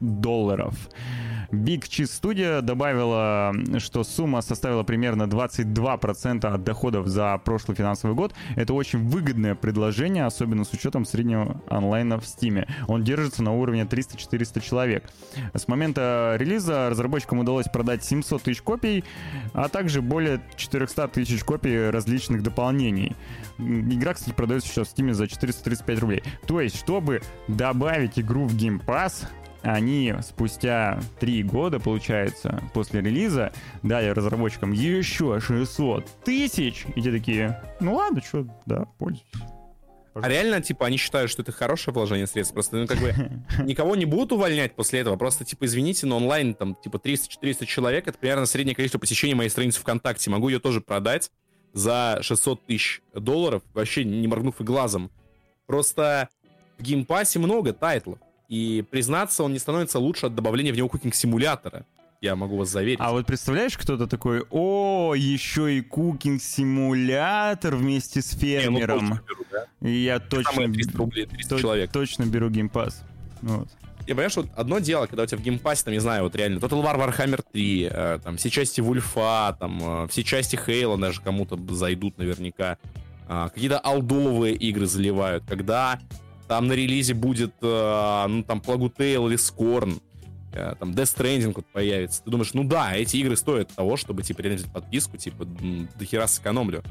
Big Cheese Studio добавила, что сумма составила примерно 22% от доходов за прошлый финансовый год. Это очень выгодное предложение, особенно с учетом среднего онлайна в Steam. Он держится на уровне 300-400 человек. С момента релиза разработчикам удалось продать 700 тысяч копий, а также более 400 тысяч копий различных дополнений. Игра, кстати, продается сейчас в Steam за 435 рублей. То есть, чтобы добавить игру в Game Pass, они спустя 3 года, получается, после релиза дали разработчикам еще 600 тысяч. И те такие, ну ладно, что, да, пользуйтесь. А реально, типа, они считают, что это хорошее вложение средств? Просто, ну, как бы, никого не будут увольнять после этого. Просто, типа, извините, но онлайн, там, типа, 300-400 человек, это примерно среднее количество посещений моей страницы ВКонтакте. Могу ее тоже продать за $600 тысяч, вообще не моргнув и глазом. Просто в геймпассе много тайтлов. И, признаться, он не становится лучше от добавления в него кукинг-симулятора. Я могу вас заверить. А вот представляешь, кто-то такой, о, еще и кукинг-симулятор вместе с фермером. Я беру, да? И я точно, 300 рублей, 300 человек. Точно беру геймпасс. Вот. И понимаешь, вот одно дело, когда у тебя в геймпассе, там, не знаю, вот реально, Total War Warhammer 3, там, все части Вульфа, там, все части Хейла даже кому-то зайдут наверняка. Какие-то олдовые игры заливают, когда там на релизе будет, ну, там, Plague Tale или Scorn, там, Death Stranding вот появится. Ты думаешь, ну да, эти игры стоят того, чтобы, типа, реально взять подписку, типа, до хера сэкономлю.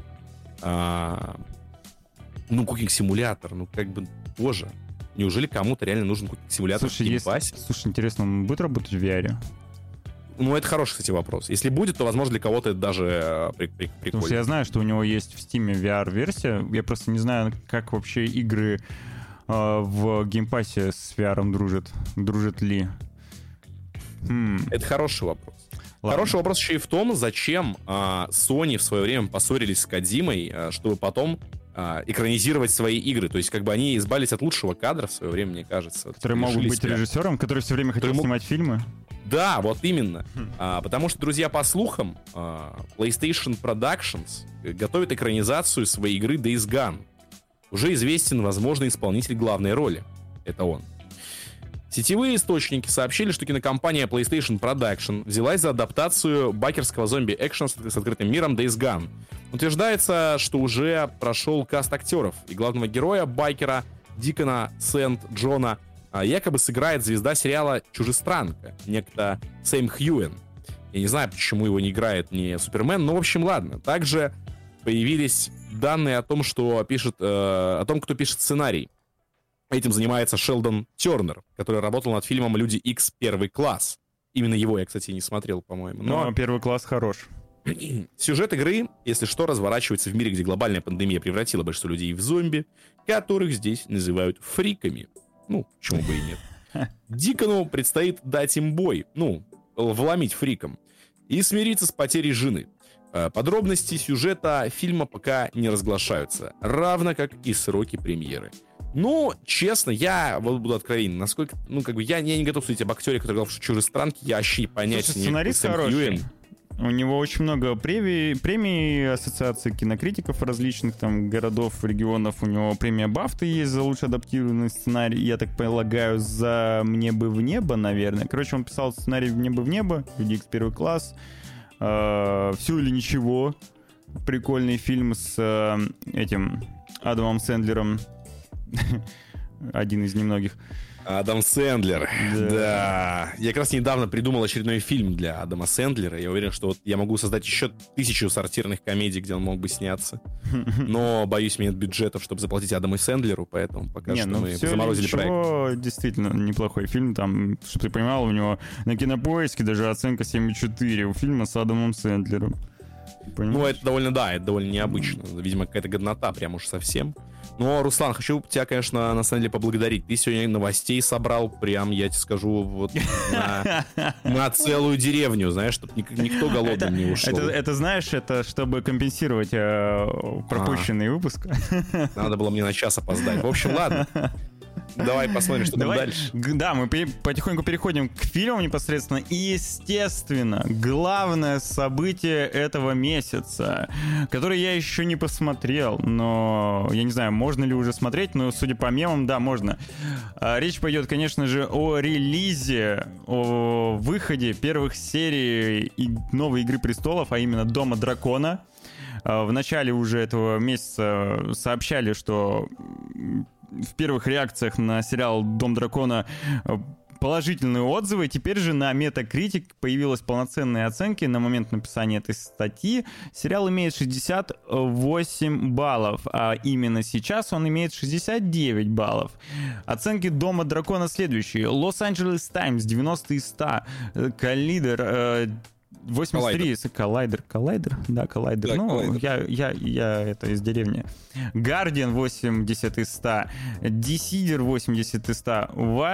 Ну, кукинг-симулятор, ну, как бы, боже. Неужели кому-то реально нужен кукинг-симулятор в геймпассе? Слушай, интересно, он будет работать в VR? Ну, это хороший, кстати, вопрос. Если будет, то, возможно, для кого-то это даже прикольно. Потому что я знаю, что у него есть в Steam VR-версия. Я просто не знаю, как вообще игры в геймпассе с VR дружат. Дружат ли? Это хороший вопрос. Ладно. Хороший вопрос еще и в том, зачем Sony в свое время поссорились с Кодзимой, чтобы потом экранизировать свои игры. То есть, как бы они избавились от лучшего кадра в свое время, мне кажется. Которые могут быть режиссером, который все время хотел снимать фильмы. Да, вот именно. Потому что, друзья, по слухам, PlayStation Productions готовит экранизацию своей игры Days Gone. Уже известен возможный исполнитель главной роли. Это он. Сетевые источники сообщили, что кинокомпания PlayStation Production взялась за адаптацию бакерского зомби-экшена с открытым миром Days Gone. Утверждается, что уже прошел каст актеров, и главного героя байкера Дикона Сент-Джона якобы сыграет звезда сериала «Чужестранка», некто Сэм Хьюэн. Я не знаю, почему его не играет не Супермен, но, в общем, ладно. Также появились данные о том, что кто пишет сценарий. Этим занимается Шелдон Тернер, который работал над фильмом «Люди Икс. Первый класс». Именно его я, кстати, не смотрел, по-моему. Но «Первый класс» хорош. Сюжет игры, если что, разворачивается в мире, где глобальная пандемия превратила большинство людей в зомби, которых здесь называют фриками. Ну, почему бы и нет. Дикону предстоит дать им бой, вломить фрикам, и смириться с потерей жены. Подробности сюжета фильма пока не разглашаются, равно как и сроки премьеры. Ну, честно, я вот буду откровенен, насколько, я не готов судить об актере, который играл в «Чужестранке», я вообще понятия не имею. Сценарист хороший. У него очень много премий ассоциации кинокритиков различных там городов, регионов. У него премия Бафта есть за лучший адаптированный сценарий. Я так полагаю, за «Мне бы в небо», наверное. Короче, он писал сценарий «Мне бы в небо», «Люди Икс первый класс», «Все или ничего». Прикольный фильм с этим Адамом Сэндлером. Один из немногих. Адам Сэндлер, да. Я как раз недавно придумал очередной фильм для Адама Сэндлера. Я уверен, что вот я могу создать еще 1000 сортирных комедий, где он мог бы сняться. Но, боюсь, мне нет бюджетов, чтобы заплатить Адаму Сэндлеру, поэтому пока что мы заморозили проект. Действительно неплохой фильм. Там, чтобы ты понимал, у него на Кинопоиске даже оценка 7,4 у фильма с Адамом Сэндлером. Понимаешь? Ну, это довольно необычно. Видимо, какая-то годнота прям уж совсем. Но, Руслан, хочу тебя, конечно, на самом деле поблагодарить. Ты сегодня новостей собрал, прям, я тебе скажу, вот на целую деревню, знаешь, чтобы никто голодным не ушел. Это, знаешь, это чтобы компенсировать пропущенный выпуск. Надо было мне на час опоздать. В общем, ладно. Давай посмотрим, что там дальше. Да, мы потихоньку переходим к фильму непосредственно. И, естественно, главное событие этого месяца, которое я еще не посмотрел, но я не знаю, можно ли уже смотреть, но, судя по мемам, да, можно. Речь пойдет, конечно же, о релизе, о выходе первых серий новой «Игры престолов», а именно «Дома дракона». В начале уже этого месяца сообщали, что в первых реакциях на сериал «Дом дракона» положительные отзывы. Теперь же на Metacritic появилась полноценные оценки. На момент написания этой статьи сериал имеет 68 баллов, а именно сейчас он имеет 69 баллов. Оценки «Дома дракона» следующие. Los-Angeles Times 90 из 100. Коллидер 83. Коллайдер. Да, Коллайдер. Да, ну, я это из деревни. Guardian 80 из 100. Decider 80 из 100.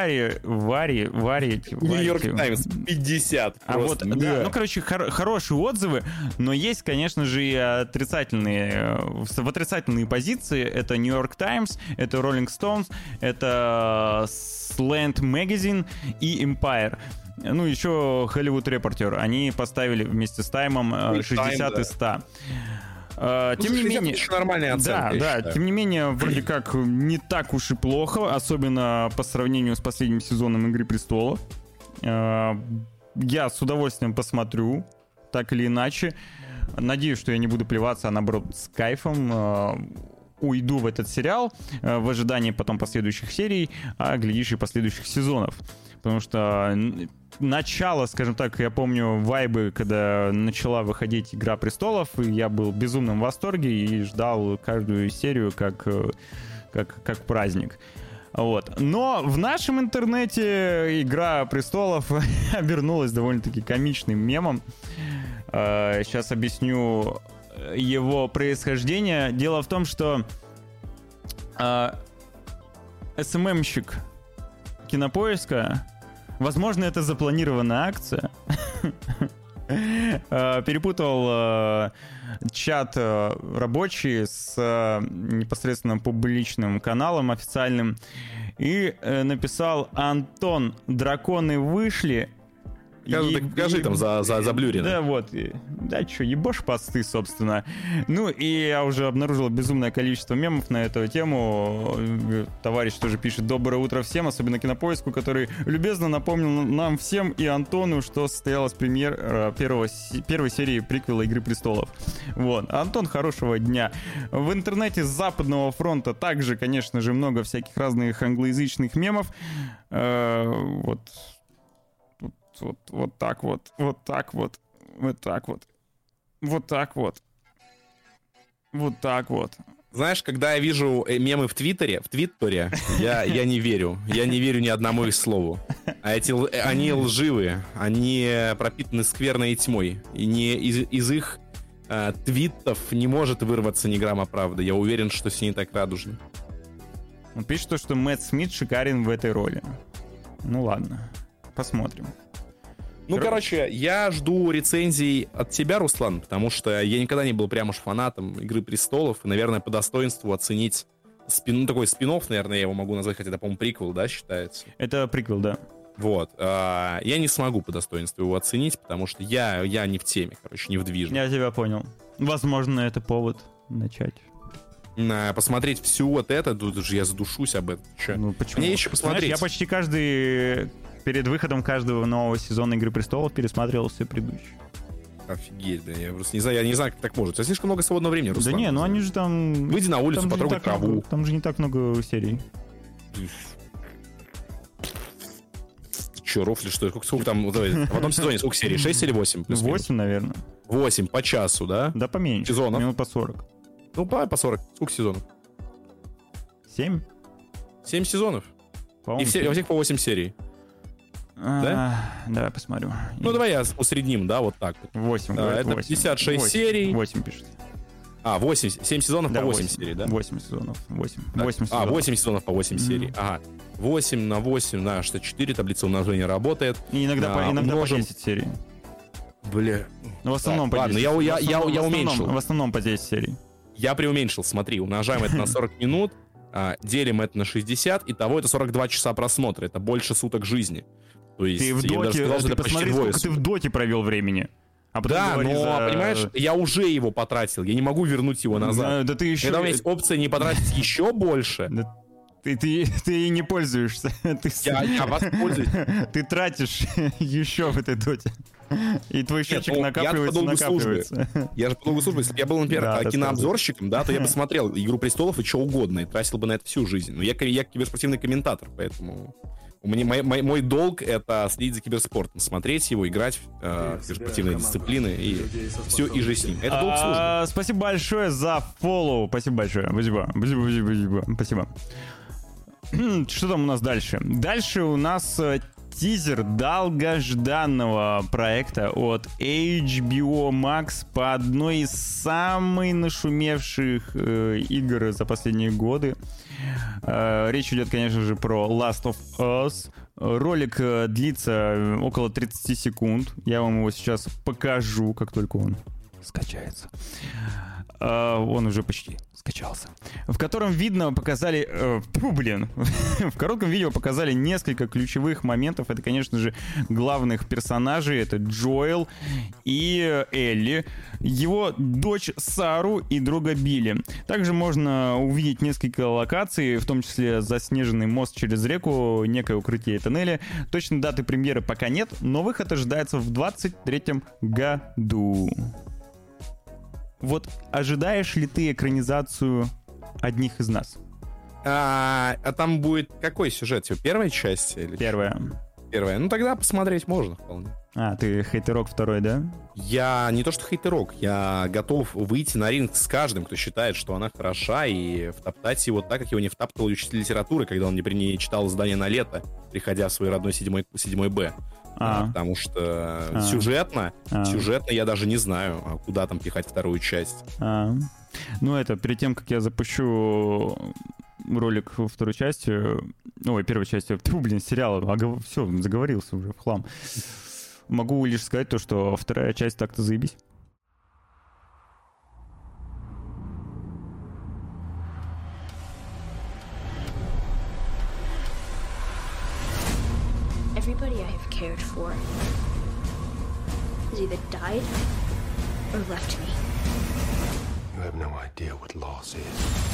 Нью-Йорк Таймс 50. Вот, да. Ну, короче, хорошие отзывы, но есть, конечно же, и отрицательные. В отрицательные позиции. Это Нью-Йорк Таймс, это Rolling Stones, это Slant Magazine и Empire. Ну, еще Hollywood Reporter. Они поставили вместе с Таймом 60 из 100. Тем не менее, нормальная оценка, да, тем не менее, вроде как не так уж и плохо, особенно по сравнению с последним сезоном «Игры престолов». Я с удовольствием посмотрю, так или иначе. Надеюсь, что я не буду плеваться, а наоборот, с кайфом уйду в этот сериал в ожидании потом последующих серий, а глядишь и последующих сезонов. Потому что начало, скажем так, я помню вайбы, когда начала выходить «Игра престолов», и я был в безумном восторге и ждал каждую серию как праздник. Вот. Но в нашем интернете «Игра престолов» обернулась довольно-таки комичным мемом. Сейчас объясню его происхождение. Дело в том, что СММщик Кинопоиска, возможно, это запланированная акция, перепутал чат рабочий с непосредственно публичным каналом официальным и написал: «Антон, драконы вышли». Покажи там заблюрено. Да, вот. Да, что, ебошь посты, собственно. Ну, и я уже обнаружил безумное количество мемов на эту тему. Товарищ тоже пишет: «Доброе утро всем», особенно Кинопоиску, который любезно напомнил нам всем и Антону, что состоялась премьера первой серии приквела «Игры престолов». Вот. Антон, хорошего дня. В интернете с Западного фронта также, конечно же, много всяких разных англоязычных мемов. Вот так вот. Знаешь, когда я вижу мемы в Твиттере, я не верю. Я не верю ни одному их слову. А они лживые, они пропитаны скверной тьмой. И из их твитов не может вырваться ни грамма правды. Я уверен, что все не так радужно. Он пишет, что Мэтт Смит шикарен в этой роли. Ну ладно, посмотрим. Ну, короче, я жду рецензий от тебя, Руслан, потому что я никогда не был прям уж фанатом «Игры престолов», и, наверное, по достоинству оценить такой спин-офф, наверное, я его могу назвать, хотя это, по-моему, приквел, да, считается? Это приквел, да. Вот. Я не смогу по достоинству его оценить, потому что я не в теме, короче, не в движении. Я тебя понял. Возможно, это повод начать. Посмотреть всю вот это, тут же я задушусь об этом. Че? Ну, почему? Мне еще посмотреть. Знаешь, я почти перед выходом каждого нового сезона «Игры престолов» пересматривал все предыдущие. Офигеть, блин, я просто не знаю, как так может. У тебя слишком много свободного времени, Руслан. Да не, ну они же там... Выйди на улицу, потрогай траву. Там же не так много серий. Че, рофли, что? Сколько там, в одном сезоне сколько серий? 6 или 8? 8, наверное. 8 по часу, да? Да, поменьше. Сезонов? Минут по 40. Ну, по 40. Сколько сезонов? 7? 7 сезонов. По-моему, И у всех по 8 серий. Да? Давай посмотрю. Ну, давай я усредним, да, вот так вот. 8. Это 56 серий. 8 пишет. 7 сезонов по 8 серий, да? 8 сезонов. 8 сезонов. 8 сезонов по 8 серий. Ага. 8 на 8, на что 4, таблица умножения работает. И иногда по 10 серий. Бля. В основном по 10. Ладно, я уменьшил. В основном по 10 серий. Я преуменьшил, смотри. Умножаем это на 40 минут, делим это на 60, итого это 42 часа просмотра. Это больше суток жизни. То есть, ты в доте, ты посмотри, сколько ты в доте провел времени. Да, но, понимаешь, я уже его потратил. Я не могу вернуть его назад. Да ты еще... Когда у меня есть опция не потратить еще больше... Ты не пользуешься. Я воспользуюсь. Ты тратишь еще в этой доте. И твой счетчик накапливается. Я же по долгу службы. Если бы я был, например, кинообзорщиком, да, то я бы смотрел «Игру престолов» и что угодно, и тратил бы на это всю жизнь. Но я киберспортивный комментатор, поэтому... Мой долг — это следить за киберспортом, смотреть его, играть в киберспортивные дисциплины и все, и же с ним. Это долг службы. Спасибо большое за фоллоу. Спасибо большое. Спасибо. Что там у нас дальше? Дальше у нас тизер долгожданного проекта от HBO Max по одной из самых нашумевших игр за последние годы. Речь идет, конечно же, про Last of Us. Ролик длится около 30 секунд. Я вам его сейчас покажу, как только он скачается. Он уже почти скачался. В котором показали... В коротком видео показали несколько ключевых моментов. Это, конечно же, главных персонажей. Это Джоэл и Элли, его дочь Сару и друга Билли. Также можно увидеть несколько локаций, в том числе заснеженный мост через реку, некое укрытие и тоннели. Точной даты премьеры пока нет, но выход ожидается в 2023 году. Вот ожидаешь ли ты экранизацию «Одних из нас»? А там будет какой сюжет? Первая часть? Или Первая. Ну тогда посмотреть можно вполне. Ты хейтерок второй, да? Я не то что хейтерок, я готов выйти на ринг с каждым, кто считает, что она хороша, и втоптать его так, как его не втаптывал учитель литературы, когда он не читал задание на лето, приходя в свой родной 7 Б. Потому что сюжетно я даже не знаю, куда там пихать вторую часть. Ну перед тем, как я запущу ролик второй части, первой части, сериала, все, заговорился уже в хлам. Могу лишь сказать то, что вторая часть так-то заебись. Everybody I have cared for has either died or left me. You have no idea what loss is.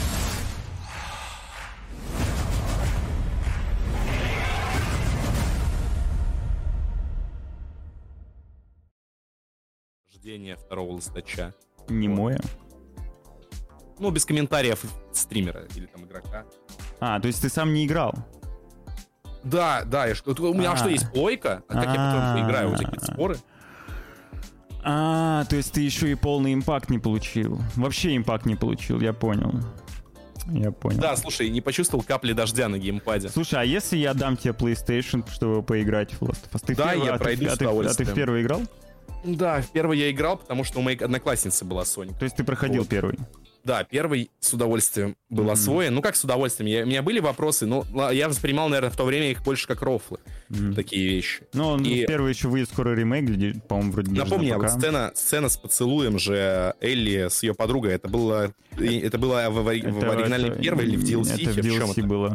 Рождение второго листача. Немое? Ну, без комментариев стримера или там игрока. То есть ты сам не играл? Да, у меня что, есть плойка? А как я потом поиграю? Вот такие споры? То есть ты еще и полный импакт не получил. Вообще импакт не получил, я понял. Да, слушай, не почувствовал капли дождя на геймпаде. Слушай, а если я дам тебе PlayStation, чтобы поиграть в Last of Us? Я пройду с удовольствием. А ты в первый играл? Да, в первый я играл, потому что у моей одноклассницы была Sonic. То есть ты проходил первый? Да, первый с удовольствием был освоен. Ну, как с удовольствием? У меня были вопросы, но я воспринимал, наверное, в то время их больше как рофлы. Такие вещи. Ну, первый еще выйдет скоро ремейк, по-моему, вроде даже напомни, на ПК. вот сцена с поцелуем же Элли с ее подругой, это было в оригинальной первой или в DLC? Это в DLC было.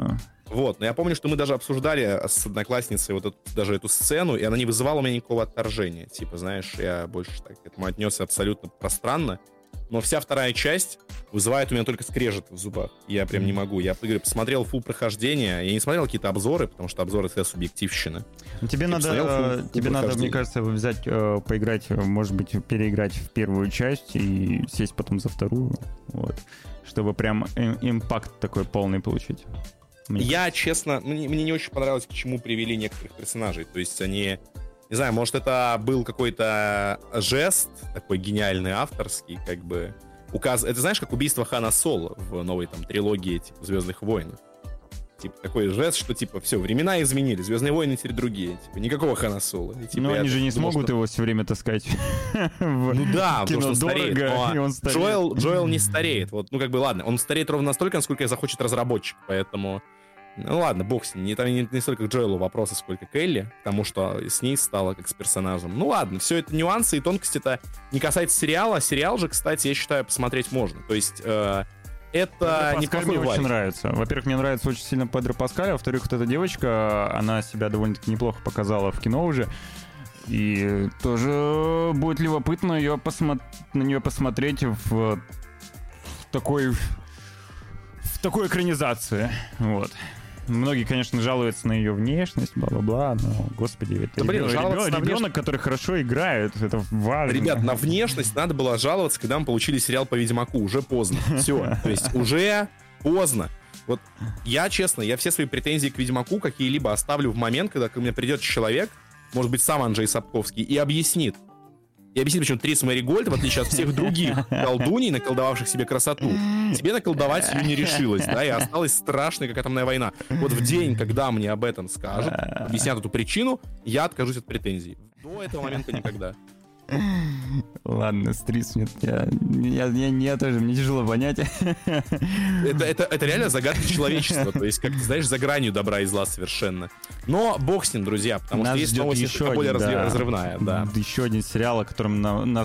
Вот, но я помню, что мы даже обсуждали с одноклассницей вот даже эту сцену, и она не вызывала у меня никакого отторжения. Типа, знаешь, я больше так к этому отнесся абсолютно пространно. Но вся вторая часть вызывает у меня только скрежет в зубах. Я прям не могу. Я посмотрел фулл прохождение, я не смотрел какие-то обзоры, потому что обзоры — это субъективщина. Тебе надо, мне кажется, взять, поиграть, может быть, переиграть в первую часть и сесть потом за вторую, вот, чтобы прям импакт такой полный получить. Я, честно, мне не очень понравилось, к чему привели некоторых персонажей. То есть они, не знаю, может, это был какой-то жест такой гениальный, авторский, как бы это, знаешь, как убийство Хана Соло в новой там трилогии типа «Звездных войн». Типа такой жест, что типа все, времена изменились, «Звездные войны» теперь другие. Типа никакого Хана Соло. Типа, но они же не смогут его все время таскать. Ну да, потому что он стареет. Но Джоэл не стареет. Вот, ну как бы ладно, он стареет ровно настолько, насколько захочет разработчик, поэтому... Ну ладно, бог с ним. Не столько к Джоэлу вопросы, сколько к Элли, потому что с ней стало как с персонажем. Ну ладно, все это нюансы и тонкости-то не касается сериала. Сериал же, кстати, я считаю, посмотреть можно. То есть это неплохой мне очень нравится. Во-первых, мне нравится очень сильно Педро Паскаль, а во-вторых, вот эта девочка, она себя довольно-таки неплохо показала в кино уже. И тоже будет любопытно на нее посмотреть в такой экранизации. Вот. Многие, конечно, жалуются на ее внешность, бла-бла-бла, но, господи, это ребенок, который хорошо играет, это важно. Ребят, на внешность надо было жаловаться, когда мы получили сериал по Ведьмаку, уже поздно. Все, то есть уже поздно. Вот я, честно, все свои претензии к Ведьмаку какие-либо оставлю в момент, когда ко мне придет человек, может быть, сам Анджей Сапковский, и объяснит, почему Трис Мэригольд, в отличие от всех других колдуней, наколдовавших себе красоту, тебе наколдовать ее не решилась, да, и осталась страшная какая-то атомная война. Вот в день, когда мне об этом скажут, объяснят эту причину, я откажусь от претензий. До этого момента никогда. Ладно, Стрис, я тоже, мне тяжело понять. Это реально загадка человечества, то есть, как ты знаешь, за гранью добра и зла совершенно. Но бог с ним, друзья, потому что есть новость еще более разрывная. Да. Еще один сериал, о котором нам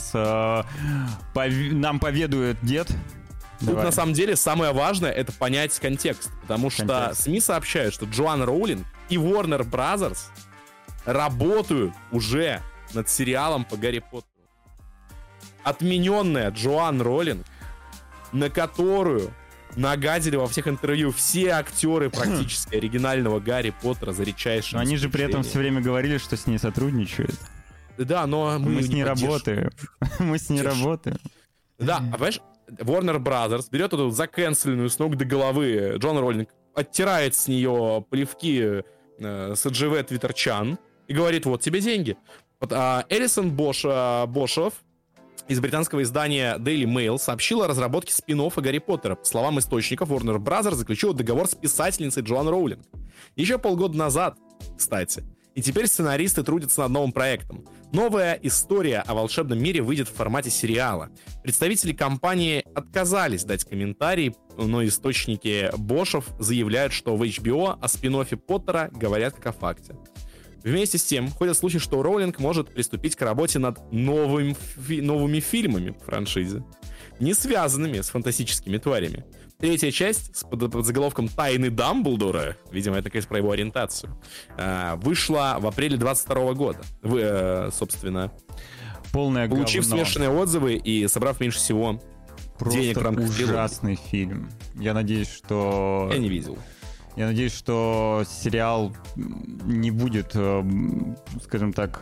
поведует дед. Тут, на самом деле, самое важное — это понять контекст, потому что СМИ сообщают, что Джоан Роулинг и Warner Brothers работают уже над сериалом по Гарри Поттеру. Отмененная Джоан Роулинг, на которую нагадили во всех интервью все актеры практически оригинального Гарри Поттера за редчайшим. Но они же при этом все время говорили, что с ней сотрудничают. Да, но мы с ней работаем. Мы с ней работаем. Да, а понимаешь, Warner Brothers берет эту закэнсельную с ног до головы Джоан Роулинг, оттирает с нее плевки с АДЖВ твиттерчан и говорит: вот тебе деньги. Вот, Элисон Бошов из британского издания Daily Mail сообщила о разработке спин-оффа Гарри Поттера. По словам источников, Warner Bros. Заключила договор с писательницей Джоан Роулинг еще полгода назад, кстати. И теперь сценаристы трудятся над новым проектом. Новая история о волшебном мире выйдет в формате сериала. Представители компании отказались дать комментарий, но источники Бошов заявляют, что в HBO о спин-оффе Поттера говорят как о факте. Вместе с тем, ходят слухи, что Роулинг может приступить к работе над новыми фильмами по франшизе, не связанными с фантастическими тварями. Третья часть под заголовком «Тайны Дамблдора», видимо, это, конечно, про его ориентацию, вышла в апреле 22 года. Собственно, полное получив говно. смешанные отзывы и собрав меньше всего денег в рамках ужасный фильм. Я надеюсь, что... Я не видел. Я надеюсь, что сериал не будет, скажем так,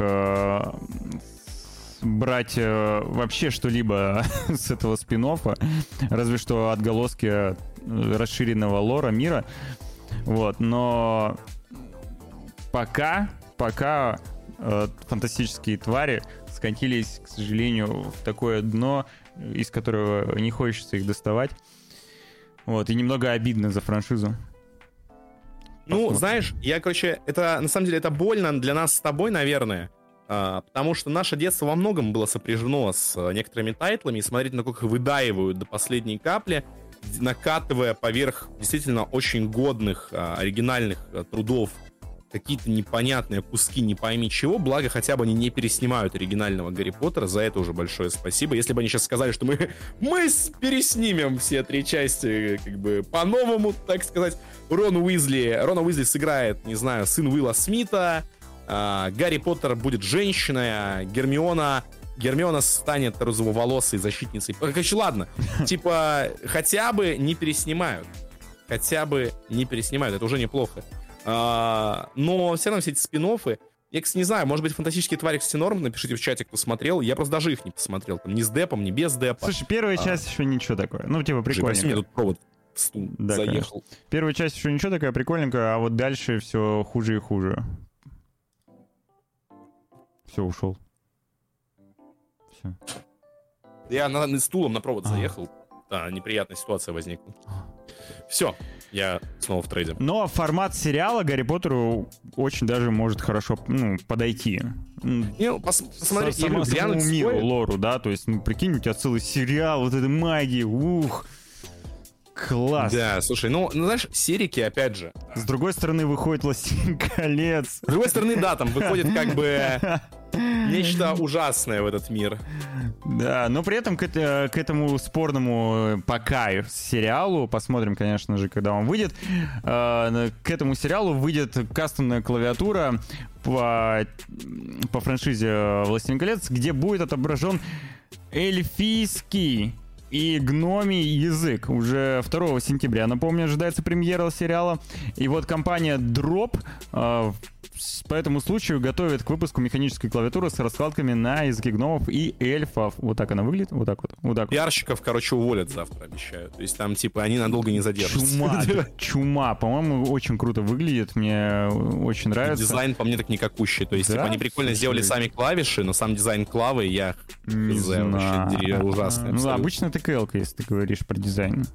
брать вообще что-либо с этого спин-оффа, разве что отголоски расширенного лора мира. Вот, но пока фантастические твари скатились, к сожалению, в такое дно, из которого не хочется их доставать. Вот, и немного обидно за франшизу. Ну, знаешь, это на самом деле это больно для нас с тобой, наверное, потому что наше детство во многом было сопряжено с некоторыми тайтлами, и смотреть, насколько их выдаивают до последней капли, накатывая поверх действительно очень годных, оригинальных трудов какие-то непонятные куски, не пойми чего, благо хотя бы они не переснимают оригинального Гарри Поттера, за это уже большое спасибо. Если бы они сейчас сказали, что мы переснимем все 3 части, как бы, по-новому, так сказать, Рона Уизли сыграет, не знаю, сын Уилла Смита, Гарри Поттер будет женщиной, Гермиона станет розововолосой защитницей. Короче, ладно. Типа, хотя бы не переснимают. Это уже неплохо. Но все равно все эти спин-оффы... Я, кстати, не знаю, может быть, «Фантастические твари», кстати, норм? Напишите в чате, кто смотрел. Я просто даже их не посмотрел. Там, ни с Депом, ни без Депа. Слушай, первая часть еще ничего такое. Ну, типа, прикольненько. Мне тут провод в стул заехал. Конечно. Первая часть еще ничего такая прикольненькая, а вот дальше все хуже и хуже. Все, ушел. Все. Я стулом на провод заехал. Да, неприятная ситуация возникла. Все, я снова в трейде. Но формат сериала Гарри Поттеру очень даже может хорошо подойти. Посмотреть, самому миру, лору, да, то есть, прикинь, у тебя целый сериал, вот этой магии, класс. Да, слушай, знаешь, серики, опять же. С другой стороны, выходит «Властелин колец». С другой стороны, да, там выходит как бы нечто ужасное в этот мир. Да, но при этом к этому спорному пока сериалу, посмотрим, конечно же, когда он выйдет, к этому сериалу выйдет кастомная клавиатура по франшизе «Властелин колец», где будет отображен эльфийский и гномий язык. Уже 2 сентября, напомню, ожидается премьера сериала. И вот компания Drop по этому случаю готовит к выпуску механическую клавиатуру с раскладками на языке гномов и эльфов. Вот так она выглядит, вот так вот. Пиарщиков, короче, уволят завтра, обещают. То есть там, типа, они надолго не задержатся. Чума. По-моему, очень круто выглядит. Мне очень нравится. Дизайн по мне так никакущий. То есть, типа, они прикольно сделали сами клавиши, но сам дизайн клавы не знаю. Вообще ужасный. Ну да, обычно это КЛ-ка, если ты говоришь про дизайн.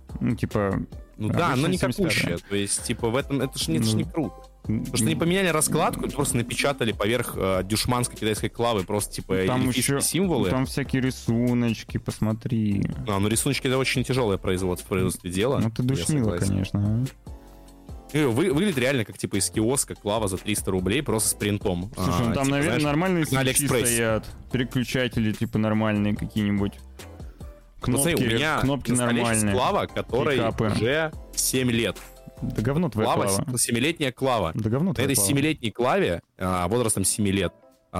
Да, но никакущая. То есть, типа, в этом это ж не круто. Потому что они поменяли раскладку, просто напечатали поверх дюшманской китайской клавы просто, типа, эльфийские символы. Там всякие рисуночки, посмотри. Рисуночки — это очень тяжелое производство в производстве дела. Ну, ты душнило, конечно. Выглядит реально как, типа, из киоска клава за 300 рублей, просто с принтом. Слушай, там, наверное, знаешь, нормальные свечи стоят. Переключатели, типа, нормальные какие-нибудь. Кнопки, у меня кнопки нормальные. Клава, которой уже 7 лет. Да говно твоя клава. 7-летняя клава. Да говно твоя клава. На этой 7-летней клаве, возрастом 7 лет,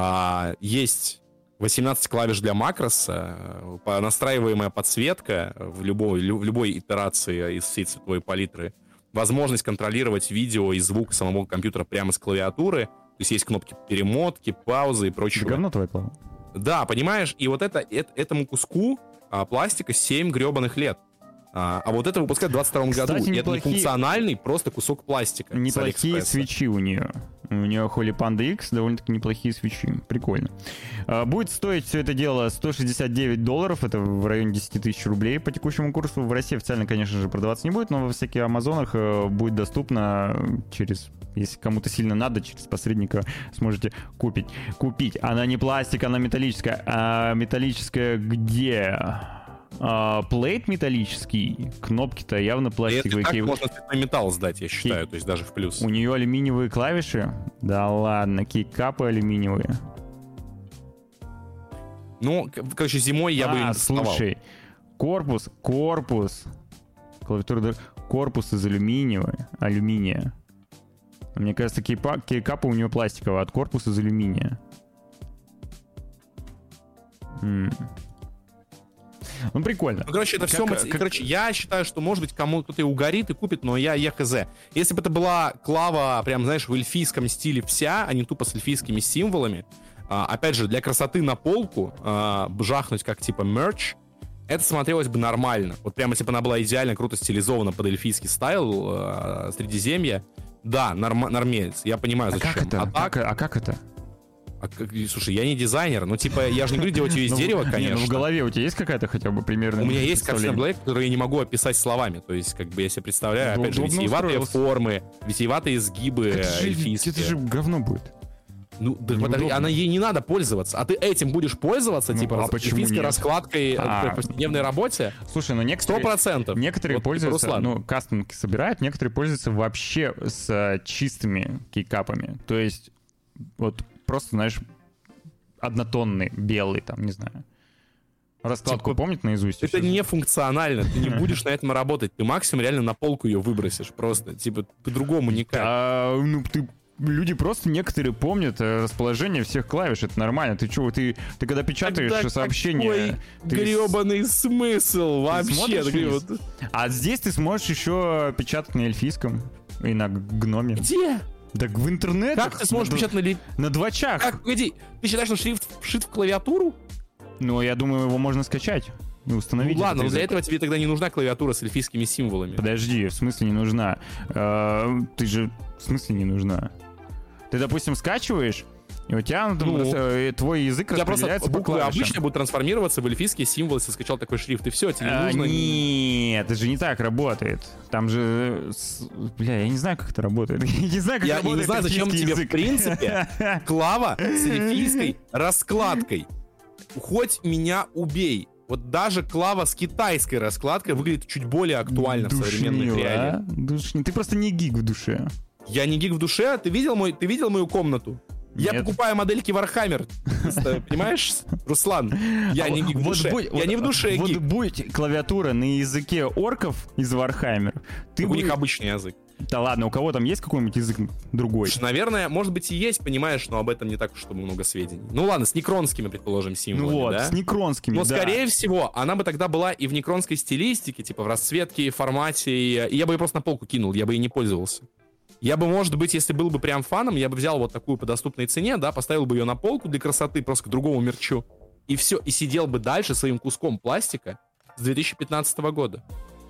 есть 18 клавиш для макроса, настраиваемая подсветка в любой итерации из всей цветовой палитры, возможность контролировать видео и звук самого компьютера прямо с клавиатуры, то есть кнопки перемотки, паузы и прочего. Да говно твоя клава. Да, понимаешь, и вот этому куску пластика 7 гребаных лет. А вот это выпускают в 22 году. И это не функциональный, просто кусок пластика. Неплохие свечи у нее. У нее Holy Panda X довольно-таки неплохие свечи. Прикольно. Будет стоить все это дело $169. Это в районе 10 тысяч рублей по текущему курсу. В России официально, конечно же, продаваться не будет, но во всяких Амазонах будет доступно через... Если кому-то сильно надо, через посредника сможете купить. Она не пластик, она металлическая. А металлическая где... плейт металлический, кнопки-то явно пластиковые. Это так можно цветной металл сдать, я считаю, то есть даже в плюс. У нее алюминиевые клавиши? Да ладно, кейкапы алюминиевые. Ну, короче, зимой я бы не доставал. Слушай, корпус, клавиатура, корпус из алюминия. Мне кажется, кейкапа у нее пластиковая, а корпус из алюминия. Ну, прикольно. Ну, короче, это все... Короче, я считаю, что, может быть, кому-то и угорит, и купит, но я хз. Если бы это была клава, прям, знаешь, в эльфийском стиле вся, а не тупо с эльфийскими символами, опять же, для красоты на полку жахнуть как, типа, мерч, это смотрелось бы нормально. Вот прямо, типа, она была идеально круто стилизована под эльфийский стайл Средиземья. Да, нормец. Я понимаю, зачем. Как это? Слушай, я не дизайнер, но типа я же не говорю делать ее из дерева, конечно. В голове у тебя есть какая-то хотя бы примерная? У меня есть картина Блэк, которую я не могу описать словами. То есть, как бы я себе представляю, опять же, витиеватые формы, витиеватые изгибы эльфийские. Это же говно будет. Ну, она ей не надо пользоваться. А ты этим будешь пользоваться, Ну, типа, эльфийской раскладкой в повседневной работе? Слушай, ну некоторые... 100%. Некоторые Вот, пользуются, Руслан. ну, кастомки собирают, некоторые пользуются вообще с чистыми кейкапами. То есть, вот просто, знаешь, однотонный, белый, там, не знаю. Раскладку Типа, помнит наизусть? Это сейчас? не функционально, ты не будешь на этом работать. Ты максимум реально на полку ее выбросишь просто. Типа, по-другому никак. Ну, люди просто некоторые помнят расположение всех клавиш, это нормально. Ты что, ты когда печатаешь Тогда сообщение... какой гребаный смысл вообще? смотришь вниз? Вот. А здесь ты сможешь еще печатать на эльфийском и на гноме. Где? Так в интернете. Как ты сможешь печатать на двачах? Как, погоди, ты считаешь, что шрифт вшит в клавиатуру? Ну, я думаю, его можно скачать и установить. Ну ладно, но этот для язык. этого тебе тогда не нужна клавиатура с эльфийскими символами. Подожди, в смысле не нужна? Ты же... В смысле не нужна? Ты, допустим, скачиваешь, и у тебя твой язык У тебя просто распределяется по буквы клавишам. обычно будут трансформироваться в эльфийские символы, если скачал такой шрифт, и все, тебе не нужно... Нет, это же не так работает. Там же... Бля, я не знаю, как это работает. Я не знаю, как Я работает не знаю, зачем эльфийский тебе, язык. в принципе, клава с эльфийской раскладкой. Хоть меня убей. Вот даже клава с китайской раскладкой выглядит чуть более актуально в современных Душнило, реалиях. а? Душнило. Ты просто не гик в душе. Я не гик в душе. Ты видел мою комнату? Я Нет. покупаю модельки Warhammer. Понимаешь, Руслан? Я не гик в душе. Я не в душе вот гик. будет клавиатура на языке орков из Warhammer. Ты У них будешь- обычный язык. Да ладно, у кого там есть какой-нибудь язык другой? Наверное, может быть и есть, понимаешь, но об этом не так уж чтобы много сведений. Ну ладно, с некронскими, предположим, символами, Ну вот, да? с некронскими, Но, да. скорее всего, она бы тогда была и в некронской стилистике, типа в расцветке, формате, и я бы ее просто на полку кинул, я бы ей не пользовался. Я бы, может быть, если был бы прям фаном, я бы взял вот такую по доступной цене, да, поставил бы ее на полку для красоты, просто к другому мерчу, и все, и сидел бы дальше своим куском пластика с 2015 года.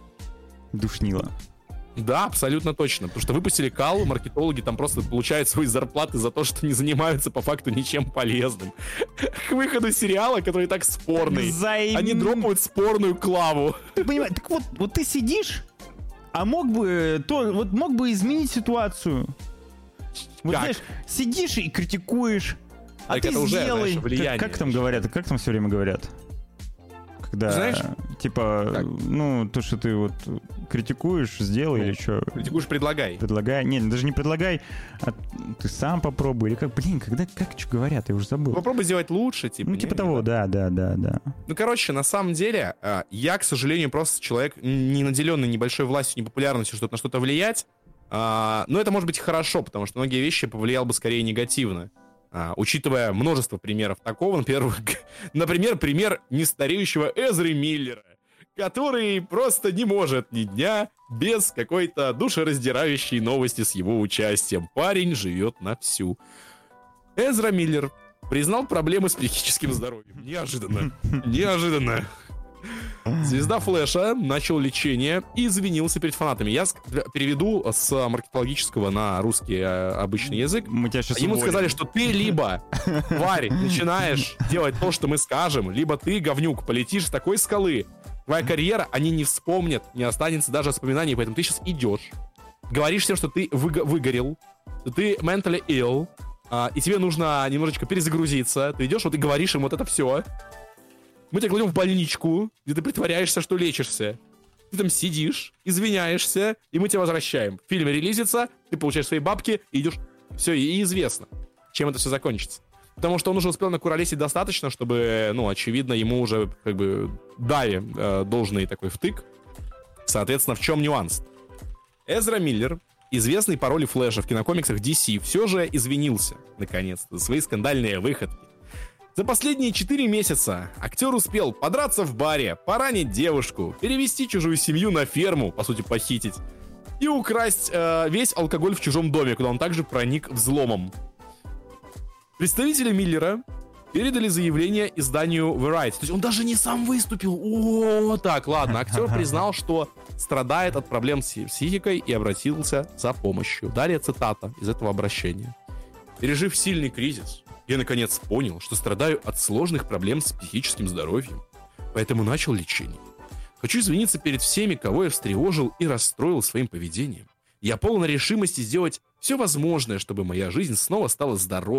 Душнило. Да, абсолютно точно. Потому что выпустили Калу, маркетологи там просто получают свои зарплаты за то, что не занимаются по факту ничем полезным. К выходу сериала, который так спорный, они дропают спорную Клаву. Ты понимаешь, так вот ты сидишь, а мог бы изменить ситуацию. Вот Как? знаешь, сидишь и критикуешь, а Так ты это уже, сделай. знаешь, влияние. Как там говорят? Как там все время говорят? Когда, Знаешь, типа, как? ну, то, что ты вот критикуешь, сделай или что? Критикуешь, предлагай. Предлагай. Нет, даже не предлагай, а ты сам попробуй. Или как, блин, как что говорят, я уже забыл. Попробуй сделать лучше, типа. Ну, не? типа того, да. Ну, короче, на самом деле, я, к сожалению, просто человек, не наделенный небольшой властью, непопулярностью, чтобы на что-то влиять. Но это может быть хорошо, потому что многие вещи повлиял бы скорее негативно. Учитывая множество примеров такого, например, пример нестареющего Эзры Миллера, который просто не может ни дня без какой-то душераздирающей новости с его участием. Парень живет на всю. Эзра Миллер признал проблемы с психическим здоровьем. Неожиданно. Звезда Флэша начал лечение и извинился перед фанатами. Я переведу с маркетологического на русский обычный язык. Мы тебя сейчас Ему уволим. сказали, что ты либо, тварь, начинаешь делать то, что мы скажем, либо ты, говнюк, полетишь с такой скалы. Твоя карьера, они не вспомнят, не останется даже воспоминаний, поэтому ты сейчас идешь, говоришь всем, что ты выгорел, что ты mentally ill, и тебе нужно немножечко перезагрузиться. Ты идешь, вот и говоришь им вот это все. Мы тебя кладем в больничку, где ты притворяешься, что лечишься. Ты там сидишь, извиняешься, и мы тебя возвращаем. Фильм релизится, ты получаешь свои бабки, и идешь. Все, и известно, чем это все закончится. Потому что он уже успел накуролесить достаточно, чтобы, ну, очевидно, ему уже как бы дали должный такой втык. Соответственно, в чем нюанс? Эзра Миллер, известный по роли Флэша в кинокомиксах DC, все же извинился, наконец-то, за свои скандальные выходки. За последние 4 месяца актер успел подраться в баре, поранить девушку, перевести чужую семью на ферму, по сути, похитить, и украсть весь алкоголь в чужом доме, куда он также проник взломом. Представители Миллера передали заявление изданию Variety. То есть он даже не сам выступил. О, так, ладно. Актер признал, что страдает от проблем с психикой и обратился за помощью. Далее цитата из этого обращения. «Пережив сильный кризис, я наконец понял, что страдаю от сложных проблем с психическим здоровьем, поэтому начал лечение. Хочу извиниться перед всеми, кого я встревожил и расстроил своим поведением. Я полон решимости сделать все возможное, чтобы моя жизнь снова стала здоровой,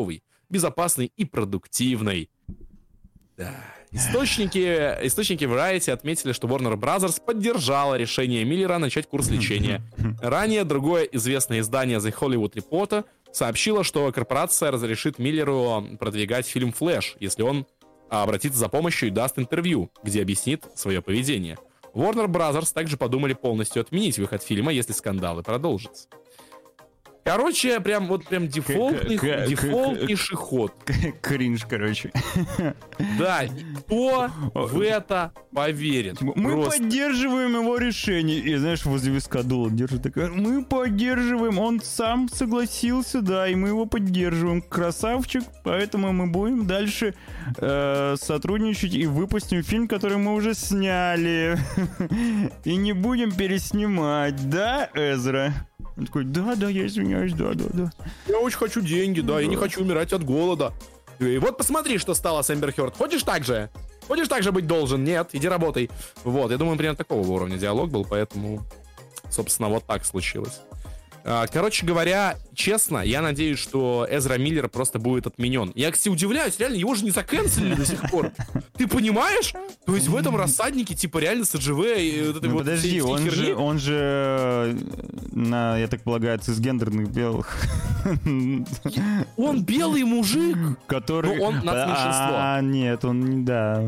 безопасной и продуктивной. Да. Источники Variety отметили, что Warner Bros. Поддержала решение Миллера начать курс лечения. Ранее другое известное издание The Hollywood Reporter сообщило, что корпорация разрешит Миллеру продвигать фильм «Флэш», если он обратится за помощью и даст интервью, где объяснит свое поведение. Warner Bros. Также подумали полностью отменить выход фильма, если скандалы продолжатся. Короче, прям дефолтнейший ход. Кринж, короче. Да, кто в это поверит? Мы поддерживаем его решение. И знаешь, возле виска дуло держит такая: мы поддерживаем, он сам согласился, да, и мы его поддерживаем. Красавчик, поэтому мы будем дальше сотрудничать и выпустим фильм, который мы уже сняли. И не будем переснимать, да, Эзра? Он такой: да, я извиняюсь, да. Я очень хочу деньги, да, я не хочу умирать от голода. И вот посмотри, что стало с Эмбер Хёрд. Хочешь так же? Хочешь так же быть должен? Нет, иди работай. Вот, я думаю, примерно такого уровня диалог был, поэтому, собственно, вот так случилось. Короче говоря, честно, я надеюсь, что Эзра Миллер просто будет отменен. Я, кстати, удивляюсь, реально, его же не заканцелили до сих пор. Ты понимаешь? То есть в этом рассаднике, типа, реально СЖВ и вот этой вот подожди, он же я так полагаю, цисгендерных белых. Он белый мужик, который... но он нацменьшинство. Нет, он не, да.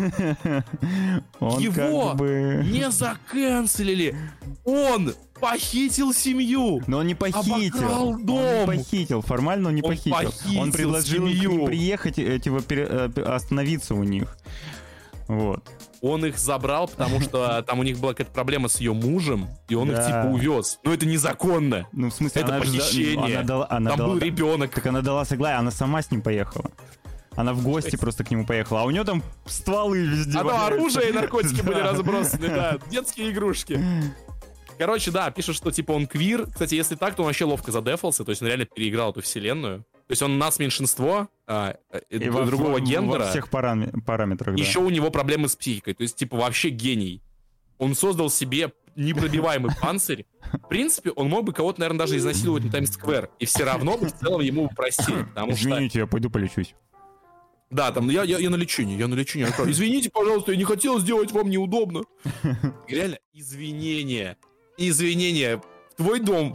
Он его как бы... не заканцелили. Он похитил семью. Но он не похитил. Обокрал дом. Он не похитил. Формально он не похитил. Он предложил к ним приехать, остановиться у них. Вот. Он их забрал, потому что там у них была какая-то проблема с ее мужем, и он их типа увез. Но это незаконно. Ну, в смысле, это похищение. Там был ребенок. Так она дала согласие, она сама с ним поехала. Она в гости просто к нему поехала, а у нее там стволы везде. А то оружие и наркотики были разбросаны, да, детские игрушки. Короче, да, пишут, что типа он квир. Кстати, если так, то он вообще ловко задефался, то есть он реально переиграл эту вселенную. То есть он нацменьшинство другого гендера. Во всех параметрах, да. Еще у него проблемы с психикой, то есть типа вообще гений. Он создал себе непробиваемый панцирь. В принципе, он мог бы кого-то, наверное, даже изнасиловать на Таймс-сквер, и все равно бы в целом ему простили. Извините, я пойду полечусь. Да, там, я на лечении. Извините, пожалуйста, я не хотел сделать вам неудобно. Реально, извинения. Твой дом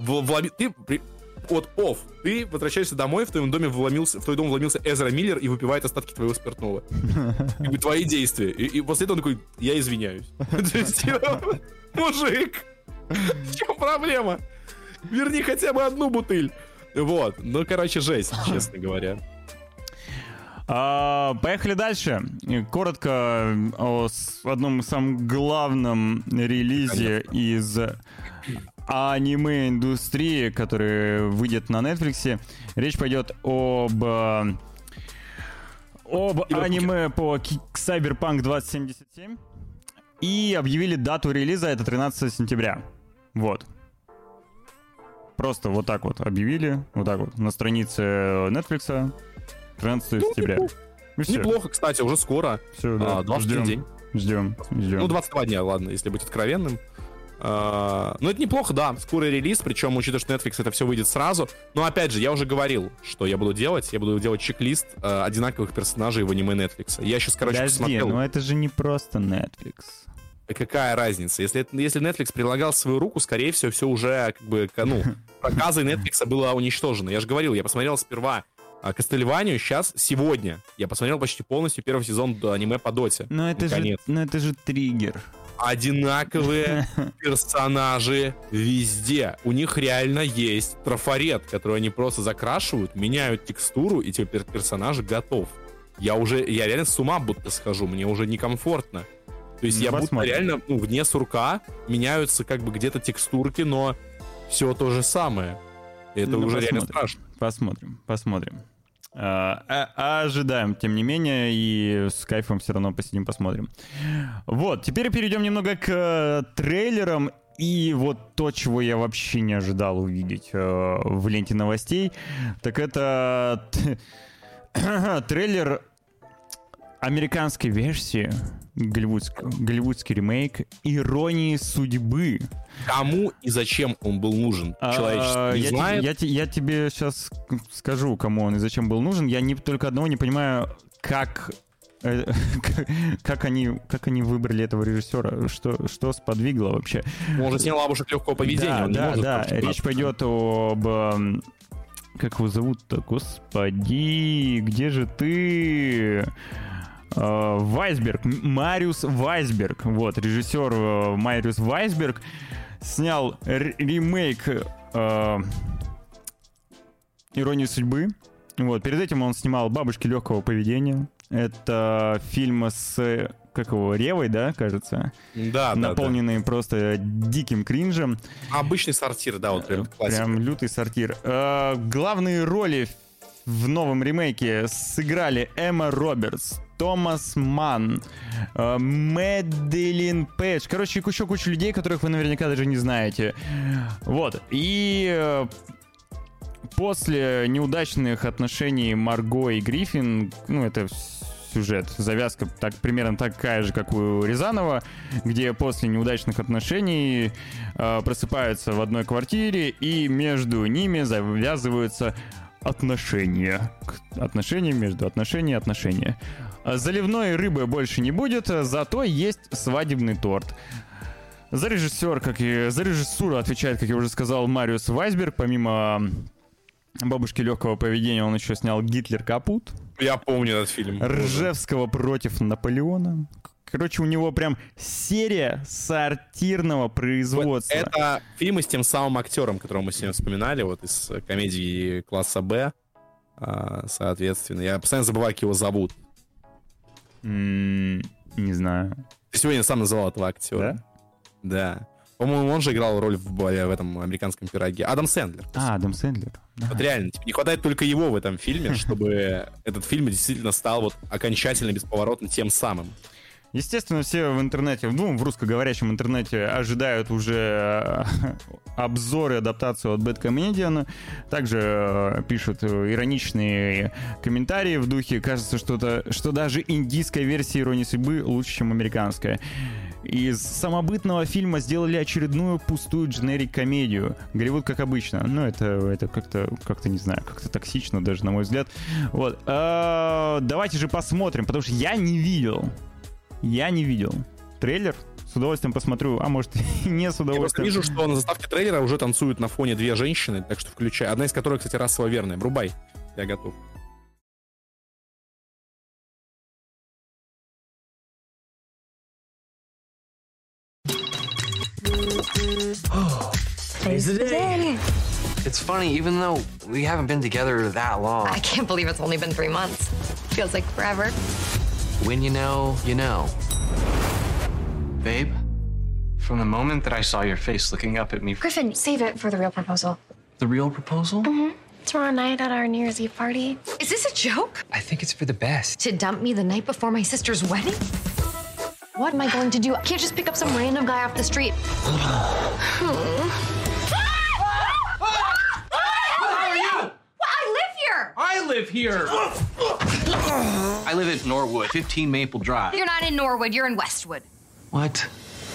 ты возвращаешься домой, в твой дом вломился Эзра Миллер и выпивает остатки твоего спиртного. И твои действия. И после этого он такой: я извиняюсь. Мужик, в чем проблема? Верни хотя бы одну бутыль. Вот, ну, короче, жесть, честно говоря. Поехали дальше. Коротко о одном из самых главном релизе из аниме-индустрии, который выйдет на Netflix. Речь пойдет об аниме по Cyberpunk 2077. И объявили дату релиза, это 13 сентября. Вот. Просто вот так вот объявили, вот так вот, на странице Netflix. 13 сентября. Неплохо, кстати, уже скоро. Все, да. 21 день. Ждем. Ну, 22 дня, ладно, если быть откровенным. Но это неплохо, да. Скорый релиз, причем, учитывая, что Netflix это все выйдет сразу. Но, опять же, я уже говорил, что я буду делать. Я буду делать чек-лист одинаковых персонажей в аниме Netflix. Я сейчас, короче, посмотрел. Но это же не просто Netflix. Какая разница? Если Netflix прилагал свою руку, скорее всего, все уже, как бы, проказой Netflix было уничтожено. Я же говорил, я посмотрел сперва Кастельванию, сегодня я посмотрел почти полностью первый сезон аниме по Доте. Но это же триггер. Одинаковые персонажи везде. У них реально есть трафарет, который они просто закрашивают, меняют текстуру, и теперь персонаж готов. Я реально с ума будто схожу, мне уже некомфортно. То есть я будто реально вне сурка, меняются как бы где-то текстурки, но все то же самое. Это уже реально страшно. Посмотрим. Ожидаем, тем не менее, и с кайфом все равно посидим, посмотрим. Вот, теперь перейдем немного к трейлерам. И вот то, чего я вообще не ожидал увидеть в ленте новостей, так это трейлер американской версии, голливудский ремейк «Иронии судьбы». Кому и зачем он был нужен? Человечество не знает? Я тебе сейчас скажу, кому он и зачем был нужен. Я только одного не понимаю, как они выбрали этого режиссера, что сподвигло вообще. Может, снял «Бабушек легкого поведения». Да. Речь пойдет об... Как его зовут-то? Господи, где же ты? Вайсберг. Мариус Вайсберг. Вот, режиссер Мариус Вайсберг снял ремейк «Иронии судьбы». Вот, перед этим он снимал «Бабушки легкого поведения». Это фильм с, Ревой, да, кажется? Да, наполненный просто диким кринжем. Обычный сортир, да, вот прям классика. Прям лютый сортир. Главные роли в новом ремейке сыграли Эмма Робертс, Томас Манн, Мэдилин Пейдж. Короче, еще куча людей, которых вы наверняка даже не знаете. Вот. И... После неудачных отношений Марго и Гриффин, это сюжет, завязка примерно такая же, как у Рязанова, где после неудачных отношений просыпаются в одной квартире, и между ними завязываются отношения. Отношения между отношения. Заливной рыбы больше не будет, зато есть свадебный торт. За режиссуру отвечает, как я уже сказал, Мариус Вайсберг. Помимо «Бабушки легкого поведения» он еще снял «Гитлер капут». Я помню этот фильм. «Ржевского против Наполеона». Короче, у него прям серия сортирного производства. Это фильмы с тем самым актером, которого мы сегодня вспоминали, вот из комедии класса «Б», соответственно. Я постоянно забываю, как его зовут. Не знаю. Ты сегодня сам называл этого актера. Да? Да. По-моему, он же играл роль в этом «Американском пироге». Адам Сэндлер. Адам Сэндлер. Вот реально, не хватает только его в этом фильме, чтобы этот фильм действительно стал вот окончательно бесповоротно тем самым. Естественно, все в интернете, в русскоговорящем интернете ожидают уже обзоры, адаптацию от Bad Также пишут ироничные комментарии в духе, кажется, что даже индийская версия «Иронии судьбы» лучше, чем американская. Из самобытного фильма сделали очередную пустую дженерик-комедию. Голливуд, как обычно. Это как-то не знаю, как-то токсично даже, на мой взгляд. Вот. Давайте же посмотрим, потому что я не видел трейлер. С удовольствием посмотрю, а может и не с удовольствием. Я просто вижу, что на заставке трейлера уже танцуют на фоне две женщины, так что включай. Одна из которых, кстати, расово верная. Врубай. Я готов. Today's the day. It's funny, even though we haven't been together that long. I can't believe it's only been 3 months. Feels like forever. When you know, you know. Babe, from the moment that I saw your face looking up at me... Griffin, save it for the real proposal. The real proposal? Mm-hmm. Tomorrow night at our New Year's Eve party. Is this a joke? I think it's for the best. To dump me the night before my sister's wedding? What am I going to do? I can't just pick up some random guy off the street. I live here. I live at Norwood, 15 Maple Drive. You're not in Norwood, you're in Westwood. What?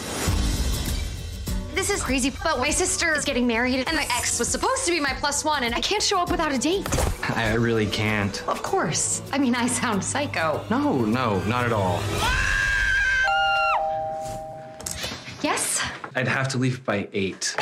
This is crazy, but my sister is getting married, and my ex was supposed to be my +1, and I can't show up without a date. I really can't. Of course. I mean, I sound psycho. No, not at all. Yes? I'd have to leave by 8.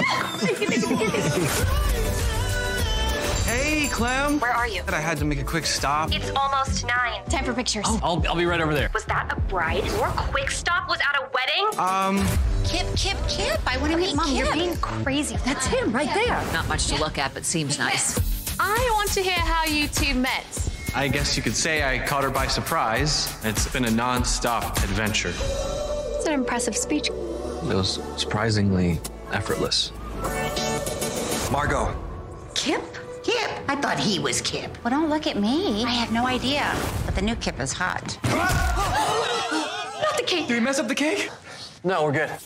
Hey, Clem. Where are you? I had to make a quick stop. It's almost 9. Time for pictures. Oh, I'll be right over there. Was that a bride? Your quick stop was at a wedding? Kip. I want to meet Mom, Kip. You're being crazy. That's him right there. Not much to look at, but seems nice. I want to hear how you two met. I guess you could say I caught her by surprise. It's been a non-stop adventure. It's an impressive speech. It was surprisingly effortless. Margot. Kip? Kip? I thought he was Kip. Well, don't look at me. I had no idea. But the new Kip is hot. Not the cake. Did we mess up the cake? No, we're good.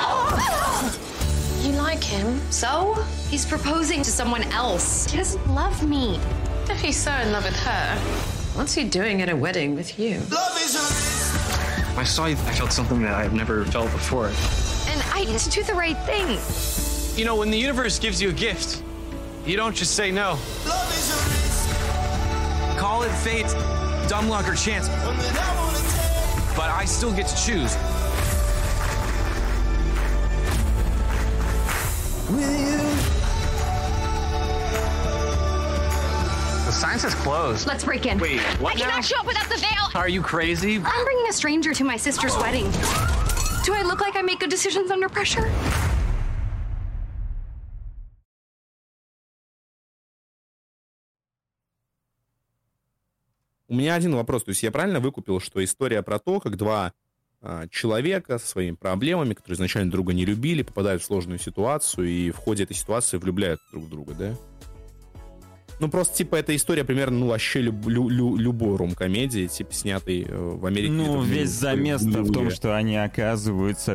You like him? So? He's proposing to someone else. He doesn't love me. If he's so in love with her, What's he doing at a wedding with you? I saw you. I felt something that I've never felt before. And I just do the right thing. You know, when the universe gives you a gift, you don't just say no. Call it fate, dumb luck, or chance. But I still get to choose. The sign says closed. Let's break in. Wait, what I cannot show up without the veil. Are you crazy? I'm bringing a stranger to my sister's wedding. Do I look like I make good decisions under pressure? У меня один вопрос. То есть я правильно выкупил, что история про то, как два человека со своими проблемами, которые изначально друга не любили, попадают в сложную ситуацию и в ходе этой ситуации влюбляют друг в друга, да? Ну, просто, типа, эта история примерно, ну, вообще любой ром-комедии, типа, снятый в Америке. Ну, весь замес в том, что они оказываются...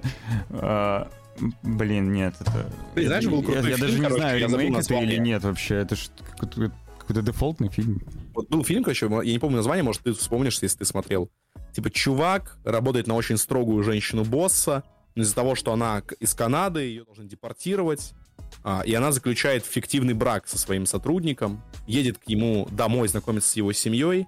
блин, нет, это... Ты знаешь, был крутой я фильм, даже не знаю, ремейк это или нет вообще. Это же какой-то дефолтный фильм. Вот был фильм, короче, я не помню название, может, ты вспомнишь, если ты смотрел. Типа, чувак работает на очень строгую женщину-босса, но из-за того, что она из Канады, ее должны депортировать, и она заключает фиктивный брак со своим сотрудником, едет к нему домой знакомиться с его семьей,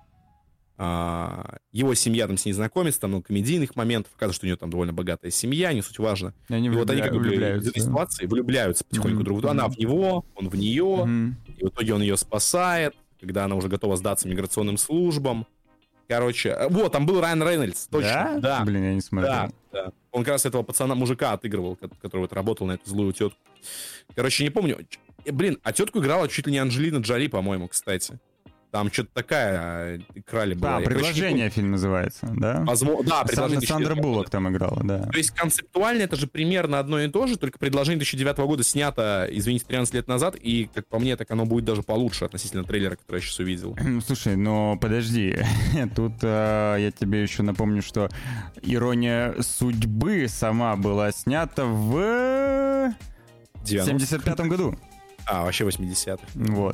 его семья там с ней знакомится, там, ну, комедийных моментов, оказывается, что у нее там довольно богатая семья, не суть важно. И вот они как бы из этой ситуации влюбляются потихоньку друг в друга. Она в него, он в нее, и в итоге он ее спасает, когда она уже готова сдаться миграционным службам. Короче, вот, там был Райан Рейнольдс, точно. Да? Блин, я не смотрел. Да. Он как раз этого пацана-мужика отыгрывал, который вот работал на эту злую тетку. Короче, не помню. Блин, а тетку играла чуть ли не Анджелина Джоли, по-моему, кстати. Там что-то такая крали была. «Предложение» фильм называется, да? Да, «Предложение». Сандра Буллок там играла, да. То есть концептуально это же примерно одно и то же, только «Предложение» 2009 года снято, извините, 13 лет назад, и, как по мне, так оно будет даже получше относительно трейлера, который я сейчас увидел. Слушай, но подожди, тут я тебе еще напомню, что «Ирония судьбы» сама была снята в 75-м году. Вообще 80-х. Вот.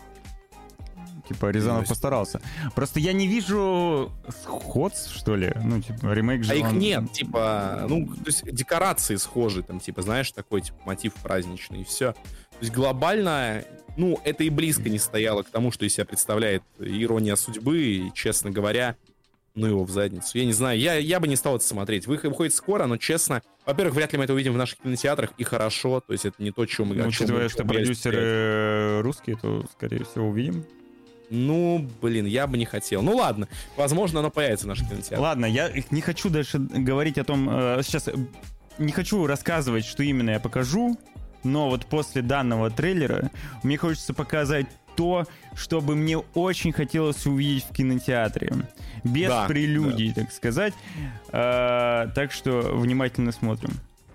Типа, Рязанов постарался. Просто я не вижу сходств, что ли. Ну, типа, ремейк же... их нет, типа... Ну, то есть декорации схожи, там, типа, знаешь, такой, типа, мотив праздничный, и все. То есть глобально, ну, это и близко не стояло к тому, что из себя представляет «Ирония судьбы», и, честно говоря, ну, его в задницу. Я не знаю, я бы не стал это смотреть. Выходит скоро, но, честно... Во-первых, вряд ли мы это увидим в наших кинотеатрах, и хорошо, то есть это не то, чего мы... Ну, учитывая, что продюсеры русские, то, скорее всего, увидим. Ну, блин, я бы не хотел. Ну, ладно, возможно, оно появится в наших кинотеатрах. Ладно, я не хочу дальше говорить о том... Сейчас не хочу рассказывать, что именно я покажу, но вот после данного трейлера мне хочется показать то, что бы мне очень хотелось увидеть в кинотеатре. Без прелюдий, так сказать. Так что внимательно смотрим.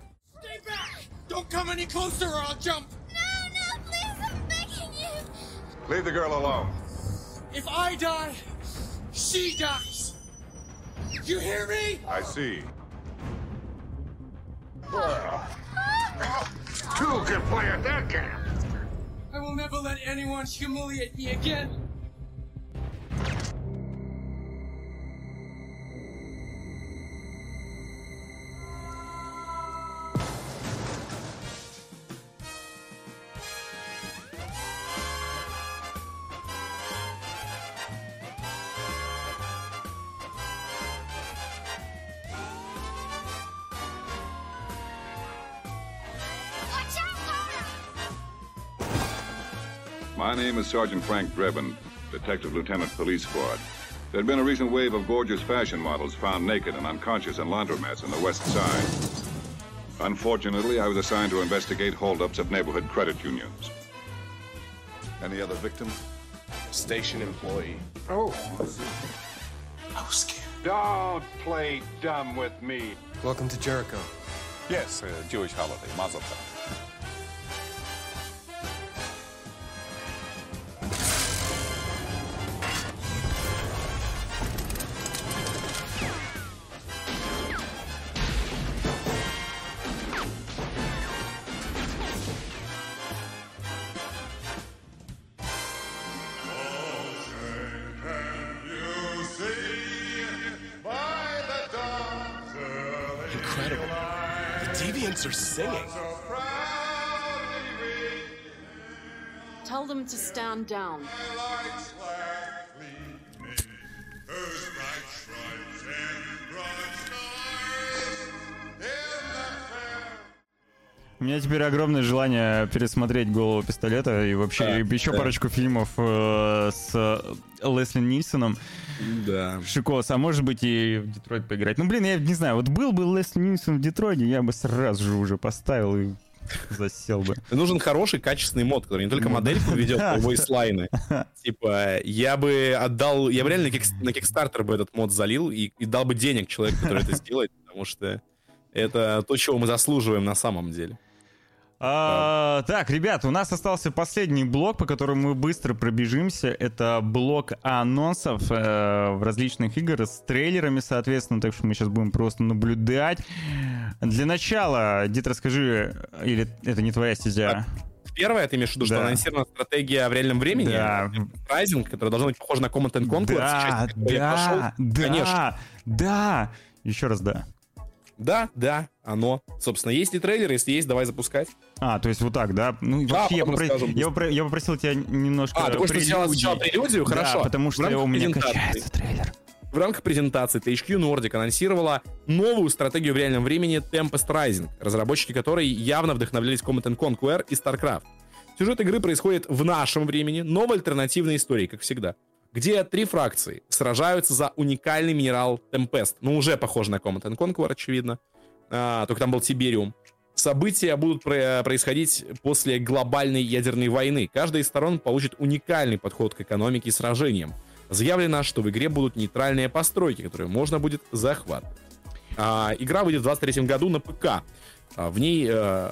Leave the girl alone. If I die, she dies. You hear me? I see. Two can play at that game. I will never let anyone humiliate me again. My name is Sergeant Frank Drebin, Detective Lieutenant Police Squad. There had been a recent wave of gorgeous fashion models found naked and unconscious in laundromats on the west side. Unfortunately, I was assigned to investigate holdups at neighborhood credit unions. Any other victims? Station employee. Oh. I was scared. Don't play dumb with me. Welcome to Jericho. Yes, a Jewish holiday, Mazel Tov. incredible. The deviants are singing. Tell them to stand down. У меня теперь огромное желание пересмотреть «Голову пистолета» и вообще еще парочку фильмов с Лесли Нильсоном. Да. Шикос, а может быть и в Детройт поиграть. Ну, блин, я не знаю, вот был бы Лесли Нильсон в Детройте, я бы сразу же уже поставил и засел бы. Нужен хороший, качественный мод, который не только модельку ведет, но и войслайны. Типа, я бы реально на Kickstarter бы этот мод залил и дал бы денег человеку, который это сделает, потому что это то, чего мы заслуживаем на самом деле. Так, ребят, у нас остался последний блок, по которому мы быстро пробежимся. Это блок анонсов в различных игр с трейлерами, соответственно, так что мы сейчас будем просто наблюдать. Для начала, Дит, расскажи, или это не твоя стезя? Первое, ты имеешь в виду, что анонсирована стратегия в реальном времени? Да. Rising, которая должна быть похожа на Command & Conquer. Да. Еще раз да. Да, оно. Собственно, есть ли трейлер? Если есть, давай запускать. То есть вот так, да? Ну, да, вообще, я попросил тебя немножко ты хочешь сначала прелюдию? Хорошо. Да, потому что у меня качается трейлер. В рамках презентации THQ Nordic анонсировала новую стратегию в реальном времени Tempest Rising, разработчики которой явно вдохновлялись Command & Conquer и StarCraft. Сюжет игры происходит в нашем времени, но в альтернативной истории, как всегда, где 3 фракции сражаются за уникальный минерал Tempest. Ну, уже похоже на Command & Conquer, очевидно. Только там был Тибериум. События будут происходить после глобальной ядерной войны. Каждая из сторон получит уникальный подход к экономике и сражениям. Заявлено, что в игре будут нейтральные постройки, которые можно будет захватывать. Игра выйдет в 2023 году на ПК. В ней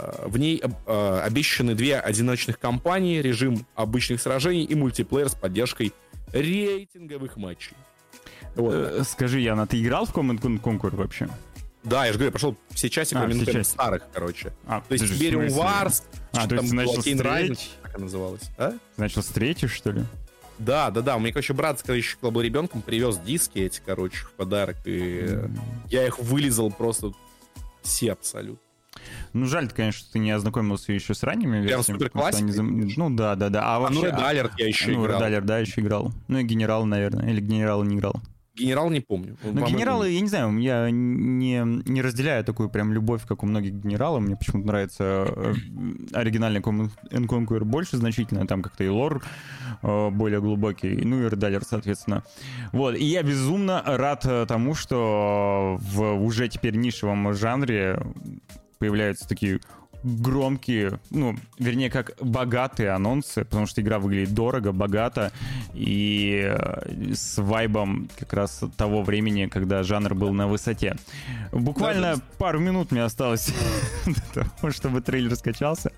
обещаны 2 одиночных кампании, режим обычных сражений и мультиплеер с поддержкой рейтинговых матчей. Вот. Скажи, Яна, ты играл в Command & Conquer вообще? Да, я же говорю, я прошел все части, кроме старых, короче. То есть Tiberium Wars, то есть начал Rising, как она называлась. Начал с 3, что ли? Да. У меня, короче, брат, когда еще был ребенком, привез диски эти, короче, в подарок, и я их вылизал просто все абсолютно. Ну, жаль, конечно, что ты не ознакомился еще с ранними версиями. Прям супер-классик? Ну, да. А вообще... Red Alert я еще играл. Red Alert, да, еще играл. Ну, и Генерал, наверное. Или Генерала не играл. Генерал не помню. Ну, Генералы, я не знаю, я не разделяю такую прям любовь, как у многих генералов. Мне почему-то нравится оригинальный Command & Conquer больше значительно. Там как-то и лор более глубокий. Ну, и Red Alert, соответственно. Вот. И я безумно рад тому, что в уже теперь нишевом жанре появляются такие громкие, ну, вернее, как богатые анонсы, потому что игра выглядит дорого, богато и с вайбом как раз того времени, когда жанр был на высоте. Буквально пару минут мне осталось для того, чтобы трейлер скачался.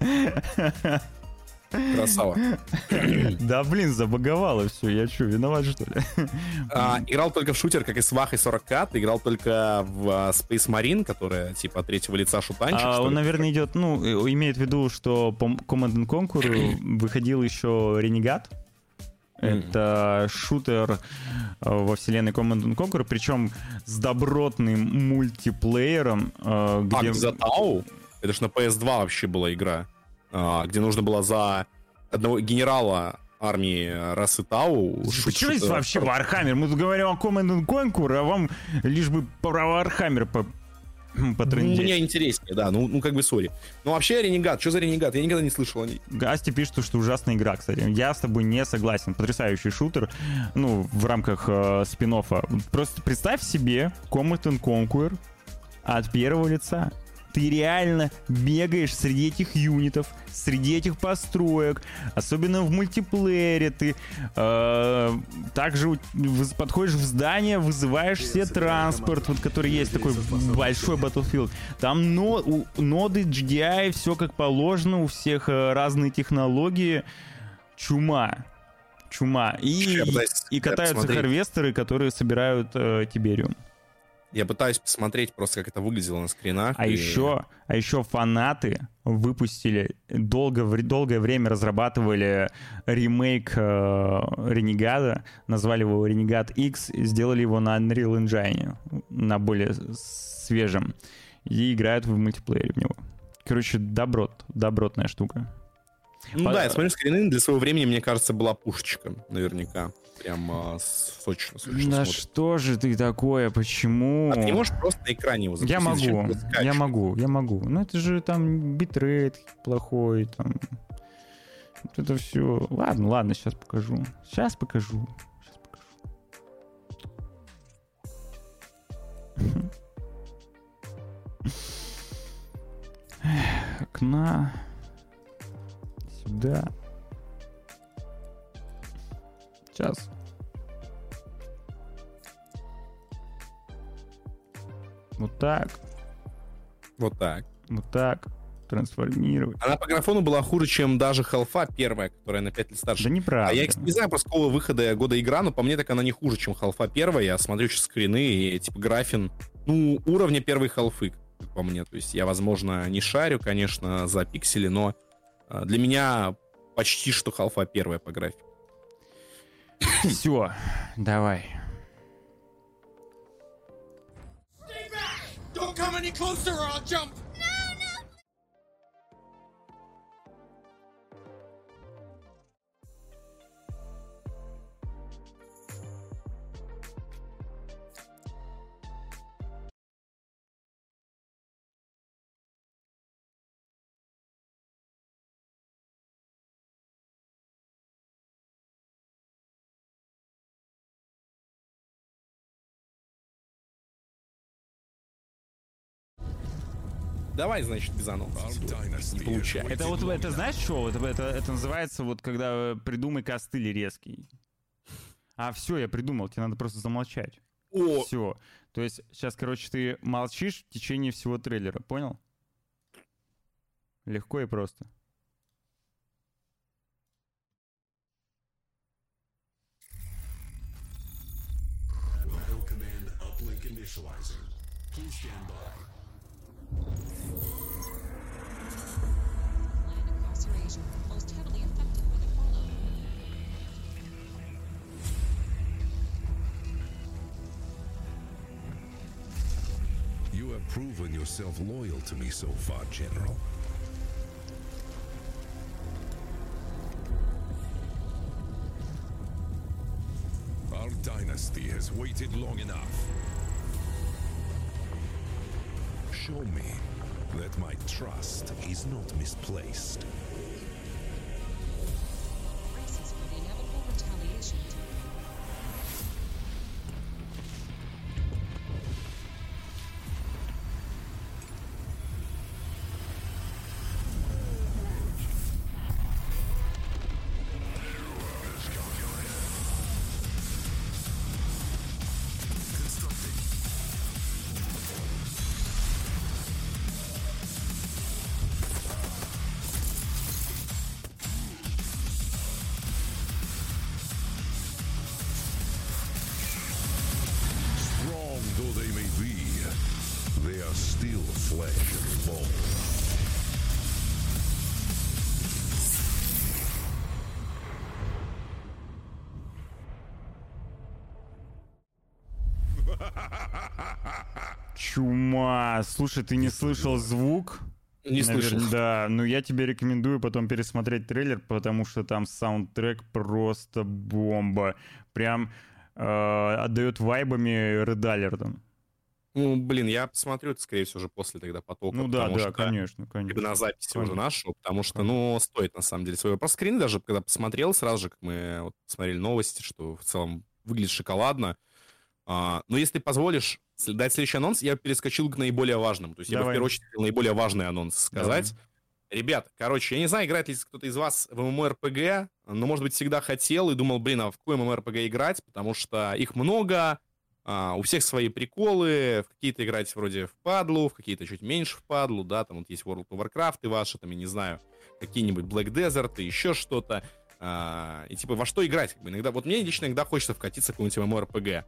Красава. Да, блин, забаговало все. Я что, виноват, что ли? Играл только в шутер, как и Свах и 40К. Ты играл только в Space Marine, которая типа от третьего лица шутанчик. Он, наверное, идет, ну, имеет в виду, что по Command & Conquer выходил еще Renegade. Это шутер во вселенной Command & Conquer, причем с добротным мультиплеером. Где... за Тау? Это ж на PS2 вообще была игра. Где нужно было за одного генерала армии расы Тау... Почему здесь вообще Warhammer? Мы тут говорим о Command & Conquer, а вам лишь бы про Warhammer потрындеть. Мне интереснее, да, ну как бы сори. Ну вообще Ренегат, что за Ренегат? Я никогда не слышал о ней. Гасти пишет, что ужасная игра, кстати. Я с тобой не согласен. Потрясающий шутер, ну, в рамках спин-оффа. Просто представь себе Command & Conquer от первого лица. Ты реально бегаешь среди этих юнитов, среди этих построек, особенно в мультиплеере. Ты также подходишь в здание, вызываешь себе транспорт, вот, который есть такой большой Battlefield. Там ноды, GDI, все как положено, у всех разные технологии. Чума. И катаются харвестеры, которые собирают Тибериум. Я пытаюсь посмотреть просто, как это выглядело на скринах. А еще фанаты выпустили, долгое время разрабатывали ремейк Ренегада, назвали его Renegade X, сделали его на Unreal Engine, на более свежем. и играют в мультиплеере в него. Короче, добротная штука. Ну да, я смотрю скрины, для своего времени, мне кажется, была пушечка, наверняка. Прям сочно Да смотрит. что же ты такое, почему? А ты не можешь просто на экране его запустить? Я могу. Ну это же там битрейт плохой, там... Вот это все. Ладно, сейчас покажу. Окна. Сюда. Сейчас. Вот так. Трансформировать. Она по графону была хуже, чем даже Half-Life первая, которая на 5 лет старше. Да неправда. А я, кстати, не знаю про какого выхода года игра, но по мне так она не хуже, чем Half-Life первая. Я смотрю сейчас скрины и типа графин, уровня первой Half-Life, по мне. То есть я, возможно, не шарю, конечно, за пиксели, но для меня почти что Half-Life первая по графике. Все, давай. Don't come any closer or I'll jump! Давай, значит, без анонсов. Не получается. Это знаешь что? Это называется вот когда придумай костыль резкий. А все, я придумал, тебе надо просто замолчать. Все. То есть сейчас, короче, ты молчишь в течение всего трейлера, понял? Легко и просто. You have proven yourself loyal to me so far, General. Our dynasty has waited long enough. Show me that my trust is not misplaced. Чума! Слушай, ты не слышал звук? Не слышал. Да, но я тебе рекомендую потом пересмотреть трейлер, потому что там саундтрек просто бомба. Прям отдает вайбами Red Alert. Ну, блин, я посмотрю это, скорее всего, уже после тогда потока. Ну да, конечно. Либо на записи уже нашу, потому что, стоит, на самом деле, своего. Просто скрины даже, когда посмотрел, сразу же, как мы смотрели новости, что в целом выглядит шоколадно. Но если ты позволишь дать следующий анонс, я перескочил к наиболее важному. То есть я бы в первую очередь хотел наиболее важный анонс сказать. Ребят, короче, я не знаю, играет ли кто-то из вас в MMORPG, но, может быть, всегда хотел и думал, блин, а в какой MMORPG играть, потому что их много, у всех свои приколы, в какие-то играть вроде в падлу, в какие-то чуть меньше в падлу, да, там вот есть World of Warcraft и ваши, там, я не знаю, какие-нибудь Black Desert и еще что-то, и типа во что играть, как бы, иногда, вот мне лично иногда хочется вкатиться в какой-нибудь MMORPG.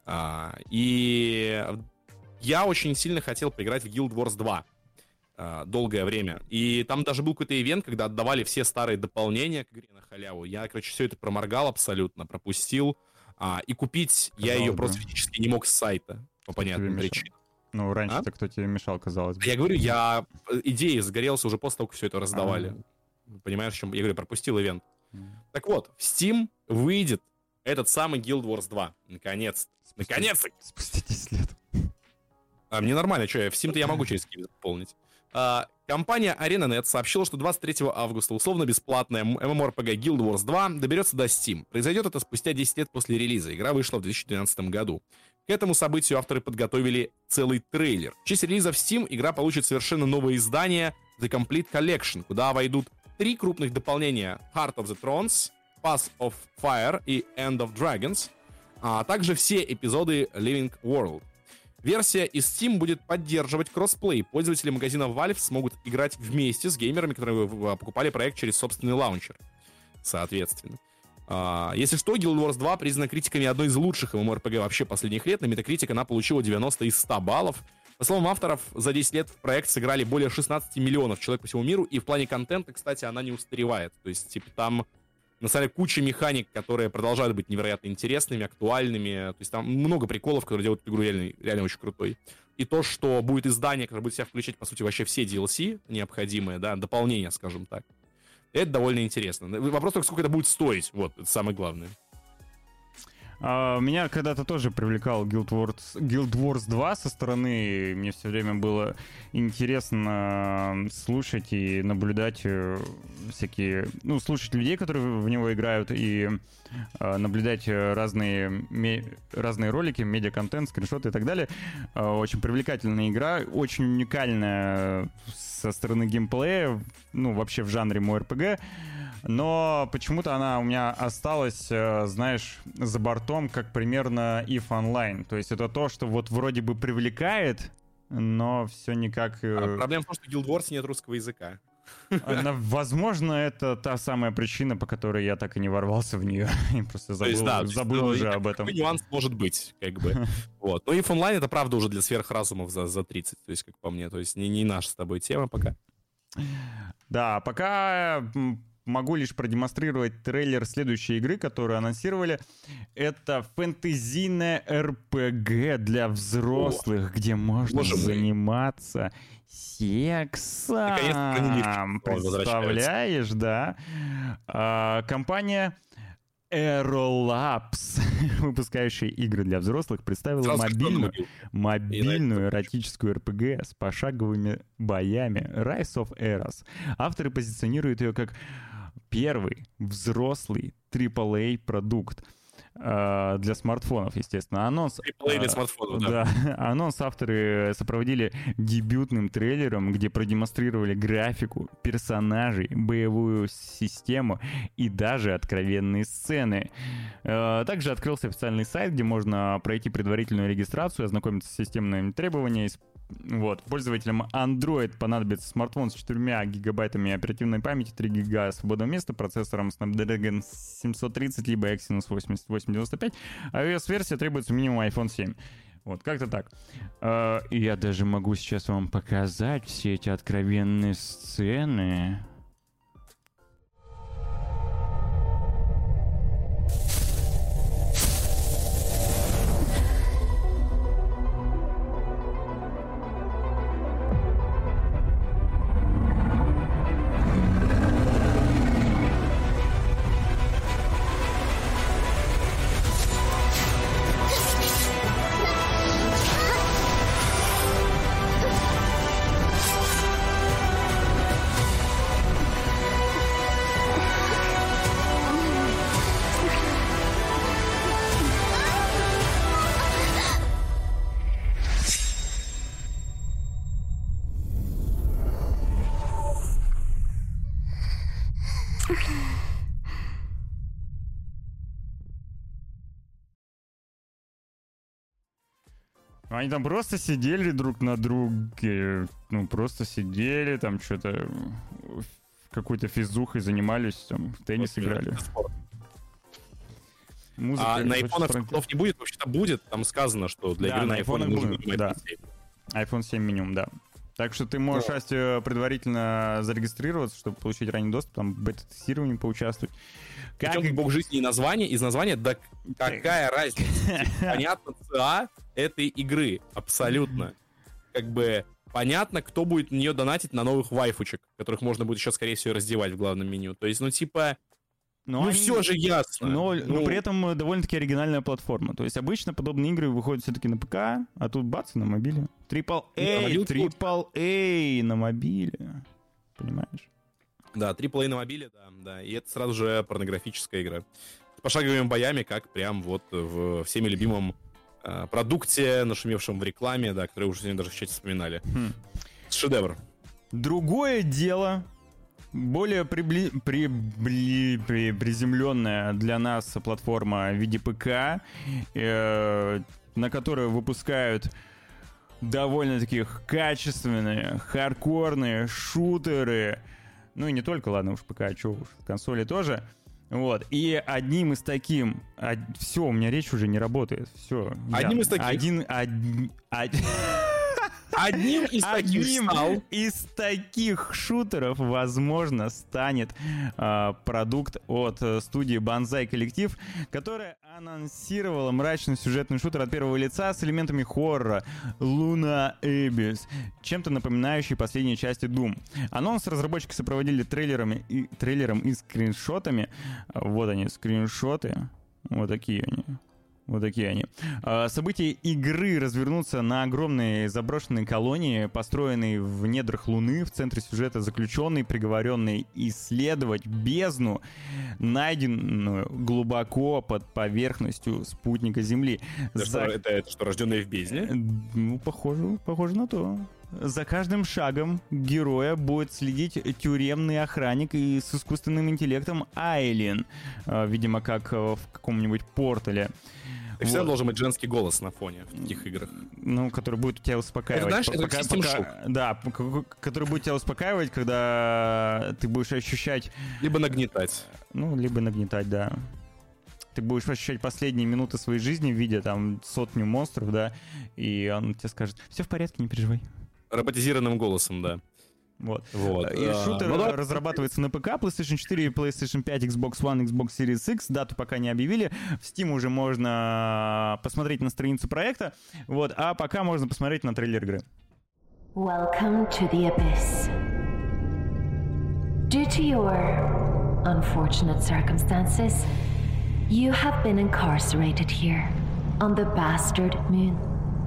И я очень сильно хотел поиграть в Guild Wars 2 долгое время. И там даже был какой-то ивент, когда отдавали все старые дополнения к игре на халяву. Я, короче, все это проморгал абсолютно, пропустил. И купить я ее просто физически не мог с сайта, по понятным причинам. Ну, раньше-то кто тебе мешал, казалось бы. Я говорю, идеей загорелся уже после того, как все это раздавали. Понимаешь, чем? Я говорю, пропустил ивент. Так вот, в Steam выйдет этот самый Guild Wars 2. Наконец-то. Наконец-то! Спустя 10 лет. Мне нормально, что я в Steam-то я могу через Steam заполнить. Компания ArenaNet сообщила, что 23 августа условно-бесплатная MMORPG Guild Wars 2 доберется до Steam. Произойдет это спустя 10 лет после релиза. Игра вышла в 2012 году. К этому событию авторы подготовили целый трейлер. В честь релиза в Steam игра получит совершенно новое издание The Complete Collection, куда войдут 3 крупных дополнения: Heart of the Thrones, Path of Fire и End of Dragons, а также все эпизоды Living World. Версия из Steam будет поддерживать кроссплей. Пользователи магазина Valve смогут играть вместе с геймерами, которые покупали проект через собственный лаунчер. Соответственно. Если что, Guild Wars 2 признана критиками одной из лучших MMORPG вообще последних лет. На Metacritic она получила 90 из 100 баллов. По словам авторов, за 10 лет в проект сыграли более 16 миллионов человек по всему миру. И в плане контента, кстати, она не устаревает. То есть, типа, там на самом деле куча механик, которые продолжают быть невероятно интересными, актуальными. То есть там много приколов, которые делают игру реально очень крутой. И то, что будет издание, которое будет в себя включать, по сути, вообще все DLC необходимые, да, дополнения, скажем так. Это довольно интересно. Вопрос только, сколько это будет стоить. Вот, это самое главное. Меня когда-то тоже привлекал Guild Wars 2 со стороны. Мне все время было интересно слушать и наблюдать всякие... Ну, слушать людей, которые в него играют, и наблюдать разные ролики, медиа-контент, скриншоты и так далее. Очень привлекательная игра, очень уникальная со стороны геймплея, ну, вообще в жанре MMORPG. Но почему-то она у меня осталась, знаешь, за бортом, как примерно EVE Online. То есть это то, что вот вроде бы привлекает, но все никак... Проблема в том, что в Guild Wars нет русского языка. Возможно, это та самая причина, по которой я так и не ворвался в нее. И просто забыл уже об этом. Такой нюанс может быть, как бы. Вот. Но EVE Online это правда уже для сверхразумов за 30, то есть, как по мне. То есть не наша с тобой тема пока. Да, пока... Могу лишь продемонстрировать трейлер следующей игры, которую анонсировали. Это фэнтезийная РПГ для взрослых, где можно заниматься сексом. Представляешь, да? Компания Aerolabs, выпускающая игры для взрослых, представила мобильную эротическую РПГ с пошаговыми боями Rise of Eros. Авторы позиционируют ее как первый взрослый AAA продукт для смартфонов, естественно. Анонс для смартфонов, да. Анонс авторы сопроводили дебютным трейлером, где продемонстрировали графику, персонажей, боевую систему и даже откровенные сцены. Также открылся официальный сайт, где можно пройти предварительную регистрацию, ознакомиться с системными требованиями. Вот. Пользователям Android понадобится смартфон с 4 гигабайтами оперативной памяти, 3 гига свободного места, процессором Snapdragon 730 либо Exynos 8895. iOS-версия требуется минимум iPhone 7. Вот, как-то так. Я даже могу сейчас вам показать все эти откровенные сцены. Они там просто сидели друг на друге, ну, просто сидели, там что-то какой-то физухой занимались, там, в теннис играли. Музыка на iPhone складов не будет? Вообще-то будет, там сказано, что для игры на iPhone нужен минимум iPhone 7. iPhone 7 минимум, да. Так что ты можешь, Астя, предварительно зарегистрироваться, чтобы получить ранний доступ, там, в бета-тестировании поучаствовать. Причем бог жизни и название, из названия, да какая разница? Понятно, ЦА этой игры, абсолютно. как бы понятно, кто будет на нее донатить на новых вайфучек, которых можно будет еще, скорее всего, раздевать в главном меню. То есть, ну, типа... Ну, все же ясно. Но при этом довольно-таки оригинальная платформа. То есть обычно подобные игры выходят все-таки на ПК, а тут бац, на мобиле. AAA на мобиле. Понимаешь? Да, AAA на мобиле, да. И это сразу же порнографическая игра. С пошаговыми боями, как прям вот в всеми любимом продукте, нашумевшем в рекламе, да, который уже сегодня даже в чате вспоминали. Шедевр. Другое дело... Более приземленная для нас платформа в виде ПК, на которую выпускают довольно-таки качественные, хардкорные шутеры. Ну и не только, ладно уж ПК, а что уж, консоли тоже. Вот. И одним из таких... Все, у меня речь уже не работает. Все. Одним из таких? Одним из таких шутеров, возможно, станет продукт от студии Banzai Collective, которая анонсировала мрачный сюжетный шутер от первого лица с элементами хоррора Luna Abyss, чем-то напоминающий последние части Doom. Анонс разработчики сопроводили трейлером и скриншотами. Вот они, скриншоты. Вот такие они. Вот такие они. События игры развернутся на огромной заброшенной колонии, построенной в недрах Луны. В центре сюжета заключенный, приговоренный исследовать бездну, найденную глубоко под поверхностью спутника Земли. Это что, рожденные в бездне? Ну, похоже на то. За каждым шагом героя будет следить тюремный охранник и с искусственным интеллектом Айлин. Видимо, как в каком-нибудь портале. И всегда должен быть женский голос на фоне в таких играх. Ну, который будет тебя успокаивать. Это, знаешь, это System Shock. Да, который будет тебя успокаивать, когда ты будешь ощущать... Либо нагнетать. Ну, либо нагнетать, да. Ты будешь ощущать последние минуты своей жизни, видя там 100 монстров, да, и он тебе скажет: все в порядке, не переживай. Роботизированным голосом, да. Вот. И шутер разрабатывается на ПК, PlayStation 4, PlayStation 5, Xbox One, Xbox Series X. Дату пока не объявили. В Steam уже можно посмотреть на страницу проекта. Вот. А пока можно посмотреть на трейлер игры. Welcome to the Abyss. Due to your unfortunate circumstances, you have been incarcerated here on the Bastard Moon.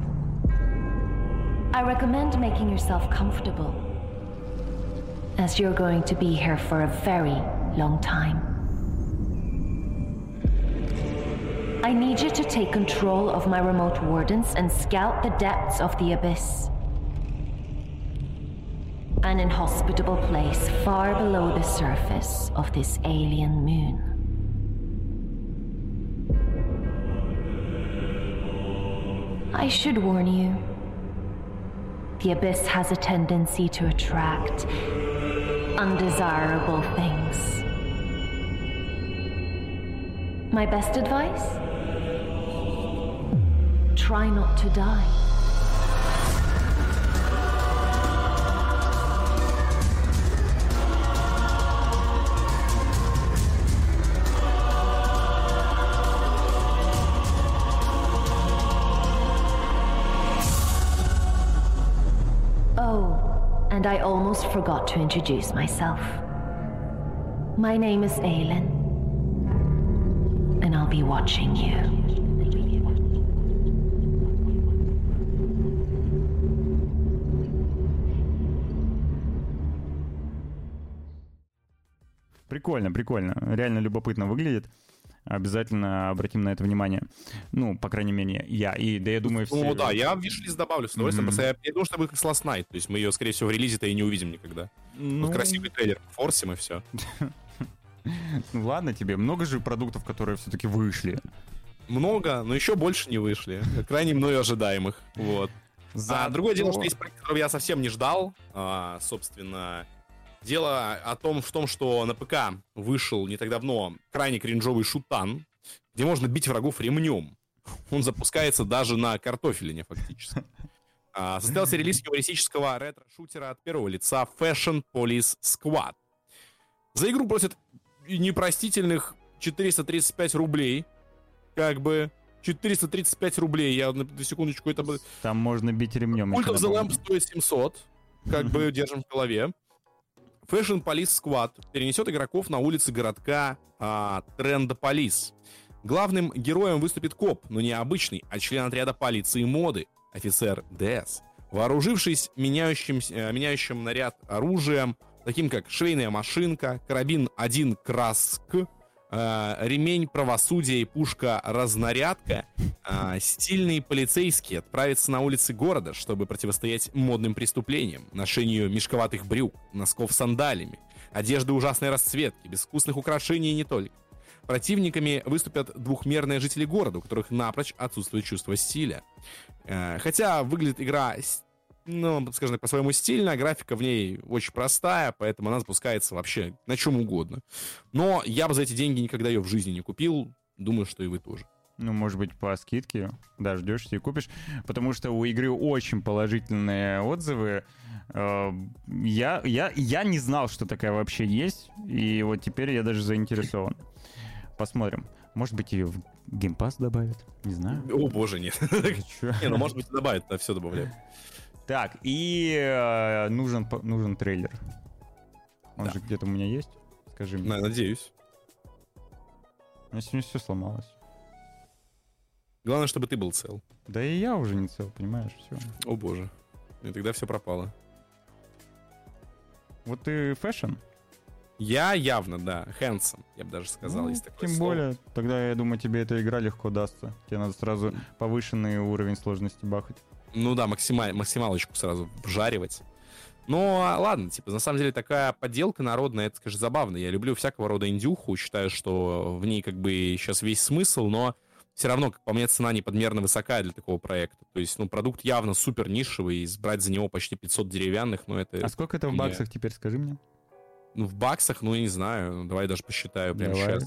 I recommend making yourself comfortable, as you're going to be here for a very long time. I need you to take control of my remote wardens and scout the depths of the abyss. An inhospitable place far below the surface of this alien moon. I should warn you, the abyss has a tendency to attract undesirable things. My best advice? Try not to die. And I almost forgot to introduce myself. My name is Aylin, and I'll be watching you. Прикольно, прикольно. Реально любопытно выглядит. Обязательно обратим на это внимание. Ну, по крайней мере, я. И да, я думаю, все... Ну да, я в виш-лист добавлю с удовольствием. Просто я думаю, что будет как с Last Night. То есть мы ее, скорее всего, в релизе-то и не увидим никогда. Вот красивый трейлер, форсим и все. Ну ладно тебе. Много же продуктов, которые все-таки вышли. Много, но еще больше не вышли. Крайне мною ожидаемых. Вот. Другое дело, что есть проект, которого я совсем не ждал. Собственно... Дело в том, что на ПК вышел не так давно крайне кринжовый шутан, где можно бить врагов ремнем. Он запускается даже на картофелине, фактически. Состоялся релиз юмористического ретро-шутера от первого лица Fashion Police Squad. За игру просят непростительных 435 рублей. Как бы 435 рублей. Я на секундочку это... Там можно бить ремнем. Cult of the Lamb стоит 700. Как бы держим в голове. Fashion Police Squad перенесет игроков на улицы городка Трендополис. Главным героем выступит коп, но не обычный, а член отряда полиции моды, офицер ДС. Вооружившись меняющим наряд оружием, таким как швейная машинка, карабин 1 Краск, ремень правосудия и пушка разнарядка, стильные полицейские отправятся на улицы города, чтобы противостоять модным преступлениям, ношению мешковатых брюк, носков с сандалиями, одежды ужасной расцветки, безвкусных украшений и не только. Противниками выступят двухмерные жители города, у которых напрочь отсутствует чувство стиля. Хотя выглядит игра, ну, скажем так, по-своему стильно, графика в ней очень простая, поэтому она запускается вообще на чем угодно. Но я бы за эти деньги никогда ее в жизни не купил. Думаю, что и вы тоже. Ну, может быть, по скидке дождешься и купишь, потому что у игры очень положительные отзывы. Я не знал, что такая вообще есть, и вот теперь я даже заинтересован. Посмотрим. Может быть, ее в Game Pass добавят? Не знаю. О, боже, нет. Не, ну, может быть, добавят, да, все добавляют. Так, и нужен трейлер. Он же где-то у меня есть? Скажи мне. Надеюсь. У меня сегодня все сломалось. Главное, чтобы ты был цел. Да и я уже не цел, понимаешь, все. О, боже. И тогда все пропало. Вот ты фэшн? Я явно, да. Handsome, я бы даже сказал, ну, есть такое тем слово. более, тогда, я думаю, тебе эта игра легко дастся. Тебе надо сразу повышенный уровень сложности бахать. Ну да, максималочку сразу вжаривать. Но ладно, типа, на самом деле такая подделка народная, это, конечно, забавно. Я люблю всякого рода индюху, считаю, что в ней как бы сейчас весь смысл, но все равно, как по мне, цена неподмерно высокая для такого проекта. То есть, ну, продукт явно супер нишевый, и брать за него почти 500 деревянных, ну, это... А сколько это в баксах теперь, скажи мне? Ну, в баксах, ну, я не знаю. Давай даже посчитаю прямо сейчас.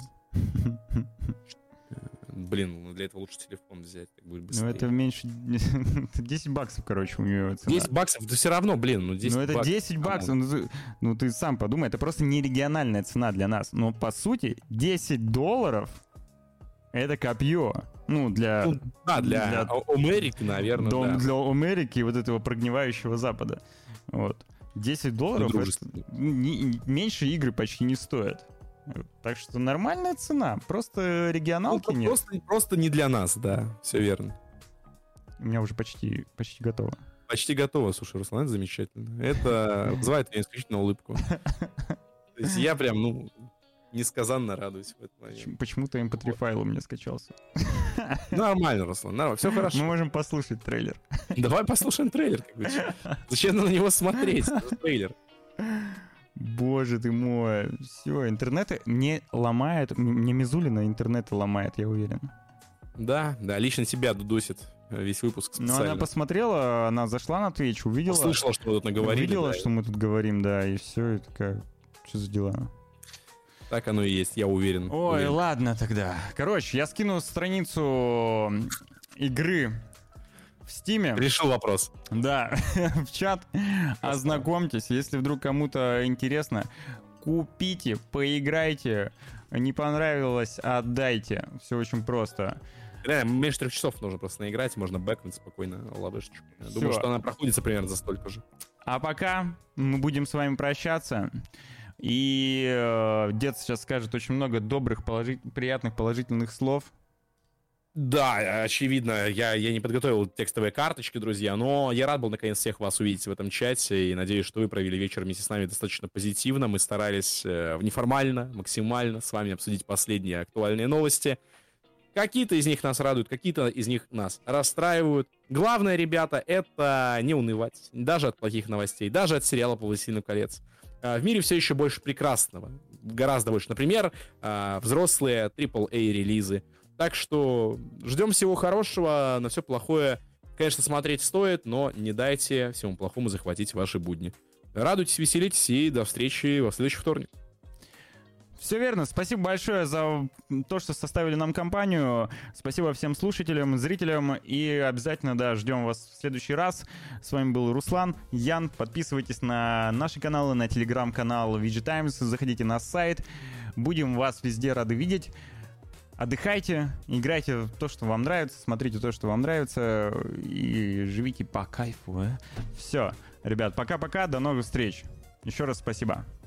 Блин, ну для этого лучше телефон взять, так будет быстрее. Ну это меньше... 10 баксов, короче, у нее цена. 10 баксов? Да все равно, блин, ну 10 баксов. Ну это 10 баксов, ну ты сам подумай, это просто не региональная цена для нас. Но по сути, $10 это копье. Ну, для... Ну, да, для Америки, наверное, да. Для Америки и вот этого прогнивающего Запада. Вот. $10 меньше игры почти не стоят. Так что нормальная цена. Просто регионалки нет. Просто не для нас, да. Все верно. У меня уже почти готово. Почти готово, слушай, Руслан, это замечательно. Это вызывает меня исключительно улыбку. То есть я прям, ну, несказанно радуюсь в этот момент. Почему-то MP3 файл у меня скачался. Нормально, Руслан, нормально, все хорошо. Мы можем послушать трейлер. Давай послушаем трейлер. Зачем на него смотреть? Это трейлер. Боже ты мой. Все, интернет не ломает. Мне Мизулина интернет ломает, я уверен. Да, лично тебя дудосит весь выпуск специально. Ну, она посмотрела, она зашла на Twitch, увидела... Услышала, что мы тут наговорили. Увидела, да, что мы тут говорим, да, и все, и такая, что за дела? Так оно и есть, я уверен. Ой, ладно тогда. Короче, я скину страницу игры в Стиме. Решил вопрос. Да, в чат. Ознакомьтесь, если вдруг кому-то интересно. Купите, поиграйте. Не понравилось, отдайте. Все очень просто. Реально, меньше 3 часов нужно просто наиграть, можно бэкнуть спокойно лабышечку. Думаю, что она проходится примерно за столько же. А пока мы будем с вами прощаться. И дед сейчас скажет очень много добрых, приятных, положительных слов. Да, очевидно, я не подготовил текстовые карточки, друзья, но я рад был наконец всех вас увидеть в этом чате, и надеюсь, что вы провели вечер вместе с нами достаточно позитивно. Мы старались неформально, максимально с вами обсудить последние актуальные новости. Какие-то из них нас радуют, какие-то из них нас расстраивают. Главное, ребята, это не унывать, даже от плохих новостей, даже от сериала «Властелин колец». В мире все еще больше прекрасного, гораздо больше. Например, взрослые AAA-релизы. Так что ждем всего хорошего, на все плохое, конечно, смотреть стоит, но не дайте всему плохому захватить ваши будни. Радуйтесь, веселитесь и до встречи во следующий вторник. Все верно. Спасибо большое за то, что составили нам компанию. Спасибо всем слушателям, зрителям. И обязательно, да, ждем вас в следующий раз. С вами был Руслан, Ян. Подписывайтесь на наши каналы, на телеграм-канал VG Times. Заходите на сайт. Будем вас везде рады видеть. отдыхайте, играйте то, что вам нравится, смотрите то, что вам нравится, и живите по кайфу. Все, ребят, пока-пока, до новых встреч. Еще раз спасибо.